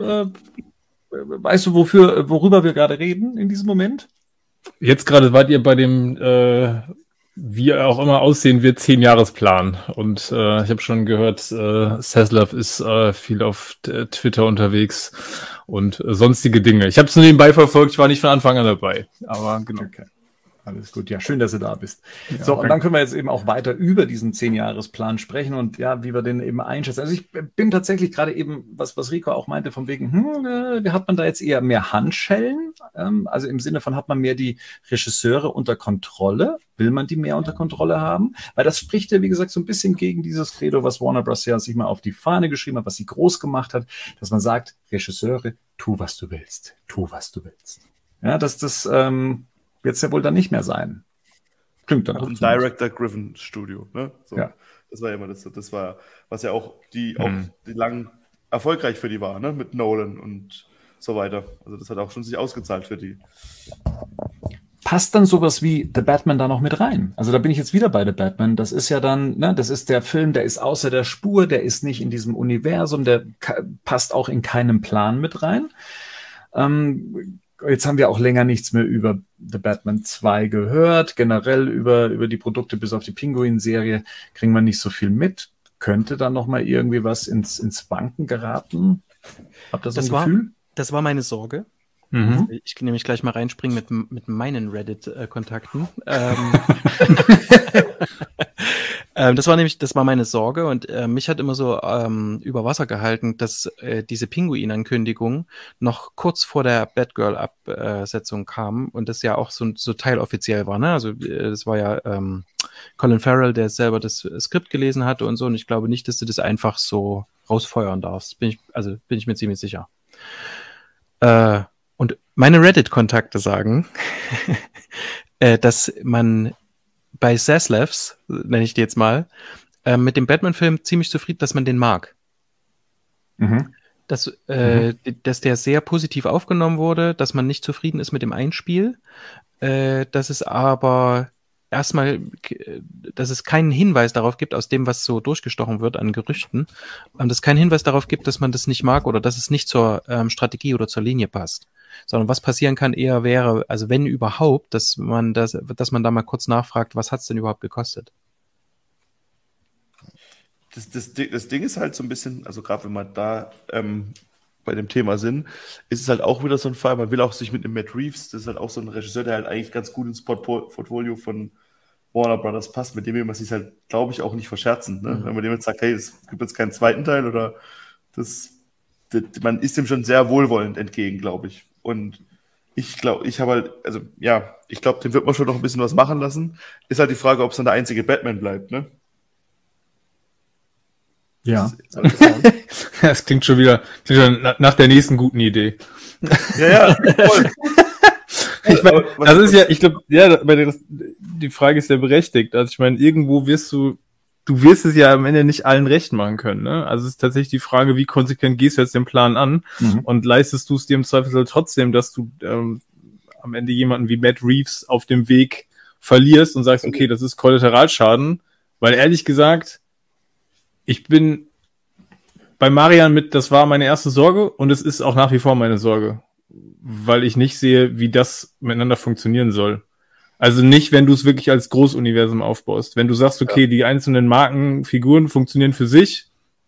worüber wir gerade reden in diesem Moment? Jetzt gerade wart ihr bei dem, wie er auch immer aussehen wird, 10-Jahres-Plan. Und ich habe schon gehört, Zaslav ist viel auf Twitter unterwegs und sonstige Dinge. Ich habe es nur nebenbei verfolgt, ich war nicht von Anfang an dabei. Aber genau. Okay. Alles gut, ja, schön, dass du da bist. Ja, so, und dann können wir jetzt eben auch weiter über diesen 10-Jahres-Plan sprechen und ja, wie wir den eben einschätzen. Also ich bin tatsächlich gerade eben, was Rico auch meinte, von wegen, hat man da jetzt eher mehr Handschellen? Also im Sinne von, hat man mehr die Regisseure unter Kontrolle? Will man die mehr unter Kontrolle haben? Weil das spricht ja, wie gesagt, so ein bisschen gegen dieses Credo, was Warner Bros. Ja sich mal auf die Fahne geschrieben hat, was sie groß gemacht hat, dass man sagt, Regisseure, tu, was du willst. Tu, was du willst. Ja, das wird es ja wohl dann nicht mehr sein. Klingt dann auch ein Director-Driven Studio, ne? So. Ja. Das war ja immer das war, was ja auch die lang erfolgreich für die war, ne? Mit Nolan und so weiter. Also das hat auch schon sich ausgezahlt für die. Passt dann sowas wie The Batman da noch mit rein? Also da bin ich jetzt wieder bei The Batman. Das ist ja dann, ne, das ist der Film, der ist außer der Spur, der ist nicht in diesem Universum, der passt auch in keinem Plan mit rein. Jetzt haben wir auch länger nichts mehr über The Batman 2 gehört. Generell über die Produkte bis auf die Pinguin-Serie kriegen wir nicht so viel mit. Könnte da noch mal irgendwie was ins Wanken geraten? Habt ihr so ein Gefühl? Das war meine Sorge. Ich kann nämlich gleich mal reinspringen mit meinen Reddit-Kontakten. Das war meine Sorge und mich hat immer so über Wasser gehalten, dass diese Pinguin-Ankündigung noch kurz vor der Batgirl-Absetzung kam und das ja auch so teiloffiziell war. Ne? Also das war ja Colin Farrell, der selber das Skript gelesen hatte und so, und ich glaube nicht, dass du das einfach so rausfeuern darfst. Bin ich mir ziemlich sicher. Und meine Reddit-Kontakte sagen, dass man bei Zaslavs, nenne ich die jetzt mal, mit dem Batman-Film ziemlich zufrieden, dass man den mag. Dass der sehr positiv aufgenommen wurde, dass man nicht zufrieden ist mit dem Einspiel, dass es aber erstmal, dass es keinen Hinweis darauf gibt, aus dem, was so durchgestochen wird an Gerüchten, dass es keinen Hinweis darauf gibt, dass man das nicht mag oder dass es nicht zur Strategie oder zur Linie passt. Sondern was passieren kann eher wäre, also wenn überhaupt, dass man da mal kurz nachfragt, was hat es denn überhaupt gekostet? Das Ding ist halt so ein bisschen, also gerade wenn man da bei dem Thema sind, ist es halt auch wieder so ein Fall, man will auch sich mit dem Matt Reeves, das ist halt auch so ein Regisseur, der halt eigentlich ganz gut ins Portfolio von Warner Brothers passt, mit dem will man sich halt, glaube ich, auch nicht verscherzen. Ne? Wenn man dem jetzt sagt, hey, es gibt jetzt keinen zweiten Teil oder man ist dem schon sehr wohlwollend entgegen, glaube ich. Und ich glaube, dem wird man schon noch ein bisschen was machen lassen. Ist halt die Frage, ob es dann der einzige Batman bleibt, ne? Ja. Das klingt schon wieder nach der nächsten guten Idee. Ja, voll. Ich meine, das ist ja, ich glaube, ja, die Frage ist ja berechtigt. Also ich meine, irgendwo wirst du du wirst es ja am Ende nicht allen recht machen können, ne? Also es ist tatsächlich die Frage, wie konsequent gehst du jetzt den Plan an und leistest du es dir im Zweifelsfall trotzdem, dass du am Ende jemanden wie Matt Reeves auf dem Weg verlierst und sagst, okay, das ist Kollateralschaden, weil ehrlich gesagt, ich bin bei Marian das war meine erste Sorge und es ist auch nach wie vor meine Sorge, weil ich nicht sehe, wie das miteinander funktionieren soll. Also nicht, wenn du es wirklich als Großuniversum aufbaust. Wenn du sagst, okay, die einzelnen Markenfiguren funktionieren für sich,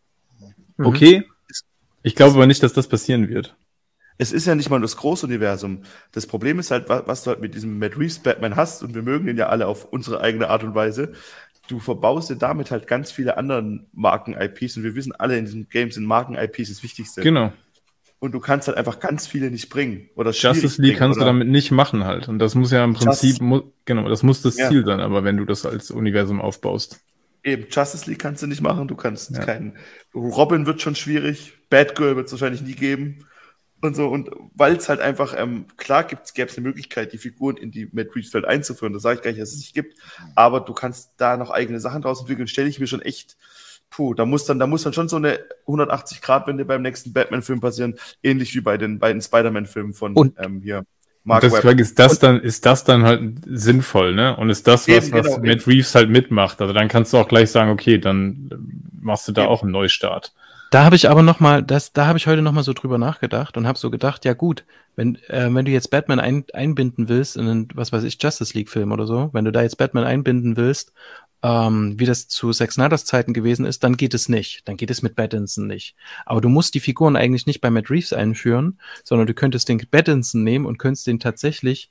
okay. Ich glaube aber nicht, dass das passieren wird. Es ist ja nicht mal das Großuniversum. Das Problem ist halt, was du halt mit diesem Matt Reeves Batman hast, und wir mögen den ja alle auf unsere eigene Art und Weise, du verbaust dir damit halt ganz viele anderen Marken-IPs, und wir wissen alle, in diesem Game sind Marken-IPs das Wichtigste. Genau. Und du kannst halt einfach ganz viele nicht bringen. Oder Justice League kannst du damit nicht machen halt. Und das muss ja im Prinzip, genau, das muss das Ziel sein, aber wenn du das als Universum aufbaust. Eben, Justice League kannst du nicht machen, du kannst keinen. Robin wird schon schwierig, Batgirl wird es wahrscheinlich nie geben. Und so, und weil es halt einfach, klar gäbe es eine Möglichkeit, die Figuren in die Matt Reeves Welt einzuführen, das sage ich gar nicht, dass es nicht gibt, aber du kannst da noch eigene Sachen draus entwickeln, stelle ich mir schon echt, da muss dann schon so eine 180-Grad-Wende beim nächsten Batman-Film passieren, ähnlich wie bei den beiden Spider-Man-Filmen von hier. Mark Webb. Frage ist das dann halt sinnvoll, ne? Und ist das was Matt Reeves halt mitmacht? Also dann kannst du auch gleich sagen, okay, dann machst du da auch einen Neustart. Da habe ich aber da habe ich heute nochmal so drüber nachgedacht und habe so gedacht, ja gut, wenn du jetzt Batman einbinden willst in einen, was weiß ich, Justice League Film oder so, wenn du da jetzt Batman einbinden willst, wie das zu Zack Snyders Zeiten gewesen ist, dann geht es nicht. Dann geht es mit Pattinson nicht. Aber du musst die Figuren eigentlich nicht bei Matt Reeves einführen, sondern du könntest den Pattinson nehmen und könntest den tatsächlich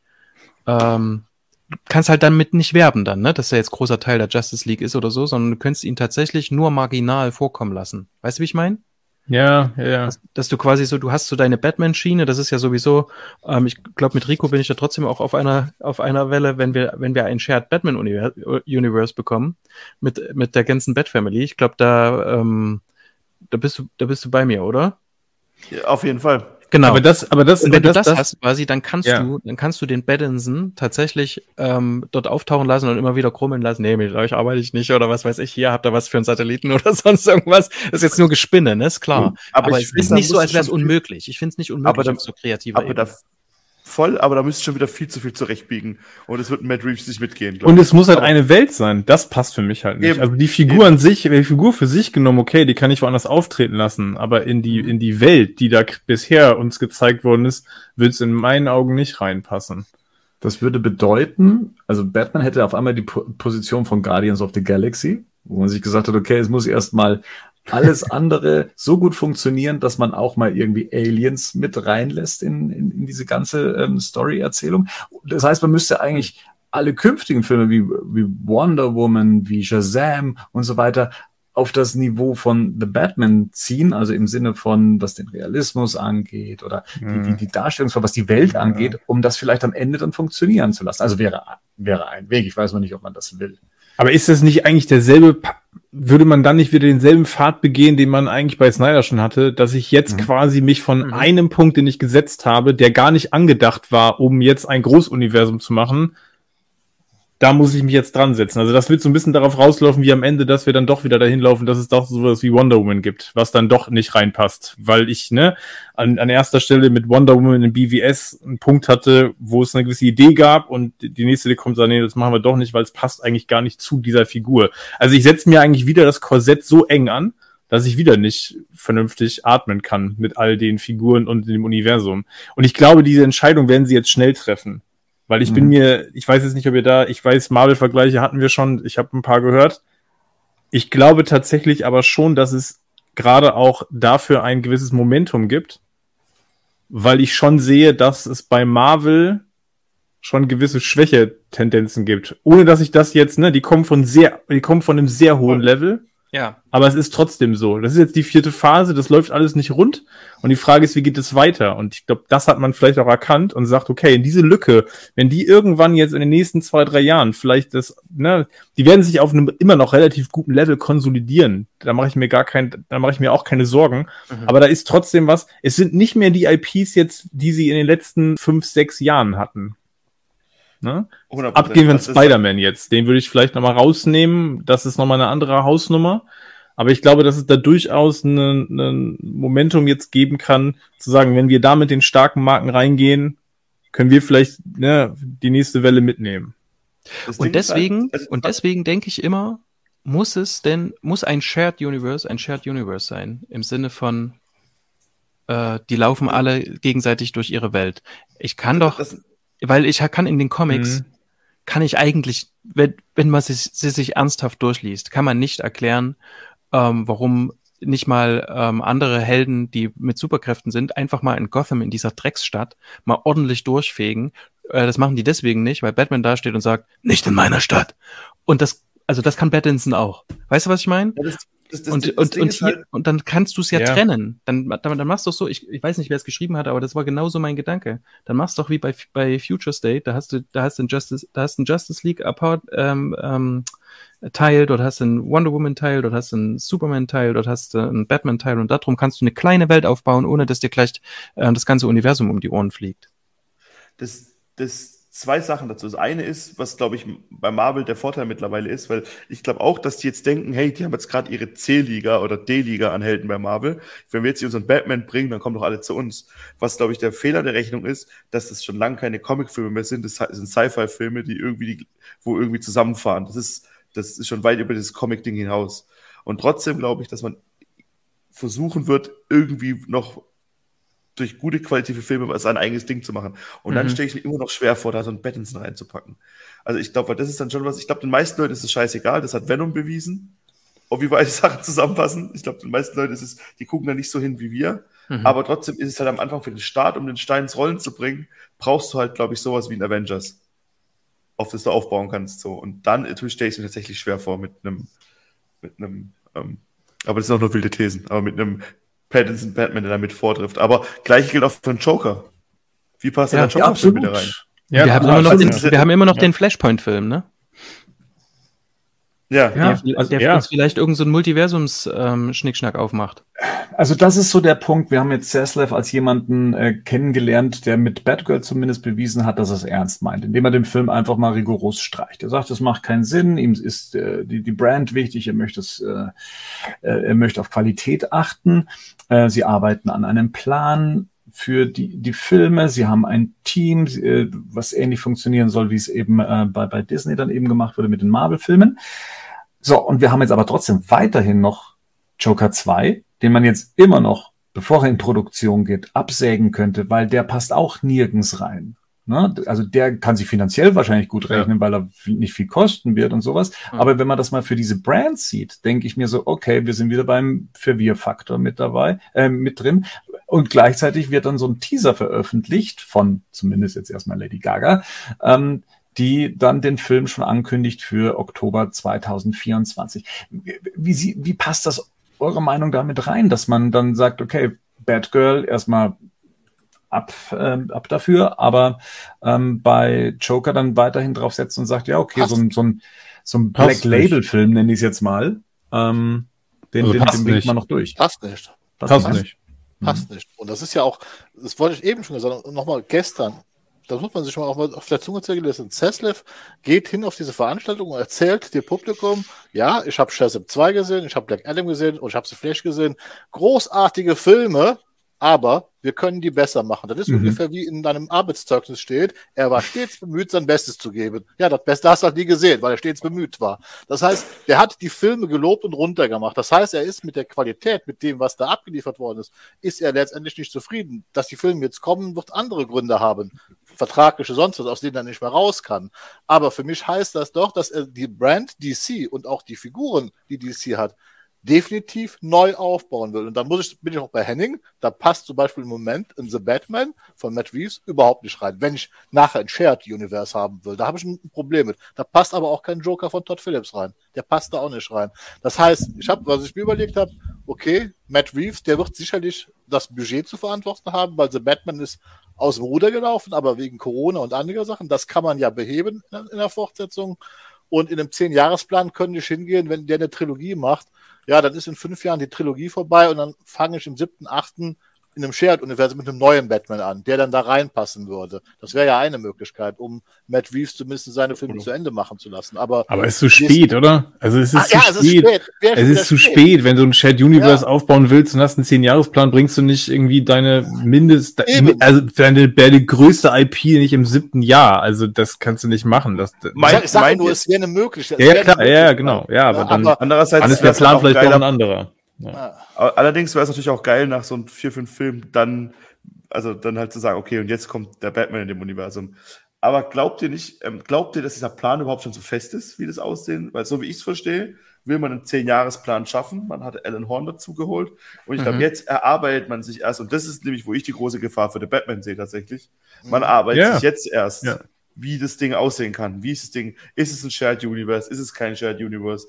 kannst halt damit nicht werben dann, ne, dass er jetzt großer Teil der Justice League ist oder so, sondern du könntest ihn tatsächlich nur marginal vorkommen lassen. Weißt du, wie ich meine? Ja. Dass du quasi so, du hast so deine Batman-Schiene, das ist ja sowieso, ich glaube, mit Rico bin ich da trotzdem auch auf einer Welle, wenn wir ein Shared Batman-Universe bekommen, mit der ganzen Bat-Family. Ich glaube, da bist du bei mir, oder? Ja, auf jeden Fall. Genau. Aber wenn du das hast, quasi, dann kannst du den Pattinson tatsächlich dort auftauchen lassen und immer wieder krummeln lassen. Nee, mit euch arbeite ich nicht oder was weiß ich. Hier habt ihr was für einen Satelliten oder sonst irgendwas. Das ist jetzt nur Gespinne, ne? Ist klar. Aber es ist nicht so, als wäre es unmöglich. Ich finde es nicht unmöglich, auf so kreativer Ebene. Aber da müsst ihr schon wieder viel zu viel zurechtbiegen. Und es wird Matt Reeves nicht mitgehen. Und es muss halt eine Welt sein. Das passt für mich halt nicht. Eben. Also die Figur an sich, die Figur für sich genommen, okay, die kann ich woanders auftreten lassen. Aber in die Welt, die da bisher uns gezeigt worden ist, wird es in meinen Augen nicht reinpassen. Das würde bedeuten, also Batman hätte auf einmal die Position von Guardians of the Galaxy, wo man sich gesagt hat, okay, es muss erstmal alles andere so gut funktionieren, dass man auch mal irgendwie Aliens mit reinlässt in diese ganze Story-Erzählung. Das heißt, man müsste eigentlich alle künftigen Filme wie Wonder Woman, wie Shazam und so weiter auf das Niveau von The Batman ziehen, also im Sinne von, was den Realismus angeht oder die Darstellungsform, was die Welt angeht, um das vielleicht am Ende dann funktionieren zu lassen. Also wäre ein Weg. Ich weiß noch nicht, ob man das will. Aber ist das nicht eigentlich würde man dann nicht wieder denselben Pfad begehen, den man eigentlich bei Snyder schon hatte, dass ich jetzt quasi mich von einem Punkt, den ich gesetzt habe, der gar nicht angedacht war, um jetzt ein Großuniversum zu machen, da muss ich mich jetzt dran setzen. Also das wird so ein bisschen darauf rauslaufen, wie am Ende, dass wir dann doch wieder dahin laufen, dass es doch sowas wie Wonder Woman gibt, was dann doch nicht reinpasst. Weil ich an erster Stelle mit Wonder Woman in BVS einen Punkt hatte, wo es eine gewisse Idee gab und die nächste Idee kommt, nee, das machen wir doch nicht, weil es passt eigentlich gar nicht zu dieser Figur. Also ich setze mir eigentlich wieder das Korsett so eng an, dass ich wieder nicht vernünftig atmen kann mit all den Figuren und dem Universum. Und ich glaube, diese Entscheidung werden sie jetzt schnell treffen. Weil ich weiß jetzt nicht, ob ich weiß, Marvel-Vergleiche hatten wir schon, ich habe ein paar gehört. Ich glaube tatsächlich aber schon, dass es gerade auch dafür ein gewisses Momentum gibt, weil ich schon sehe, dass es bei Marvel schon gewisse Schwächetendenzen gibt. Ohne dass ich das jetzt, die kommen von einem sehr hohen Level. Ja. Aber es ist trotzdem so. Das ist jetzt die 4. Phase, das läuft alles nicht rund. Und die Frage ist, wie geht es weiter? Und ich glaube, das hat man vielleicht auch erkannt und sagt, okay, in diese Lücke, wenn die irgendwann jetzt in den nächsten 2-3 Jahren vielleicht die werden sich auf einem immer noch relativ guten Level konsolidieren. Da mache ich mir auch keine Sorgen. Aber da ist trotzdem was. Es sind nicht mehr die IPs jetzt, die sie in den letzten 5-6 Jahren hatten. Ne? 100%. Abgehen von Spider-Man jetzt. Den würde ich vielleicht nochmal rausnehmen. Das ist nochmal eine andere Hausnummer. Aber ich glaube, dass es da durchaus ein Momentum jetzt geben kann, zu sagen, wenn wir da mit den starken Marken reingehen, können wir vielleicht die nächste Welle mitnehmen. Und deswegen denke ich immer, muss ein Shared Universe sein, im Sinne von, die laufen alle gegenseitig durch ihre Welt. Ich kann weil ich kann in den Comics, kann ich eigentlich, wenn man sie sich ernsthaft durchliest, kann man nicht erklären, warum nicht mal andere Helden, die mit Superkräften sind, einfach mal in Gotham, in dieser Drecksstadt, mal ordentlich durchfegen. Das machen die deswegen nicht, weil Batman da steht und sagt, nicht in meiner Stadt. Und das kann Pattinson auch. Weißt du, was ich meine? Ja, und dann kannst du es trennen. Dann machst du es so, ich weiß nicht, wer es geschrieben hat, aber das war genauso mein Gedanke. Dann machst du doch wie bei Future State, da hast du einen Justice League Teil, dort hast du einen Wonder Woman Teil, dort hast du einen Superman Teil, dort hast du einen Batman Teil und darum kannst du eine kleine Welt aufbauen, ohne dass dir gleich das ganze Universum um die Ohren fliegt. Das zwei Sachen dazu. Das eine ist, was, glaube ich, bei Marvel der Vorteil mittlerweile ist, weil ich glaube auch, dass die jetzt denken, hey, die haben jetzt gerade ihre C-Liga oder D-Liga an Helden bei Marvel. Wenn wir jetzt hier unseren Batman bringen, dann kommen doch alle zu uns. Was, glaube ich, der Fehler der Rechnung ist, dass das schon lange keine Comicfilme mehr sind. Das sind Sci-Fi-Filme, wo irgendwie zusammenfahren. Das ist schon weit über das Comic-Ding hinaus. Und trotzdem glaube ich, dass man versuchen wird, irgendwie noch durch gute qualitative Filme sein eigenes Ding zu machen. Und dann stelle ich mir immer noch schwer vor, da so einen Pattinson reinzupacken. Also ich glaube, das ist dann schon was, ich glaube, den meisten Leuten ist es scheißegal, das hat Venom bewiesen, ob wie beide Sachen zusammenpassen. Ich glaube, den meisten Leuten die gucken da nicht so hin wie wir. Aber trotzdem ist es halt am Anfang für den Start, um den Stein ins Rollen zu bringen, brauchst du halt, glaube ich, sowas wie ein Avengers, auf das du aufbauen kannst. So. Und dann stelle ich es mir tatsächlich schwer vor mit einem aber das sind auch nur wilde Thesen, aber mit einem Pattinson Batman, der damit vortrifft. Aber gleich gilt auch für den Joker. Wie passt der Joker wieder rein? Ja, wir haben immer noch den Flashpoint-Film, ne? Ja. Der uns vielleicht irgend so ein Multiversums-Schnickschnack aufmacht. Also das ist so der Punkt. Wir haben jetzt Zaslav als jemanden kennengelernt, der mit Batgirl zumindest bewiesen hat, dass er es ernst meint, indem er den Film einfach mal rigoros streicht. Er sagt, es macht keinen Sinn, ihm ist die Brand wichtig, er möchte auf Qualität achten. Sie arbeiten an einem Plan für die Filme. Sie haben ein Team, was ähnlich funktionieren soll, wie es eben bei Disney dann eben gemacht wurde mit den Marvel-Filmen. So, und wir haben jetzt aber trotzdem weiterhin noch Joker 2, den man jetzt immer noch, bevor er in Produktion geht, absägen könnte, weil der passt auch nirgends rein. Ne? Also der kann sich finanziell wahrscheinlich gut rechnen, weil er nicht viel kosten wird und sowas. Aber wenn man das mal für diese Brands sieht, denke ich mir so, okay, wir sind wieder beim Verwirrfaktor mit drin. Und gleichzeitig wird dann so ein Teaser veröffentlicht von zumindest jetzt erstmal Lady Gaga, die dann den Film schon ankündigt für Oktober 2024. Wie passt das eure Meinung damit rein, dass man dann sagt, okay, Batgirl erstmal ab dafür, aber bei Joker dann weiterhin drauf setzt und sagt, ja, okay, so ein Black Label Film nenne ich es jetzt mal, den bringt man noch durch. Passt nicht. Passt nicht. Passt nicht. Und das ist ja auch, das wollte ich eben schon gesagt, und nochmal gestern, da muss man sich mal auch mal auf der Zunge zergehen lassen. Zaslav geht hin auf diese Veranstaltung und erzählt dem Publikum, ja, ich habe Shazam 2 gesehen, ich habe Black Adam gesehen und ich habe The Flash gesehen. Großartige Filme, aber wir können die besser machen. Das ist ungefähr wie in deinem Arbeitszeugnis steht, er war stets bemüht, sein Bestes zu geben. Ja, das Beste hast du halt nie gesehen, weil er stets bemüht war. Das heißt, der hat die Filme gelobt und runtergemacht. Das heißt, er ist mit der Qualität, mit dem, was da abgeliefert worden ist er letztendlich nicht zufrieden. Dass die Filme jetzt kommen, wird andere Gründe haben. Vertragliche sonst was, aus denen er nicht mehr raus kann. Aber für mich heißt das doch, dass er die Brand DC und auch die Figuren, die DC hat, definitiv neu aufbauen will. Und dann bin ich auch bei Henning, da passt zum Beispiel im Moment in The Batman von Matt Reeves überhaupt nicht rein. Wenn ich nachher ein Shared Universe haben will, da habe ich ein Problem mit. Da passt aber auch kein Joker von Todd Phillips rein. Der passt da auch nicht rein. Das heißt, was ich mir überlegt habe, okay, Matt Reeves, der wird sicherlich das Budget zu verantworten haben, weil The Batman ist aus dem Ruder gelaufen, aber wegen Corona und anderer Sachen, das kann man ja beheben in der Fortsetzung. Und in einem 10-Jahresplan könnte ich hingehen, wenn der eine Trilogie macht, ja, dann ist in 5 Jahren die Trilogie vorbei und dann fange ich im 7., 8. in einem Shared-Universum mit einem neuen Batman an, der dann da reinpassen würde. Das wäre ja eine Möglichkeit, um Matt Reeves zumindest seine Filme zu Ende machen zu lassen. Aber es ist zu spät, oder? Also es ist es ist spät. Es ist zu spät, wenn du ein Shared Universe aufbauen willst und hast einen 10-Jahresplan, bringst du nicht irgendwie deine deine größte IP nicht im 7. Jahr. Also das kannst du nicht machen. Ich sage nur, es wäre eine Möglichkeit. Ja, klar, ja, genau. Ja, aber dann andererseits ist der Plan vielleicht doch ein anderer. Ja. Allerdings wäre es natürlich auch geil, nach so 4-5 Filmen dann halt zu sagen, okay, und jetzt kommt der Batman in dem Universum. Aber glaubt ihr, dass dieser Plan überhaupt schon so fest ist, wie das aussehen? Weil so wie ich es verstehe, will man einen 10-Jahres-Plan schaffen. Man hat Alan Horn dazu geholt. Und ich glaube, jetzt erarbeitet man sich erst, und das ist nämlich, wo ich die große Gefahr für den Batman sehe tatsächlich. Man arbeitet sich jetzt erst, wie das Ding aussehen kann. Wie ist das Ding? Ist es ein Shared Universe? Ist es kein Shared Universe?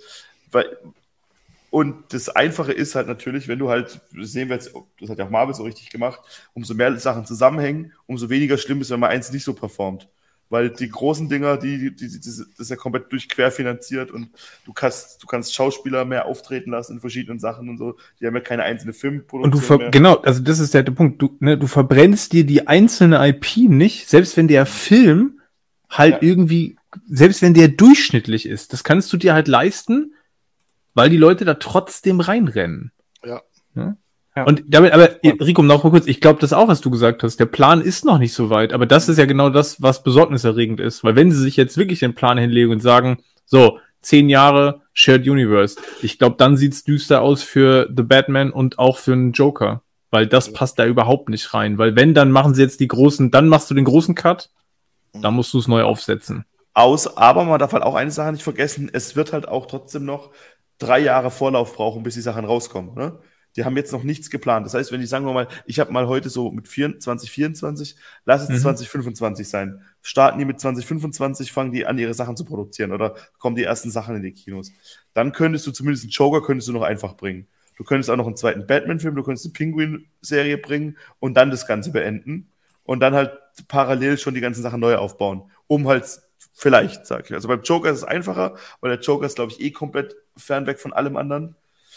Und das Einfache ist halt natürlich, wenn du halt, das sehen wir jetzt, das hat ja auch Marvel so richtig gemacht, umso mehr Sachen zusammenhängen, umso weniger schlimm ist, wenn mal eins nicht so performt. Weil die großen Dinger, das ist ja komplett durchquerfinanziert und du kannst Schauspieler mehr auftreten lassen in verschiedenen Sachen und so. Die haben ja keine einzelne Filmproduktion mehr. Genau, also das ist der Punkt. Du verbrennst dir die einzelne IP nicht, selbst wenn der Film halt irgendwie, selbst wenn der durchschnittlich ist. Das kannst du dir halt leisten, weil die Leute da trotzdem reinrennen. Ja. Und damit, aber Rico, noch mal kurz, ich glaube das auch, was du gesagt hast. Der Plan ist noch nicht so weit, aber das ist ja genau das, was besorgniserregend ist. Weil wenn sie sich jetzt wirklich den Plan hinlegen und sagen, so, 10 Jahre Shared Universe, ich glaube, dann sieht's düster aus für The Batman und auch für einen Joker. Weil das passt da überhaupt nicht rein. Weil wenn, dann machen sie jetzt dann machst du den großen Cut, dann musst du es neu aufsetzen. Aber man darf halt auch eine Sache nicht vergessen, es wird halt auch trotzdem noch 3 Jahre Vorlauf brauchen, bis die Sachen rauskommen. Ne? Die haben jetzt noch nichts geplant. Das heißt, wenn ich, sagen wir mal, ich habe mal heute so mit 2024, lass es 2025 sein. Starten die mit 2025, fangen die an, ihre Sachen zu produzieren oder kommen die ersten Sachen in die Kinos. Dann könntest du zumindest einen Joker noch einfach bringen. Du könntest auch noch einen zweiten Batman-Film, du könntest eine Penguin-Serie bringen und dann das Ganze beenden und dann halt parallel schon die ganzen Sachen neu aufbauen, um halt vielleicht, sag ich. Also beim Joker ist es einfacher, weil der Joker ist, glaube ich, komplett fernweg von allem anderen.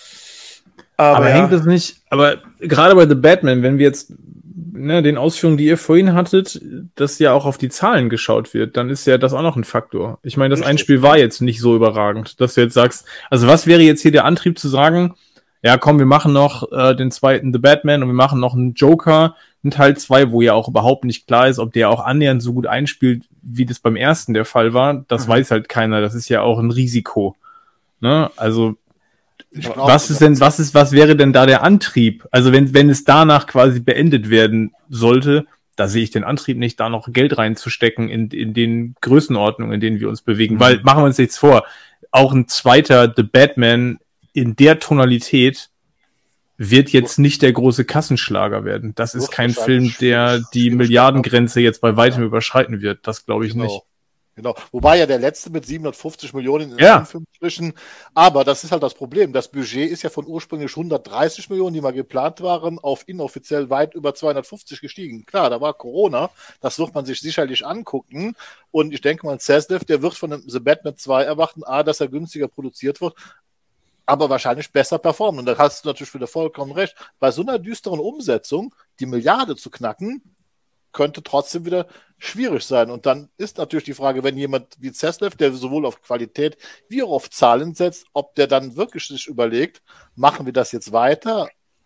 Aber hängt es nicht, aber gerade bei The Batman, wenn wir jetzt den Ausführungen, die ihr vorhin hattet, dass ja auch auf die Zahlen geschaut wird, dann ist ja das auch noch ein Faktor. Ich meine, das Einspiel war jetzt nicht so überragend, dass du jetzt sagst, also was wäre jetzt hier der Antrieb zu sagen, ja komm, wir machen noch den zweiten The Batman und wir machen noch einen Joker, einen Teil 2, wo ja auch überhaupt nicht klar ist, ob der auch annähernd so gut einspielt, wie das beim ersten der Fall war. Das weiß halt keiner, das ist ja auch ein Risiko. Ne? Also was wäre denn da der Antrieb? Also wenn es danach quasi beendet werden sollte, da sehe ich den Antrieb nicht, da noch Geld reinzustecken in den Größenordnungen, in denen wir uns bewegen. Weil, machen wir uns nichts vor, auch ein zweiter The Batman in der Tonalität wird jetzt nicht der große Kassenschlager werden. Das ist kein Film, der die Milliardengrenze jetzt bei weitem überschreiten wird. Das glaube ich nicht. Genau. Wobei ja der letzte mit 750 Millionen in Anführungsstrichen, aber das ist halt das Problem. Das Budget ist ja von ursprünglich 130 Millionen, die mal geplant waren, auf inoffiziell weit über 250 gestiegen. Klar, da war Corona, das wird man sich sicherlich angucken und ich denke mal, Zaslav, der wird von dem The Batman 2 erwarten, dass er günstiger produziert wird, aber wahrscheinlich besser performen. Und da hast du natürlich wieder vollkommen recht. Bei so einer düsteren Umsetzung, die Milliarde zu knacken, könnte trotzdem wieder schwierig sein. Und dann ist natürlich die Frage, wenn jemand wie Zaslav, der sowohl auf Qualität wie auch auf Zahlen setzt, ob der dann wirklich sich überlegt, machen wir das jetzt weiter?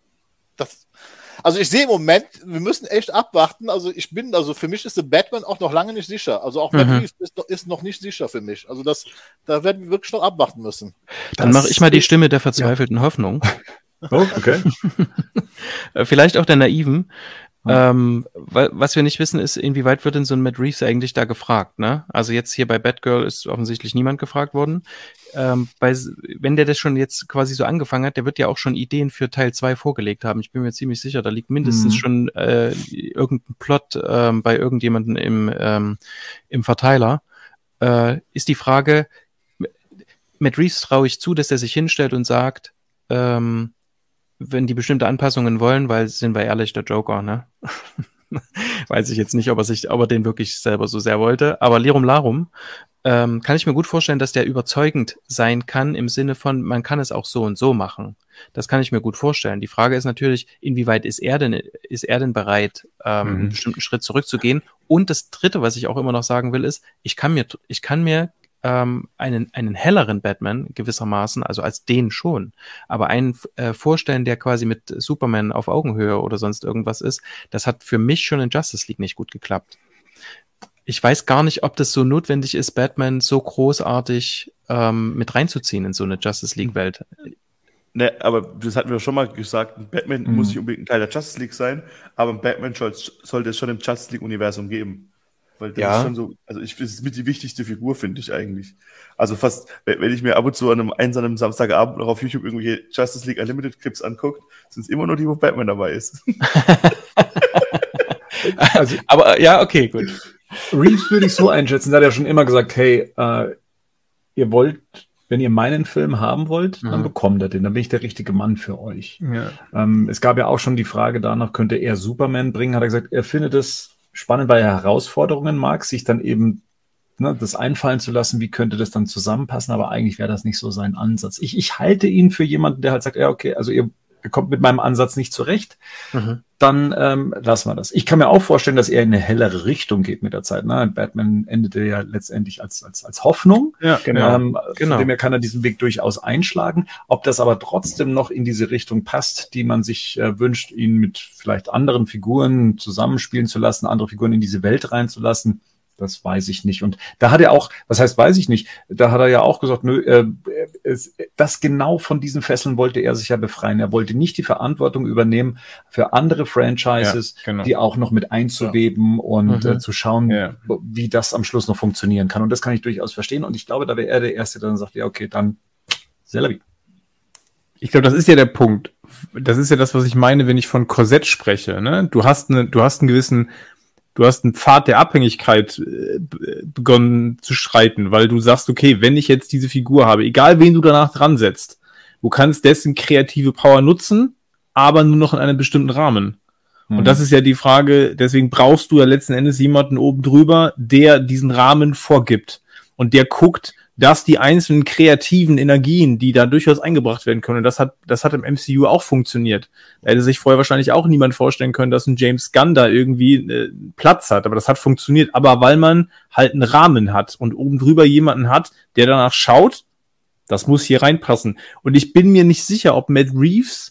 Also ich sehe im Moment, wir müssen echt abwarten. Also für mich ist The Batman auch noch lange nicht sicher. Also auch Matt Reeves ist noch nicht sicher für mich. Also da werden wir wirklich noch abwarten müssen. Dann mache ich mal die Stimme der verzweifelten Hoffnung. Oh, okay. Vielleicht auch der Naiven. Was wir nicht wissen, ist, inwieweit wird denn so ein Matt Reeves eigentlich da gefragt, ne? Also jetzt hier bei Batgirl ist offensichtlich niemand gefragt worden. Wenn der das schon jetzt quasi so angefangen hat, der wird ja auch schon Ideen für Teil 2 vorgelegt haben. Ich bin mir ziemlich sicher, da liegt mindestens schon irgendein Plot bei irgendjemandem im Verteiler. Ist die Frage, Matt Reeves traue ich zu, dass er sich hinstellt und sagt, wenn die bestimmte Anpassungen wollen, weil, sind wir ehrlich, der Joker, ne? weiß ich jetzt nicht, ob er den wirklich selber so sehr wollte. Aber Lirum Larum kann ich mir gut vorstellen, dass der überzeugend sein kann im Sinne von, man kann es auch so und so machen. Das kann ich mir gut vorstellen. Die Frage ist natürlich, inwieweit ist er denn bereit, einen bestimmten Schritt zurückzugehen? Und das Dritte, was ich auch immer noch sagen will, ist, ich kann mir einen helleren Batman gewissermaßen, also als den schon, aber einen vorstellen, der quasi mit Superman auf Augenhöhe oder sonst irgendwas ist, das hat für mich schon in Justice League nicht gut geklappt. Ich weiß gar nicht, ob das so notwendig ist, Batman so großartig mit reinzuziehen in so eine Justice League-Welt. Ne, aber das hatten wir schon mal gesagt, Batman muss nicht unbedingt ein Teil der Justice League sein, aber Batman sollte es schon im Justice League-Universum geben. Weil das ist schon so, also das ist mit die wichtigste Figur, finde ich eigentlich. Also fast, wenn ich mir ab und zu an einem einsamen Samstagabend noch auf YouTube irgendwelche Justice League Unlimited Clips angucke, sind es immer nur die, wo Batman dabei ist. Also, aber ja, okay, gut. Reeves würde ich so einschätzen, da hat er schon immer gesagt, hey, ihr wollt, wenn ihr meinen Film haben wollt, dann bekommt ihr den, dann bin ich der richtige Mann für euch. Ja. Es gab ja auch schon die Frage danach, könnte er Superman bringen, hat er gesagt, er findet es spannend, weil er Herausforderungen mag, sich dann eben das einfallen zu lassen, wie könnte das dann zusammenpassen, aber eigentlich wäre das nicht so sein Ansatz. Ich halte ihn für jemanden, der halt sagt, ja, okay, also ihr kommt mit meinem Ansatz nicht zurecht, dann lassen wir das. Ich kann mir auch vorstellen, dass er in eine hellere Richtung geht mit der Zeit. Ne? Batman endete ja letztendlich als Hoffnung. Ja, genau. Von dem her kann er diesen Weg durchaus einschlagen. Ob das aber trotzdem noch in diese Richtung passt, die man sich wünscht, ihn mit vielleicht anderen Figuren zusammenspielen zu lassen, andere Figuren in diese Welt reinzulassen, das weiß ich nicht. Und da hat er auch, was heißt weiß ich nicht, da hat er ja auch gesagt, nö, das genau von diesen Fesseln wollte er sich ja befreien. Er wollte nicht die Verantwortung übernehmen für andere Franchises, die auch noch mit einzuweben und zu schauen, wie das am Schluss noch funktionieren kann. Und das kann ich durchaus verstehen. Und ich glaube, da wäre er der Erste, der dann sagt, ja, okay, dann c'est la vie. Ich glaube, das ist ja der Punkt. Das ist ja das, was ich meine, wenn ich von Korsett spreche. Ne? Du hast einen Pfad der Abhängigkeit begonnen zu schreiten, weil du sagst, okay, wenn ich jetzt diese Figur habe, egal wen du danach dran setzt, du kannst dessen kreative Power nutzen, aber nur noch in einem bestimmten Rahmen. Und das ist ja die Frage, deswegen brauchst du ja letzten Endes jemanden oben drüber, der diesen Rahmen vorgibt und der guckt, dass die einzelnen kreativen Energien, die da durchaus eingebracht werden können, und das hat im MCU auch funktioniert. Da hätte sich vorher wahrscheinlich auch niemand vorstellen können, dass ein James Gunn da irgendwie Platz hat, aber das hat funktioniert. Aber weil man halt einen Rahmen hat und oben drüber jemanden hat, der danach schaut, das muss hier reinpassen. Und ich bin mir nicht sicher, ob Matt Reeves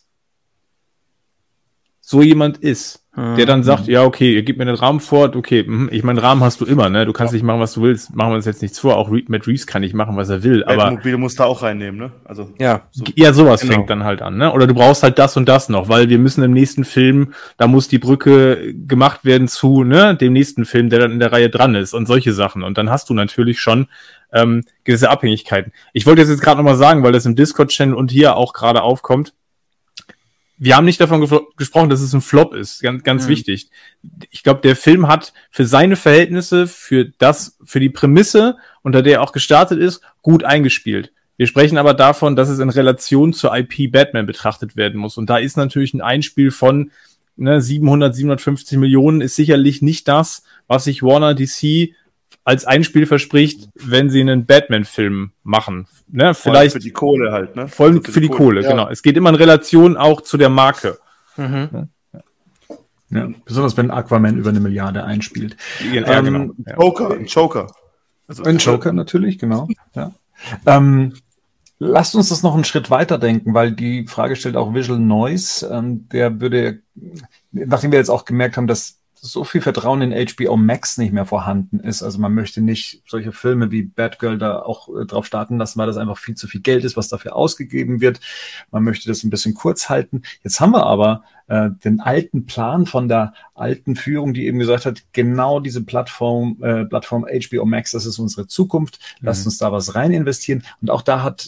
so jemand ist, der dann sagt, ja, okay, ihr gebt mir den Rahmen vor, okay, ich meine, Rahmen hast du immer, ne? Du kannst nicht machen, was du willst. Machen wir uns jetzt nichts vor. Auch Matt Reeves kann nicht machen, was er will. Aber Mobile musst du auch reinnehmen, ne? Also sowas fängt dann halt an, ne? Oder du brauchst halt das und das noch, weil wir müssen im nächsten Film, da muss die Brücke gemacht werden zu, ne, dem nächsten Film, der dann in der Reihe dran ist und solche Sachen. Und dann hast du natürlich schon gewisse Abhängigkeiten. Ich wollte jetzt gerade nochmal sagen, weil das im Discord-Channel und hier auch gerade aufkommt, wir haben nicht davon gesprochen, dass es ein Flop ist. Ganz wichtig. Ich glaube, der Film hat für seine Verhältnisse, für die Prämisse, unter der er auch gestartet ist, gut eingespielt. Wir sprechen aber davon, dass es in Relation zur IP Batman betrachtet werden muss. Und da ist natürlich ein Einspiel von 750 Millionen ist sicherlich nicht das, was sich Warner DC als Einspiel verspricht, wenn sie einen Batman-Film machen. Ne? Vielleicht für die Kohle halt, ne? Voll für die Kohle, genau. Es geht immer in Relation auch zu der Marke. Ja, besonders wenn Aquaman über 1 Milliarde einspielt. Ja, genau. Ein Joker. Also, ein Joker natürlich, genau. Ja. Lasst uns das noch einen Schritt weiter denken, weil die Frage stellt auch Visual Noise. Der würde, nachdem wir jetzt auch gemerkt haben, dass so viel Vertrauen in HBO Max nicht mehr vorhanden ist. Also man möchte nicht solche Filme wie Batgirl da auch drauf starten lassen, weil das einfach viel zu viel Geld ist, was dafür ausgegeben wird. Man möchte das ein bisschen kurz halten. Jetzt haben wir aber den alten Plan von der alten Führung, die eben gesagt hat, genau diese Plattform HBO Max, das ist unsere Zukunft. Lasst uns da was rein investieren. Und auch da hat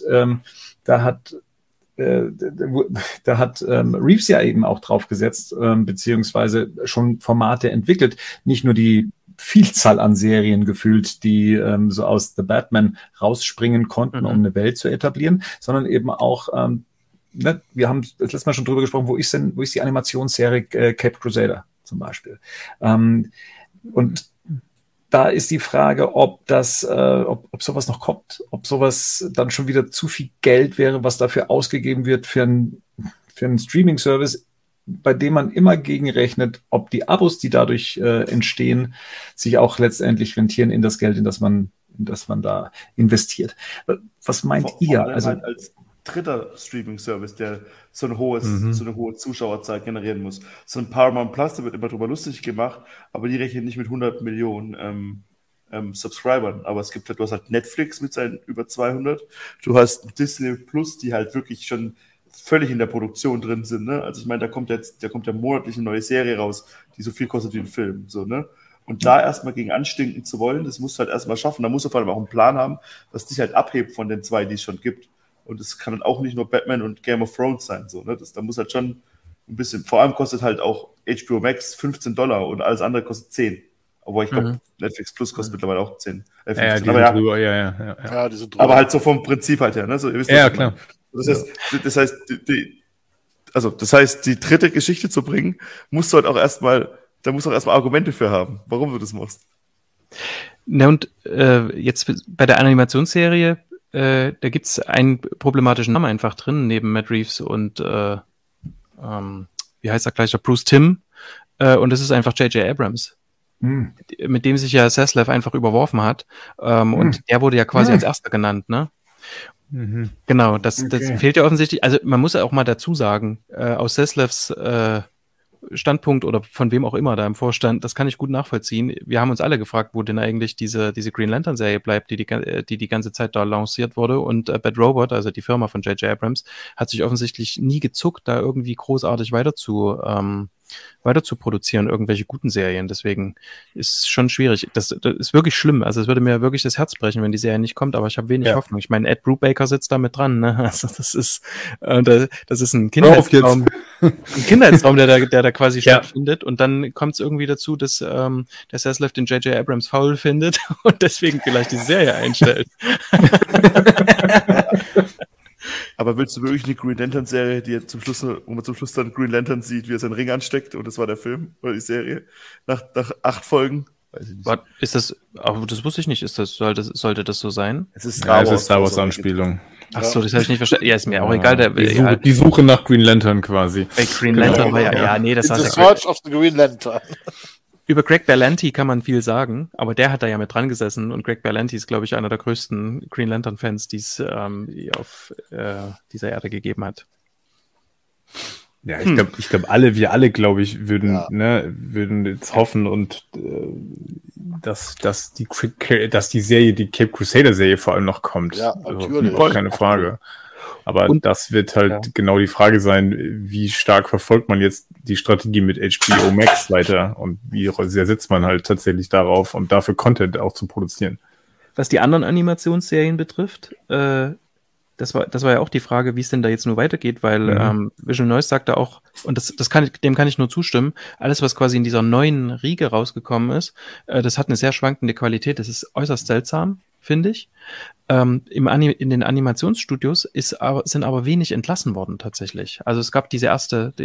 Reeves ja eben auch drauf gesetzt, beziehungsweise schon Formate entwickelt, nicht nur die Vielzahl an Serien gefühlt, die so aus The Batman rausspringen konnten, um eine Welt zu etablieren, sondern eben auch, wir haben das letzte Mal schon drüber gesprochen, wo ist die Animationsserie Cape Crusader? zum Beispiel. Und da ist die Frage, ob sowas noch kommt, ob sowas dann schon wieder zu viel Geld wäre, was dafür ausgegeben wird für einen Streaming-Service, bei dem man immer gegenrechnet, ob die Abos, die dadurch entstehen, sich auch letztendlich rentieren in das Geld, in das man da investiert. Was meint ihr? Also halt als dritter Streaming-Service, der so eine hohe Zuschauerzahl generieren muss. So ein Paramount Plus, da wird immer drüber lustig gemacht, aber die rechnen nicht mit 100 Millionen Subscribern. Aber es gibt halt, du hast halt Netflix mit seinen über 200. Du hast Disney Plus, die halt wirklich schon völlig in der Produktion drin sind. Ne? Also ich meine, da kommt ja monatlich eine neue Serie raus, die so viel kostet wie ein Film. So, ne? Und da erstmal gegen anstinken zu wollen, das musst du halt erstmal schaffen. Da musst du vor allem auch einen Plan haben, was dich halt abhebt von den zwei, die es schon gibt. Und es kann dann auch nicht nur Batman und Game of Thrones sein. So, ne? Da muss halt schon ein bisschen, vor allem kostet halt auch HBO Max $15 und alles andere kostet 10. Aber ich glaube, Netflix Plus kostet mittlerweile auch 10. 15. Die sind drüber. Aber halt so vom Prinzip halt her. Ne? So, ihr wisst, ja, klar. Das heißt, die dritte Geschichte zu bringen, musst du halt auch erstmal Argumente für haben, warum du das machst. Na und jetzt bei der Animationsserie, da gibt es einen problematischen Namen einfach drin, neben Matt Reeves und wie heißt er gleich, Bruce Timm, und das ist einfach J.J. Abrams, mit dem sich ja Zaslav einfach überworfen hat, und der wurde ja quasi als erster genannt, ne? Genau, das fehlt ja offensichtlich. Also man muss ja auch mal dazu sagen, aus Zaslavs Standpunkt oder von wem auch immer da im Vorstand, das kann ich gut nachvollziehen. Wir haben uns alle gefragt, wo denn eigentlich diese Green Lantern-Serie bleibt, die ganze Zeit da lanciert wurde. Und Bad Robot, also die Firma von J.J. Abrams, hat sich offensichtlich nie gezuckt, da irgendwie großartig weiter zu produzieren, irgendwelche guten Serien. Deswegen ist es schon schwierig. Das ist wirklich schlimm. Also es würde mir wirklich das Herz brechen, wenn die Serie nicht kommt, aber ich habe wenig Hoffnung. Ich meine, Ed Brubaker sitzt da mit dran. Ne? Also das ist ein Kindheitstraum. Ein Kindheitstraum, der da quasi stattfindet. Und dann kommt es irgendwie dazu, dass der Zaslav den J.J. Abrams faul findet und deswegen vielleicht die Serie einstellt. Aber willst du wirklich eine Green Lantern-Serie, wo man zum Schluss dann Green Lantern sieht, wie er seinen Ring ansteckt, und das war der Film oder die Serie, nach 8 Folgen? Weiß ich nicht. Ist das, aber das wusste ich nicht, sollte das so sein? Es ist Star Wars-Anspielung. Achso, das habe ich nicht verstanden. Ja, ist mir auch egal. Die Suche nach Green Lantern quasi. Bei Green Lantern war das war The Search of the Green Lantern. Über Greg Berlanti kann man viel sagen, aber der hat da ja mit dran gesessen, und Greg Berlanti ist, glaube ich, einer der größten Green Lantern-Fans, die es auf dieser Erde gegeben hat. Ja, ich glaube, wir alle, glaube ich, würden jetzt hoffen, und dass die Serie, die Cape Crusader-Serie vor allem noch kommt. Ja, natürlich. Also, keine Frage. Aber das wird halt genau die Frage sein, wie stark verfolgt man jetzt die Strategie mit HBO Max weiter und wie sehr setzt man halt tatsächlich darauf, um dafür Content auch zu produzieren. Was die anderen Animationsserien betrifft, das war ja auch die Frage, wie es denn da jetzt nur weitergeht, weil Visual Noise sagte auch, und dem kann ich nur zustimmen, alles, was quasi in dieser neuen Riege rausgekommen ist, das hat eine sehr schwankende Qualität, das ist äußerst seltsam, finde ich. In den Animationsstudios sind aber wenig entlassen worden tatsächlich. Also es gab diese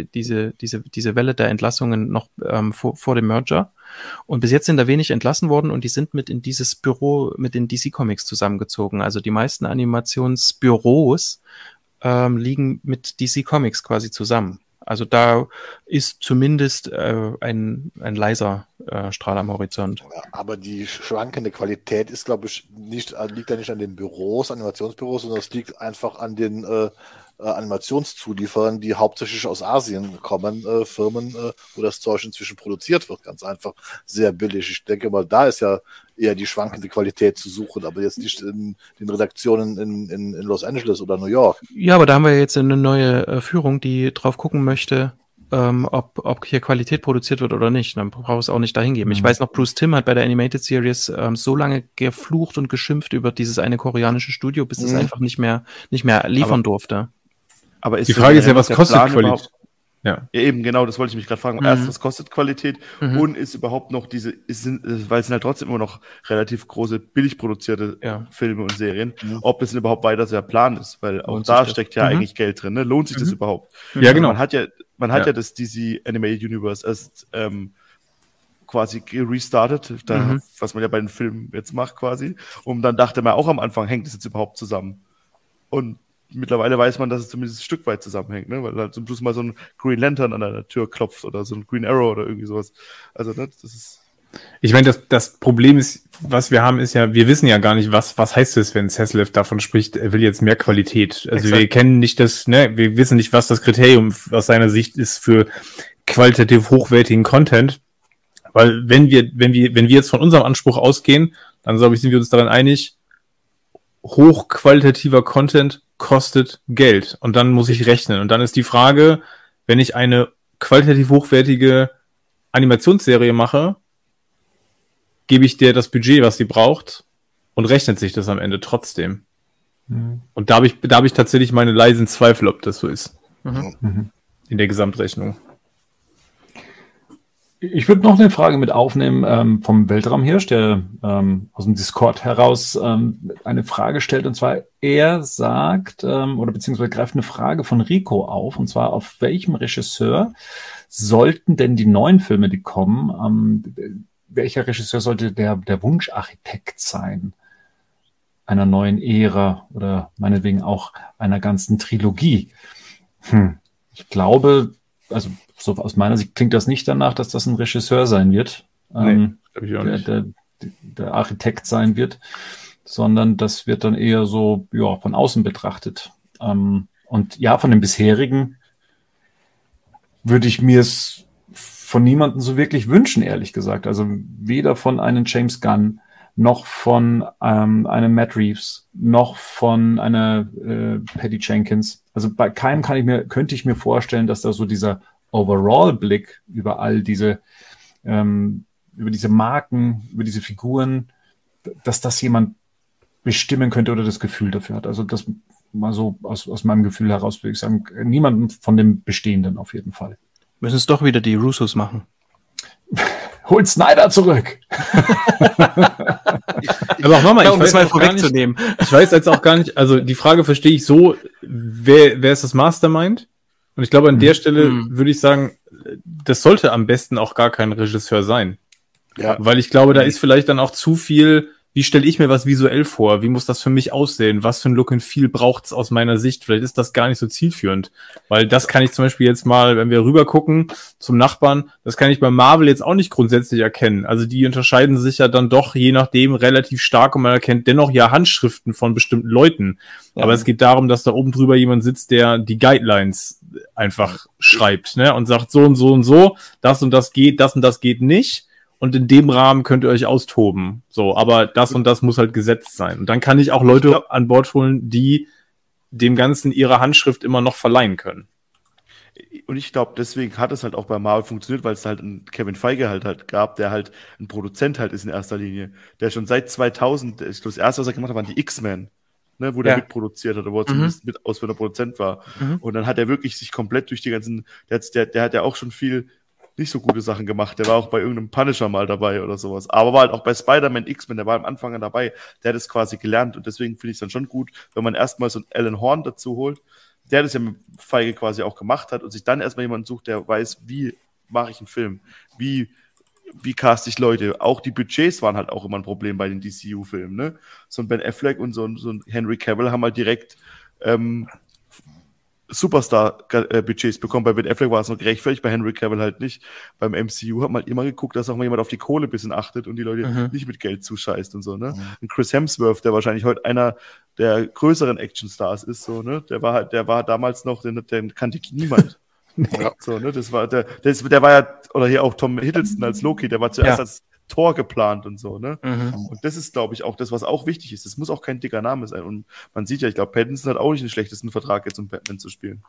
Welle der Entlassungen noch vor dem Merger, und bis jetzt sind da wenig entlassen worden, und die sind mit in dieses Büro mit den DC Comics zusammengezogen. Also die meisten Animationsbüros liegen mit DC Comics quasi zusammen. Also da ist zumindest ein leiser Strahl am Horizont. Ja, aber die schwankende Qualität ist, glaube ich, liegt ja nicht an den Animationsbüros, sondern es liegt einfach an den Animationszulieferern, die hauptsächlich aus Asien kommen, Firmen, wo das Zeug inzwischen produziert wird, ganz einfach sehr billig. Ich denke mal, da ist ja eher die schwankende Qualität zu suchen, aber jetzt nicht in den Redaktionen in Los Angeles oder New York. Ja, aber da haben wir jetzt eine neue Führung, die drauf gucken möchte, ob hier Qualität produziert wird oder nicht. Dann braucht es auch nicht dahin geben. Ich weiß noch, Bruce Timm hat bei der Animated Series so lange geflucht und geschimpft über dieses eine koreanische Studio, bis es einfach nicht mehr liefern durfte. Aber die Frage ist ja, was kostet Qualität? Ja, eben, genau, das wollte ich mich gerade fragen. Erstens kostet Qualität und ist überhaupt noch weil es sind halt trotzdem immer noch relativ große, billig produzierte Filme und Serien, ob das denn überhaupt weiter der Plan ist, weil auch da steckt ja eigentlich Geld drin, ne? Lohnt sich das überhaupt? Ja, genau. Man hat ja das DC Animated Universe erst quasi restartet, was man ja bei den Filmen jetzt macht quasi, und dann dachte man auch am Anfang, hängt das jetzt überhaupt zusammen? Und mittlerweile weiß man, dass es zumindest ein Stück weit zusammenhängt, ne? Weil halt zum Schluss mal so ein Green Lantern an der Tür klopft oder so ein Green Arrow oder irgendwie sowas. Also, ne, das ist... Ich meine, das Problem ist, was wir haben, ist ja, wir wissen ja gar nicht, was heißt es, wenn Zaslav davon spricht, er will jetzt mehr Qualität. Also wir kennen nicht das, ne, wir wissen nicht, was das Kriterium aus seiner Sicht ist für qualitativ hochwertigen Content. Weil wenn wir jetzt von unserem Anspruch ausgehen, dann glaube ich, sind wir uns daran einig, hochqualitativer Content kostet Geld und dann muss ich rechnen. Und dann ist die Frage, wenn ich eine qualitativ hochwertige Animationsserie mache, gebe ich dir das Budget, was sie braucht und rechnet sich das am Ende trotzdem. Und da habe ich tatsächlich meine leisen Zweifel, ob das so ist. In der Gesamtrechnung. Ich würde noch eine Frage mit aufnehmen vom Weltraumhirsch, der aus dem Discord heraus eine Frage stellt. Und zwar, er sagt, oder beziehungsweise greift eine Frage von Rico auf. Und zwar, auf welchem Regisseur sollten denn die neuen Filme, die kommen, welcher Regisseur sollte der Wunscharchitekt sein? Einer neuen Ära oder meinetwegen auch einer ganzen Trilogie? Ich glaube, also so aus meiner Sicht klingt das nicht danach, dass das ein Regisseur sein wird, glaube ich auch nicht. Der Architekt sein wird, sondern das wird dann eher so von außen betrachtet. Und ja, von den bisherigen würde ich mir es von niemandem so wirklich wünschen, ehrlich gesagt. Also weder von einem James Gunn, noch von einem Matt Reeves, noch von einer Patty Jenkins. Also bei keinem könnte ich mir vorstellen, dass da so dieser Overall-Blick über all diese über diese Marken, über diese Figuren, dass das jemand bestimmen könnte oder das Gefühl dafür hat. Also das mal so aus meinem Gefühl heraus würde ich sagen, niemanden von dem Bestehenden auf jeden Fall. Müssen es doch wieder die Russos machen. Holt Snyder zurück! Aber auch nochmal, ich weiß jetzt auch gar nicht, also die Frage verstehe ich so, wer ist das Mastermind? Und ich glaube, an der Stelle würde ich sagen, das sollte am besten auch gar kein Regisseur sein. Ja. Weil ich glaube, da ist vielleicht dann auch zu viel, wie stelle ich mir was visuell vor? Wie muss das für mich aussehen? Was für ein Look and Feel braucht es aus meiner Sicht? Vielleicht ist das gar nicht so zielführend. Weil das kann ich zum Beispiel jetzt mal, wenn wir rüber gucken zum Nachbarn, das kann ich bei Marvel jetzt auch nicht grundsätzlich erkennen. Also die unterscheiden sich ja dann doch je nachdem relativ stark und man erkennt dennoch ja Handschriften von bestimmten Leuten. Ja. Aber es geht darum, dass da oben drüber jemand sitzt, der die Guidelines einfach schreibt, ne? Und sagt so und so und so, das und das geht nicht. Und in dem Rahmen könnt ihr euch austoben. So, aber das und das muss halt gesetzt sein. Und dann kann ich auch Leute an Bord holen, die dem Ganzen ihre Handschrift immer noch verleihen können. Und ich glaube, deswegen hat es halt auch bei Marvel funktioniert, weil es halt einen Kevin Feige halt gab, der halt ein Produzent halt ist in erster Linie. Der schon seit 2000, ich glaube, das erste, was er gemacht hat, waren die X-Men. Ne, wo der mitproduziert hat, wo er zumindest mit ausführender Produzent war. Und dann hat er wirklich sich komplett durch die ganzen, der hat ja auch schon viel nicht so gute Sachen gemacht. Der war auch bei irgendeinem Punisher mal dabei oder sowas. Aber war halt auch bei Spider-Man X-Men, der war am Anfang dabei. Der hat es quasi gelernt und deswegen finde ich es dann schon gut, wenn man erstmal so einen Alan Horn dazu holt, der das ja mit Feige quasi auch gemacht hat und sich dann erstmal jemanden sucht, der weiß, wie mache ich einen Film, wie cast ich Leute. Auch die Budgets waren halt auch immer ein Problem bei den DCU-Filmen. Ne? So ein Ben Affleck und so ein Henry Cavill haben halt direkt Superstar-Budgets bekommen. Bei Ben Affleck war es noch gerechtfertigt, bei Henry Cavill halt nicht. Beim MCU hat man halt immer geguckt, dass auch mal jemand auf die Kohle ein bisschen achtet und die Leute nicht mit Geld zuscheißt und so, ne? Und Chris Hemsworth, der wahrscheinlich heute einer der größeren Actionstars ist, so, ne? Der war damals noch, den kannte niemand. Ja. So, ne? Der war ja, oder hier auch Tom Hiddleston als Loki, der war zuerst als Thor geplant und so, ne? Und das ist, glaube ich, auch das, was auch wichtig ist. Das muss auch kein dicker Name sein. Und man sieht ja, ich glaube, Pattinson hat auch nicht den schlechtesten Vertrag jetzt, um Batman zu spielen.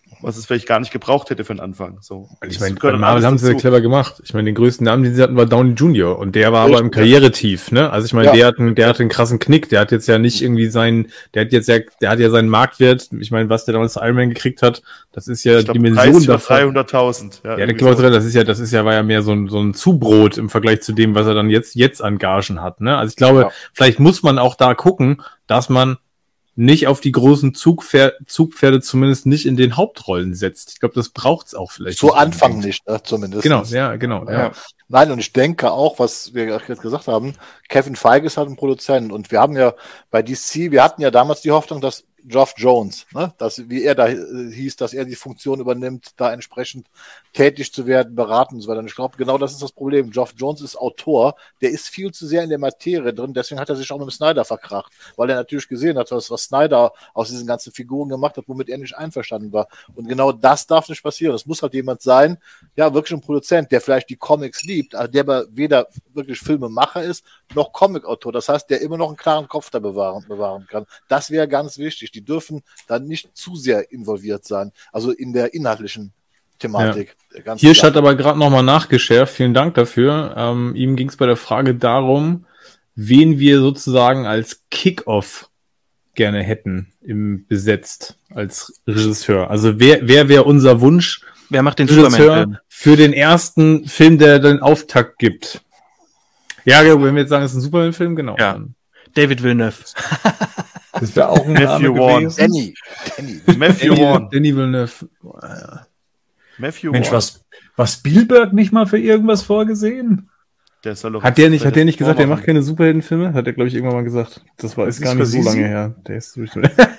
was es vielleicht gar nicht gebraucht hätte für den Anfang. So. Ich meine, bei Marvel haben sie ja clever gemacht. Ich meine, den größten Namen, den sie hatten, war Downey Jr. Und der war aber im Karrieretief, ne? Also ich meine, der hat einen krassen Knick. Der hat jetzt ja nicht irgendwie der hat ja seinen Marktwert. Ich meine, was der damals Iron Man gekriegt hat, das ist ja Dimension davon. 300.000. Ja, das ist ja, war ja mehr so ein Zubrot im Vergleich zu dem, was er dann jetzt an Gagen hat, ne? Also ich glaube, vielleicht muss man auch da gucken, dass man nicht auf die großen Zugpferde zumindest nicht in den Hauptrollen setzt. Ich glaube, das braucht's auch vielleicht. Zu Anfang nicht, ne, zumindest. Genau, ja, genau. Ja. Nein, und ich denke auch, was wir jetzt gesagt haben, Kevin Feige ist halt ein Produzent und wir haben ja bei DC, wir hatten ja damals die Hoffnung, dass Geoff Jones, ne, dass, wie er da hieß, dass er die Funktion übernimmt, da entsprechend tätig zu werden, beraten und so weiter. Und ich glaube, genau das ist das Problem. Geoff Jones ist Autor, der ist viel zu sehr in der Materie drin, deswegen hat er sich auch mit dem Snyder verkracht, weil er natürlich gesehen hat, was Snyder aus diesen ganzen Figuren gemacht hat, womit er nicht einverstanden war. Und genau das darf nicht passieren. Es muss halt jemand sein, ja, wirklich ein Produzent, der vielleicht die Comics liebt, also der aber weder wirklich Filmemacher ist, noch Comicautor. Das heißt, der immer noch einen klaren Kopf da bewahren kann. Das wäre ganz wichtig. Die dürfen dann nicht zu sehr involviert sein, also in der inhaltlichen Thematik. Ja. Hier hat aber gerade nochmal nachgeschärft, vielen Dank dafür. Ihm ging es bei der Frage darum, wen wir sozusagen als Kick-Off gerne hätten besetzt als Regisseur. Also wer wäre unser Wunsch? Wer macht den Superman für den ersten Film, der den Auftakt gibt? Ja, wenn wir jetzt sagen, es ist ein Superman-Film, genau. Ja. David Villeneuve. Das wäre auch ein Matthew Vaughn. Matthew Vaughn. Danny Villeneuve. Matthew Mensch, was Spielberg nicht mal für irgendwas vorgesehen? Hat der nicht gesagt, er macht keine Superheldenfilme? Hat er, glaube ich, irgendwann mal gesagt. Ist gar nicht so lange her. Der ist durch.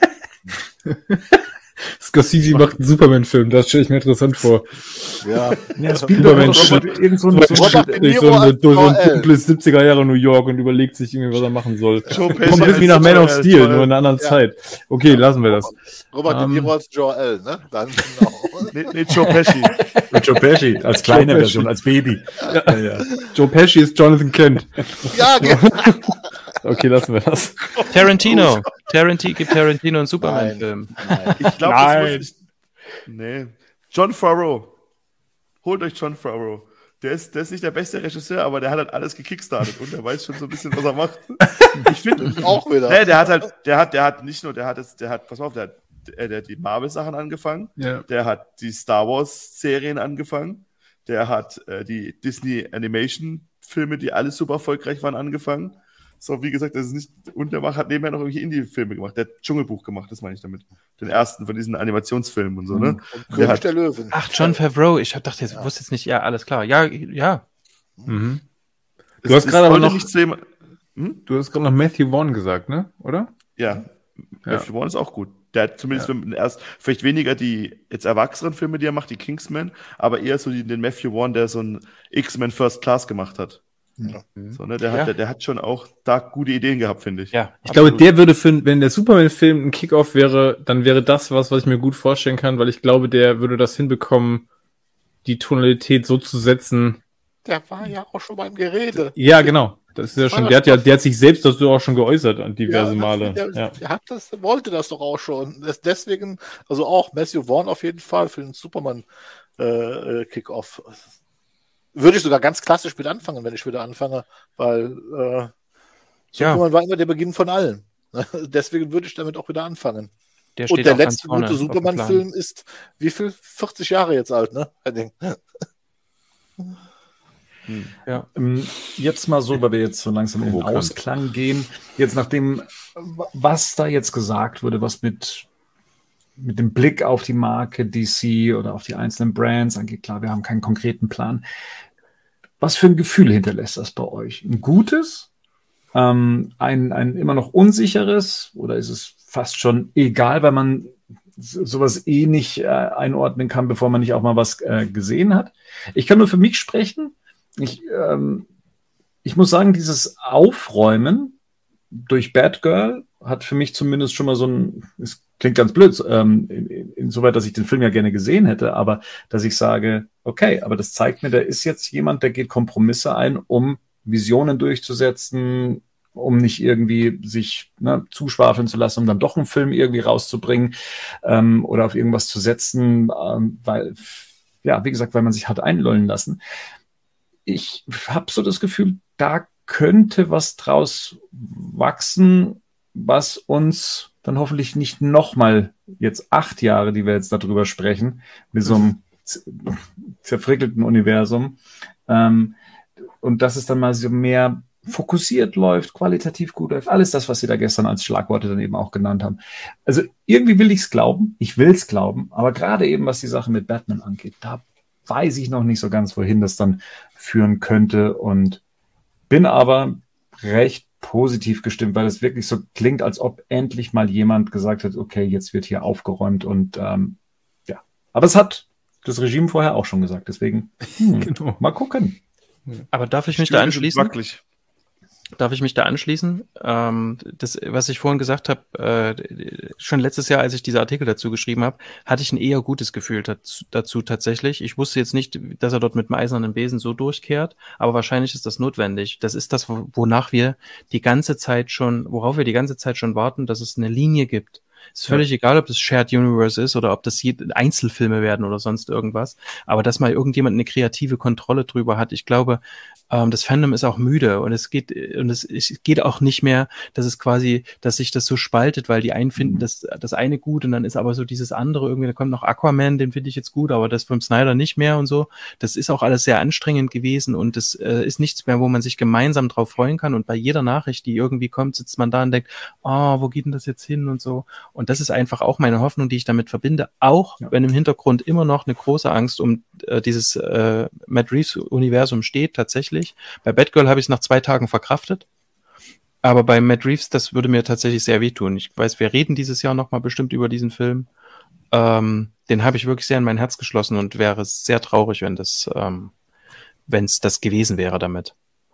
Scorsese macht einen Superman-Film, das stelle ich mir interessant vor. Ja, Spielberg durch so ein dunkles 70er Jahre New York und überlegt sich irgendwie, was er machen soll. Kommt ein bisschen nach Man of Steel, nur in einer anderen Zeit. Okay, lassen wir das. Robert De Niro als Jor-El, ne? Dann nee, Joe Pesci. Joe Pesci, als kleine Version, als Baby. Ja. Joe Pesci ist Jonathan Kent. Ja, genau. Okay, lassen wir das. Tarantino. Gibt Tarantino einen Superman-Film. Ich glaube, das muss nee. Jon Favreau. Holt euch Jon Favreau. Der ist nicht der beste Regisseur, aber der hat halt alles gekickstartet und der weiß schon so ein bisschen, was er macht. Ich finde auch wieder. Nee, der hat die Marvel-Sachen angefangen. Ja. Der hat die Star Wars-Serien angefangen. Der hat die Disney Animation-Filme, die alle super erfolgreich waren, angefangen. So, wie gesagt, das ist nicht, und der hat nebenher noch irgendwelche Indie-Filme gemacht. Der hat Dschungelbuch gemacht, das meine ich damit. Den ersten von diesen Animationsfilmen und so, ne? Und der Löwen. Ach, Jon Favreau, ich dachte, ich wusste jetzt nicht, ja, alles klar. Ja. Mhm. Du hast gerade aber noch Du hast gerade noch Matthew Vaughn gesagt, ne? Oder? Ja. Matthew Vaughn ist auch gut. Der hat zumindest vielleicht weniger die jetzt erwachsenen Filme, die er macht, die Kingsman, aber eher so den Matthew Vaughn, der so ein X-Men First Class gemacht hat. Ja. So, ne, der hat schon auch da gute Ideen gehabt, finde ich. Ja, ich glaube, der würde wenn der Superman-Film ein Kickoff wäre, dann wäre das was ich mir gut vorstellen kann, weil ich glaube, der würde das hinbekommen, die Tonalität so zu setzen. Der war ja auch schon beim Gerede. Ja, genau. Das ist ja schon, der hat sich selbst dazu auch schon geäußert an diverse Male. Der wollte das doch auch schon. Deswegen, also auch Matthew Vaughn auf jeden Fall für den Superman Kickoff. Würde ich sogar ganz klassisch mit anfangen, wenn ich wieder anfange, weil Superman war immer der Beginn von allem. Deswegen würde ich damit auch wieder anfangen. Und der letzte gute Superman-Film ist, wie viel? 40 Jahre jetzt alt, ne? Ja. Jetzt mal so, weil wir jetzt so langsam in den Ausklang gehen. Jetzt nachdem, was da jetzt gesagt wurde, was mit dem Blick auf die Marke DC oder auf die einzelnen Brands angeht, klar, wir haben keinen konkreten Plan. Was für ein Gefühl hinterlässt das bei euch? Ein gutes? Ein immer noch unsicheres? Oder ist es fast schon egal, weil man sowas nicht einordnen kann, bevor man nicht auch mal was gesehen hat? Ich kann nur für mich sprechen. Ich muss sagen, dieses Aufräumen durch Batgirl hat für mich zumindest schon mal es klingt ganz blöd, insoweit, dass ich den Film ja gerne gesehen hätte, aber dass ich sage, okay, aber das zeigt mir, da ist jetzt jemand, der geht Kompromisse ein, um Visionen durchzusetzen, um nicht irgendwie sich zuschwafeln zu lassen, um dann doch einen Film irgendwie rauszubringen oder auf irgendwas zu setzen, weil, ja, wie gesagt, weil man sich hat einlullen lassen. Ich habe so das Gefühl, da könnte was draus wachsen, was uns dann hoffentlich nicht nochmal jetzt 8 Jahre, die wir jetzt darüber sprechen, mit so einem zerfrickelten Universum, und dass es dann mal so mehr fokussiert läuft, qualitativ gut läuft, alles das, was Sie da gestern als Schlagworte dann eben auch genannt haben. Also irgendwie will ich es glauben, ich will es glauben, aber gerade eben, was die Sache mit Batman angeht, da weiß ich noch nicht so ganz, wohin das dann führen könnte, und bin aber recht positiv gestimmt, weil es wirklich so klingt, als ob endlich mal jemand gesagt hat, okay, jetzt wird hier aufgeräumt, und ja. Aber es hat das Regime vorher auch schon gesagt, deswegen Genau. Mal gucken. Aber darf ich mich da anschließen? Darf ich mich da anschließen? Das, was ich vorhin gesagt habe, schon letztes Jahr, als ich diese Artikel dazu geschrieben habe, hatte ich ein eher gutes Gefühl dazu tatsächlich. Ich wusste jetzt nicht, dass er dort mit dem eisernen Besen so durchkehrt, aber wahrscheinlich ist das notwendig. Das ist das, worauf wir die ganze Zeit schon warten, dass es eine Linie gibt. Es ist völlig egal, ob das Shared Universe ist oder ob das Einzelfilme werden oder sonst irgendwas. Aber dass mal irgendjemand eine kreative Kontrolle drüber hat, ich glaube, das Fandom ist auch müde, und es geht auch nicht mehr, dass sich das so spaltet, weil die einen finden das eine gut, und dann ist aber so dieses andere irgendwie, da kommt noch Aquaman, den finde ich jetzt gut, aber das vom Snyder nicht mehr und so. Das ist auch alles sehr anstrengend gewesen, und das ist nichts mehr, wo man sich gemeinsam drauf freuen kann, und bei jeder Nachricht, die irgendwie kommt, sitzt man da und denkt, wo geht denn das jetzt hin und so. Und das ist einfach auch meine Hoffnung, die ich damit verbinde, auch wenn im Hintergrund immer noch eine große Angst um dieses Matt Reeves-Universum steht, tatsächlich. Bei Batgirl habe ich es nach 2 Tagen verkraftet, aber bei Matt Reeves, das würde mir tatsächlich sehr wehtun. Ich weiß, wir reden dieses Jahr nochmal bestimmt über diesen Film. Den habe ich wirklich sehr in mein Herz geschlossen, und wäre sehr traurig, wenn es das gewesen wäre damit.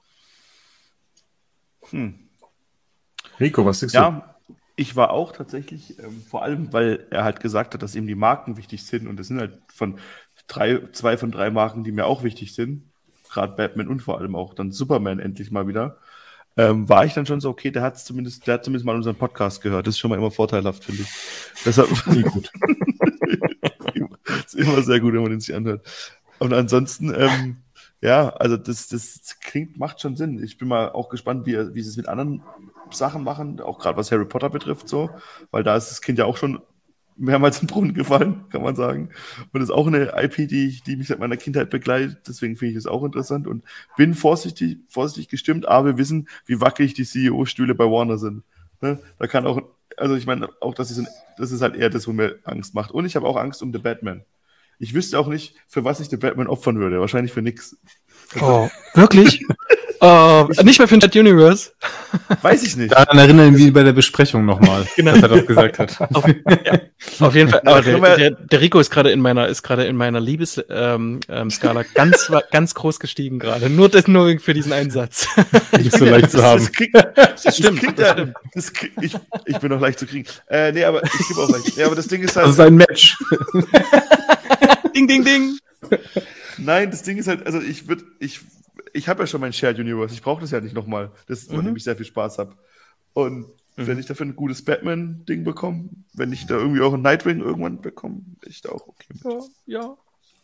Rico, was sagst du? Ja, ich war auch tatsächlich, vor allem, weil er halt gesagt hat, dass ihm die Marken wichtig sind, und es sind halt 2 von 3 Marken, die mir auch wichtig sind, gerade Batman und vor allem auch dann Superman endlich mal wieder, war ich dann schon so, okay, der hat zumindest mal unseren Podcast gehört. Das ist schon mal immer vorteilhaft, finde ich. Deshalb gut. Ist immer sehr gut, wenn man den sich anhört. Und ansonsten, also das macht schon Sinn. Ich bin mal auch gespannt, wie sie es mit anderen Sachen machen, auch gerade was Harry Potter betrifft, so, weil da ist das Kind ja auch schon mehrmals in den Brunnen gefallen, kann man sagen. Und das ist auch eine IP, die mich seit meiner Kindheit begleitet, deswegen finde ich das auch interessant und bin vorsichtig gestimmt, aber wir wissen, wie wackelig die CEO-Stühle bei Warner sind. Ne? Da kann auch, also ich meine, auch das ist halt eher das, wo mir Angst macht. Und ich habe auch Angst um The Batman. Ich wüsste auch nicht, für was ich The Batman opfern würde. Wahrscheinlich für nix. Oh, wirklich? Nicht mehr für Shared Universe. Weiß ich nicht. Daran erinnern wir bei der Besprechung nochmal, genau, dass er das gesagt hat. Auf jeden Fall. Aber der Rico ist gerade in meiner Liebesskala ganz groß gestiegen gerade. Nur für diesen Einsatz. Nicht so leicht zu haben. Das stimmt. Ich bin noch leicht zu kriegen. Nee, aber ich gebe auch leicht. Ja, aber das Ding ist halt. Das ist ein Match. Ding, ding, ding. Nein, das Ding ist halt, also ich habe ja schon mein Shared Universe, ich brauche das ja nicht nochmal, bei dem ich sehr viel Spaß habe. Und wenn ich dafür ein gutes Batman-Ding bekomme, wenn ich da irgendwie auch ein Nightwing irgendwann bekomme, bin ich da auch okay mit. Ja.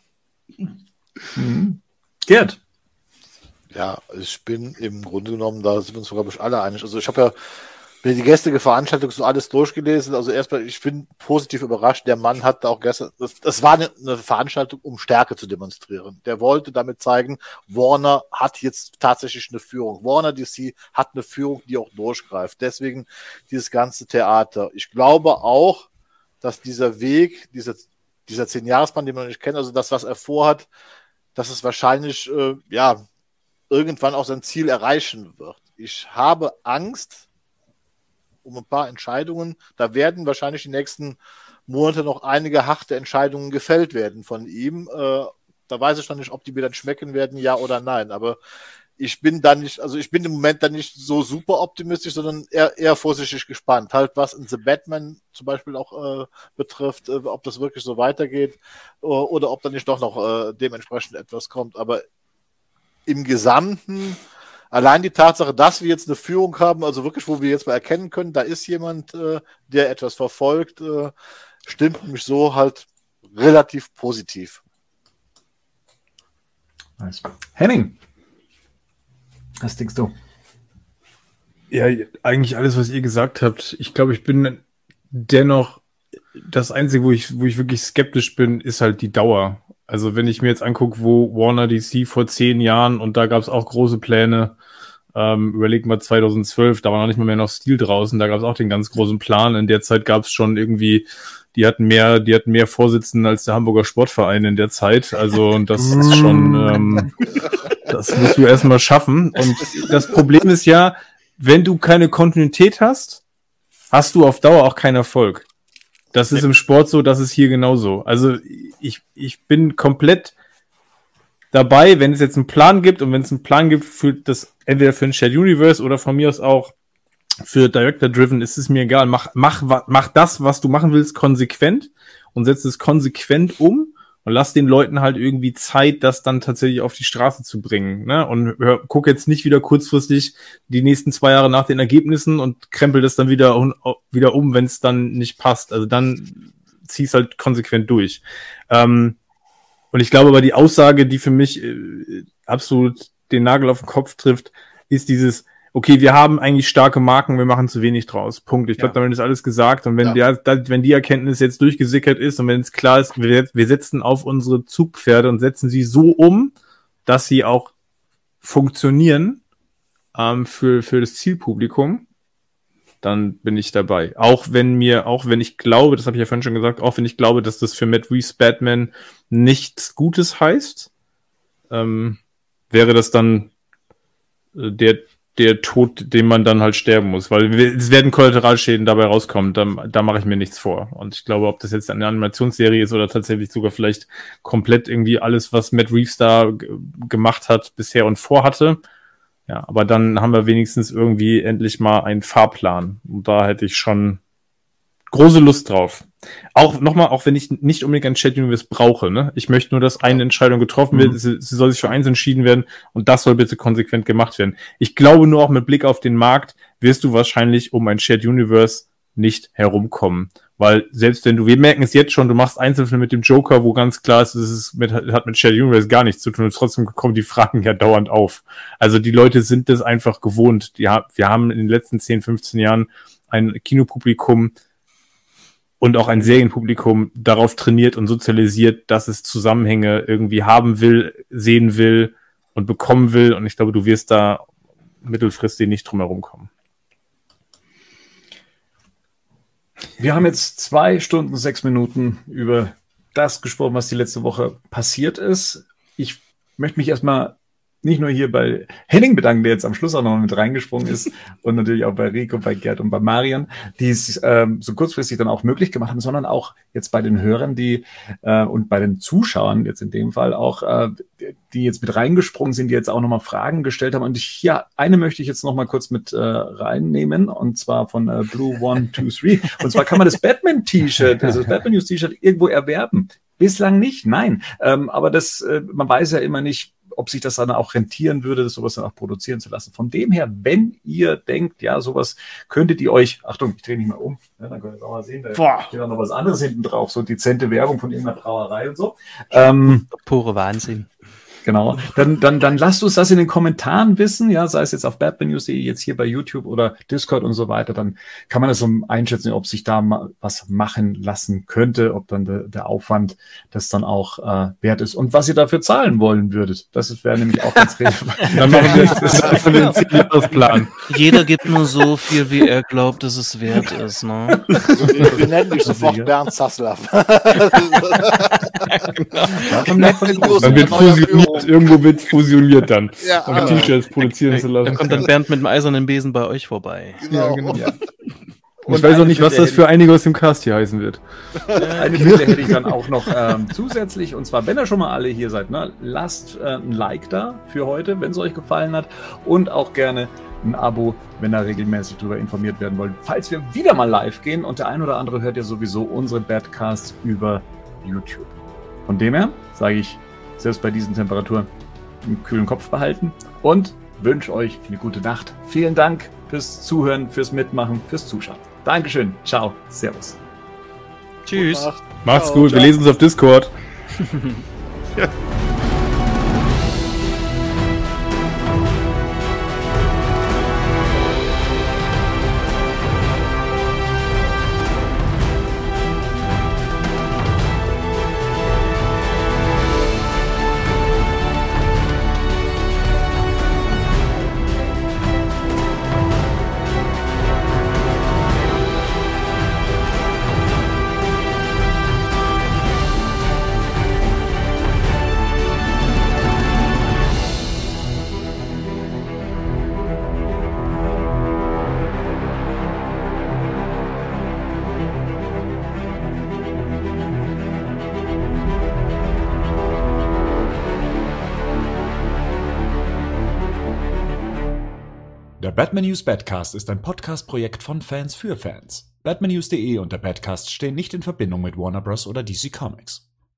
Gerd? Ja, ich bin im Grunde genommen, da sind wir uns, glaube ich, alle einig. Also ich habe ja mir die gestrige Veranstaltung so alles durchgelesen. Also erstmal, ich bin positiv überrascht. Der Mann hat auch gestern, das war eine Veranstaltung, um Stärke zu demonstrieren. Der wollte damit zeigen, Warner hat jetzt tatsächlich eine Führung. Warner DC hat eine Führung, die auch durchgreift. Deswegen dieses ganze Theater. Ich glaube auch, dass dieser Weg, dieser 10-Jahres-Plan, den man nicht kennt, also das, was er vorhat, dass es wahrscheinlich, irgendwann auch sein Ziel erreichen wird. Ich habe Angst um ein paar Entscheidungen. Da werden wahrscheinlich die nächsten Monate noch einige harte Entscheidungen gefällt werden von ihm. Da weiß ich noch nicht, ob die mir dann schmecken werden, ja oder nein. Aber ich bin im Moment dann nicht so super optimistisch, sondern eher vorsichtig gespannt. Halt, was in The Batman zum Beispiel auch betrifft, ob das wirklich so weitergeht oder ob da nicht doch noch dementsprechend etwas kommt. Aber im Gesamten allein die Tatsache, dass wir jetzt eine Führung haben, also wirklich, wo wir jetzt mal erkennen können, da ist jemand, der etwas verfolgt, stimmt mich so halt relativ positiv. Nice. Henning, was denkst du? Ja, eigentlich alles, was ihr gesagt habt. Ich glaube, ich bin dennoch, das Einzige, wo ich wirklich skeptisch bin, ist halt die Dauer. Also wenn ich mir jetzt angucke, wo Warner DC vor 10 Jahren, und da gab es auch große Pläne, überleg mal 2012, da war noch nicht mal mehr noch Steel draußen, da gab es auch den ganz großen Plan. In der Zeit gab es schon irgendwie, die hatten mehr Vorsitzende als der Hamburger Sportverein in der Zeit. Also und das ist schon, das musst du erstmal schaffen. Und das Problem ist ja, wenn du keine Kontinuität hast, hast du auf Dauer auch keinen Erfolg. Das ist im Sport so, das ist hier genauso. Also ich bin komplett dabei, wenn es jetzt einen Plan gibt, und wenn es einen Plan gibt für das, entweder für ein Shared Universe oder von mir aus auch für Director Driven, ist es mir egal. Mach das, was du machen willst, konsequent und setz es konsequent um und lass den Leuten halt irgendwie Zeit, das dann tatsächlich auf die Straße zu bringen. Ne? Und guck jetzt nicht wieder kurzfristig die nächsten 2 Jahre nach den Ergebnissen und krempel das dann wieder um, wenn es dann nicht passt. Also dann zieh's halt konsequent durch. Und ich glaube aber, die Aussage, die für mich absolut den Nagel auf den Kopf trifft, ist dieses: Okay, wir haben eigentlich starke Marken, wir machen zu wenig draus. Punkt. Ich glaube, damit ist alles gesagt. Und wenn wenn die Erkenntnis jetzt durchgesickert ist und wenn es klar ist, wir setzen auf unsere Zugpferde und setzen sie so um, dass sie auch funktionieren für das Zielpublikum, dann bin ich dabei. Auch wenn ich glaube, das habe ich ja vorhin schon gesagt, auch wenn ich glaube, dass das für Matt Reeves Batman nichts Gutes heißt, wäre das dann der Tod, den man dann halt sterben muss, weil es werden Kollateralschäden dabei rauskommen, da mache ich mir nichts vor. Und ich glaube, ob das jetzt eine Animationsserie ist oder tatsächlich sogar vielleicht komplett irgendwie alles, was Matt Reeves da gemacht hat bisher und vorhatte, ja, aber dann haben wir wenigstens irgendwie endlich mal einen Fahrplan. Und da hätte ich schon große Lust drauf. Auch wenn ich nicht unbedingt ein Shared Universe brauche, ne? Ich möchte nur, dass eine Entscheidung getroffen wird, sie soll sich für eins entschieden werden und das soll bitte konsequent gemacht werden. Ich glaube nur auch mit Blick auf den Markt wirst du wahrscheinlich um ein Shared Universe nicht herumkommen. Weil selbst wenn wir merken es jetzt schon, du machst Einzelfilme mit dem Joker, wo ganz klar ist, hat mit Shared Universe gar nichts zu tun, und trotzdem kommen die Fragen ja dauernd auf. Also die Leute sind das einfach gewohnt. Wir haben in den letzten 10, 15 Jahren ein Kinopublikum und auch ein Serienpublikum darauf trainiert und sozialisiert, dass es Zusammenhänge irgendwie haben will, sehen will und bekommen will. Und ich glaube, du wirst da mittelfristig nicht drum herum kommen. Wir haben jetzt 2 Stunden, 6 Minuten über das gesprochen, was die letzte Woche passiert ist. Ich möchte mich erstmal nicht nur hier bei Henning bedanken, der jetzt am Schluss auch noch mit reingesprungen ist, und natürlich auch bei Rico, bei Gerd und bei Marian, die es so kurzfristig dann auch möglich gemacht haben, sondern auch jetzt bei den Hörern, die und bei den Zuschauern jetzt in dem Fall auch, die jetzt mit reingesprungen sind, die jetzt auch nochmal Fragen gestellt haben. Und eine möchte ich jetzt nochmal kurz mit reinnehmen, und zwar von Blue 123. Und zwar kann man das Batman-T-Shirt, also das Batman News T-Shirt irgendwo erwerben. Bislang nicht, nein. Aber man weiß ja immer nicht, ob sich das dann auch rentieren würde, das sowas dann auch produzieren zu lassen. Von dem her, wenn ihr denkt, ja, sowas könntet ihr euch, Achtung, ich drehe nicht mal um, ja, dann könnt ihr es auch mal sehen, da steht auch noch was anderes hinten drauf, so dezente Werbung von irgendeiner Brauerei und so. Pure Wahnsinn. Genau, dann lasst uns das in den Kommentaren wissen, ja, sei es jetzt auf batmannews.de, jetzt hier bei YouTube oder Discord und so weiter, dann kann man das so einschätzen, ob sich da mal was machen lassen könnte, ob dann der Aufwand das dann auch wert ist und was ihr dafür zahlen wollen würdet. Das wäre nämlich auch ganz relevant. Dann machen wir das für den 10-Jahres-Plan. Jeder gibt nur so viel, wie er glaubt, dass es wert ist, ne? Wir nennen dich sofort Bernd Zaslav. Dann wird fusioniert, irgendwo wird fusioniert dann, ja, um T-Shirts produzieren zu lassen. Dann kommt dann Bernd mit dem eisernen Besen bei euch vorbei. Genau. Ja, genau. Ja. Und ich weiß auch nicht, was das für einige aus dem Cast hier heißen wird. Eine Bitte hätte ich dann auch noch zusätzlich, und zwar, wenn ihr schon mal alle hier seid, ne, lasst ein Like da für heute, wenn es euch gefallen hat, und auch gerne ein Abo, wenn ihr regelmäßig darüber informiert werden wollt, falls wir wieder mal live gehen, und der ein oder andere hört ja sowieso unsere Badcasts über YouTube. Von dem her sage ich, selbst bei diesen Temperaturen einen kühlen Kopf behalten und wünsche euch eine gute Nacht. Vielen Dank fürs Zuhören, fürs Mitmachen, fürs Zuschauen. Dankeschön. Ciao. Servus. Tschüss. Macht's gut. Wir lesen uns auf Discord. Ja. Der Batman News Badcast ist ein Podcast-Projekt von Fans für Fans. Batmannews.de und der Badcast stehen nicht in Verbindung mit Warner Bros. Oder DC Comics.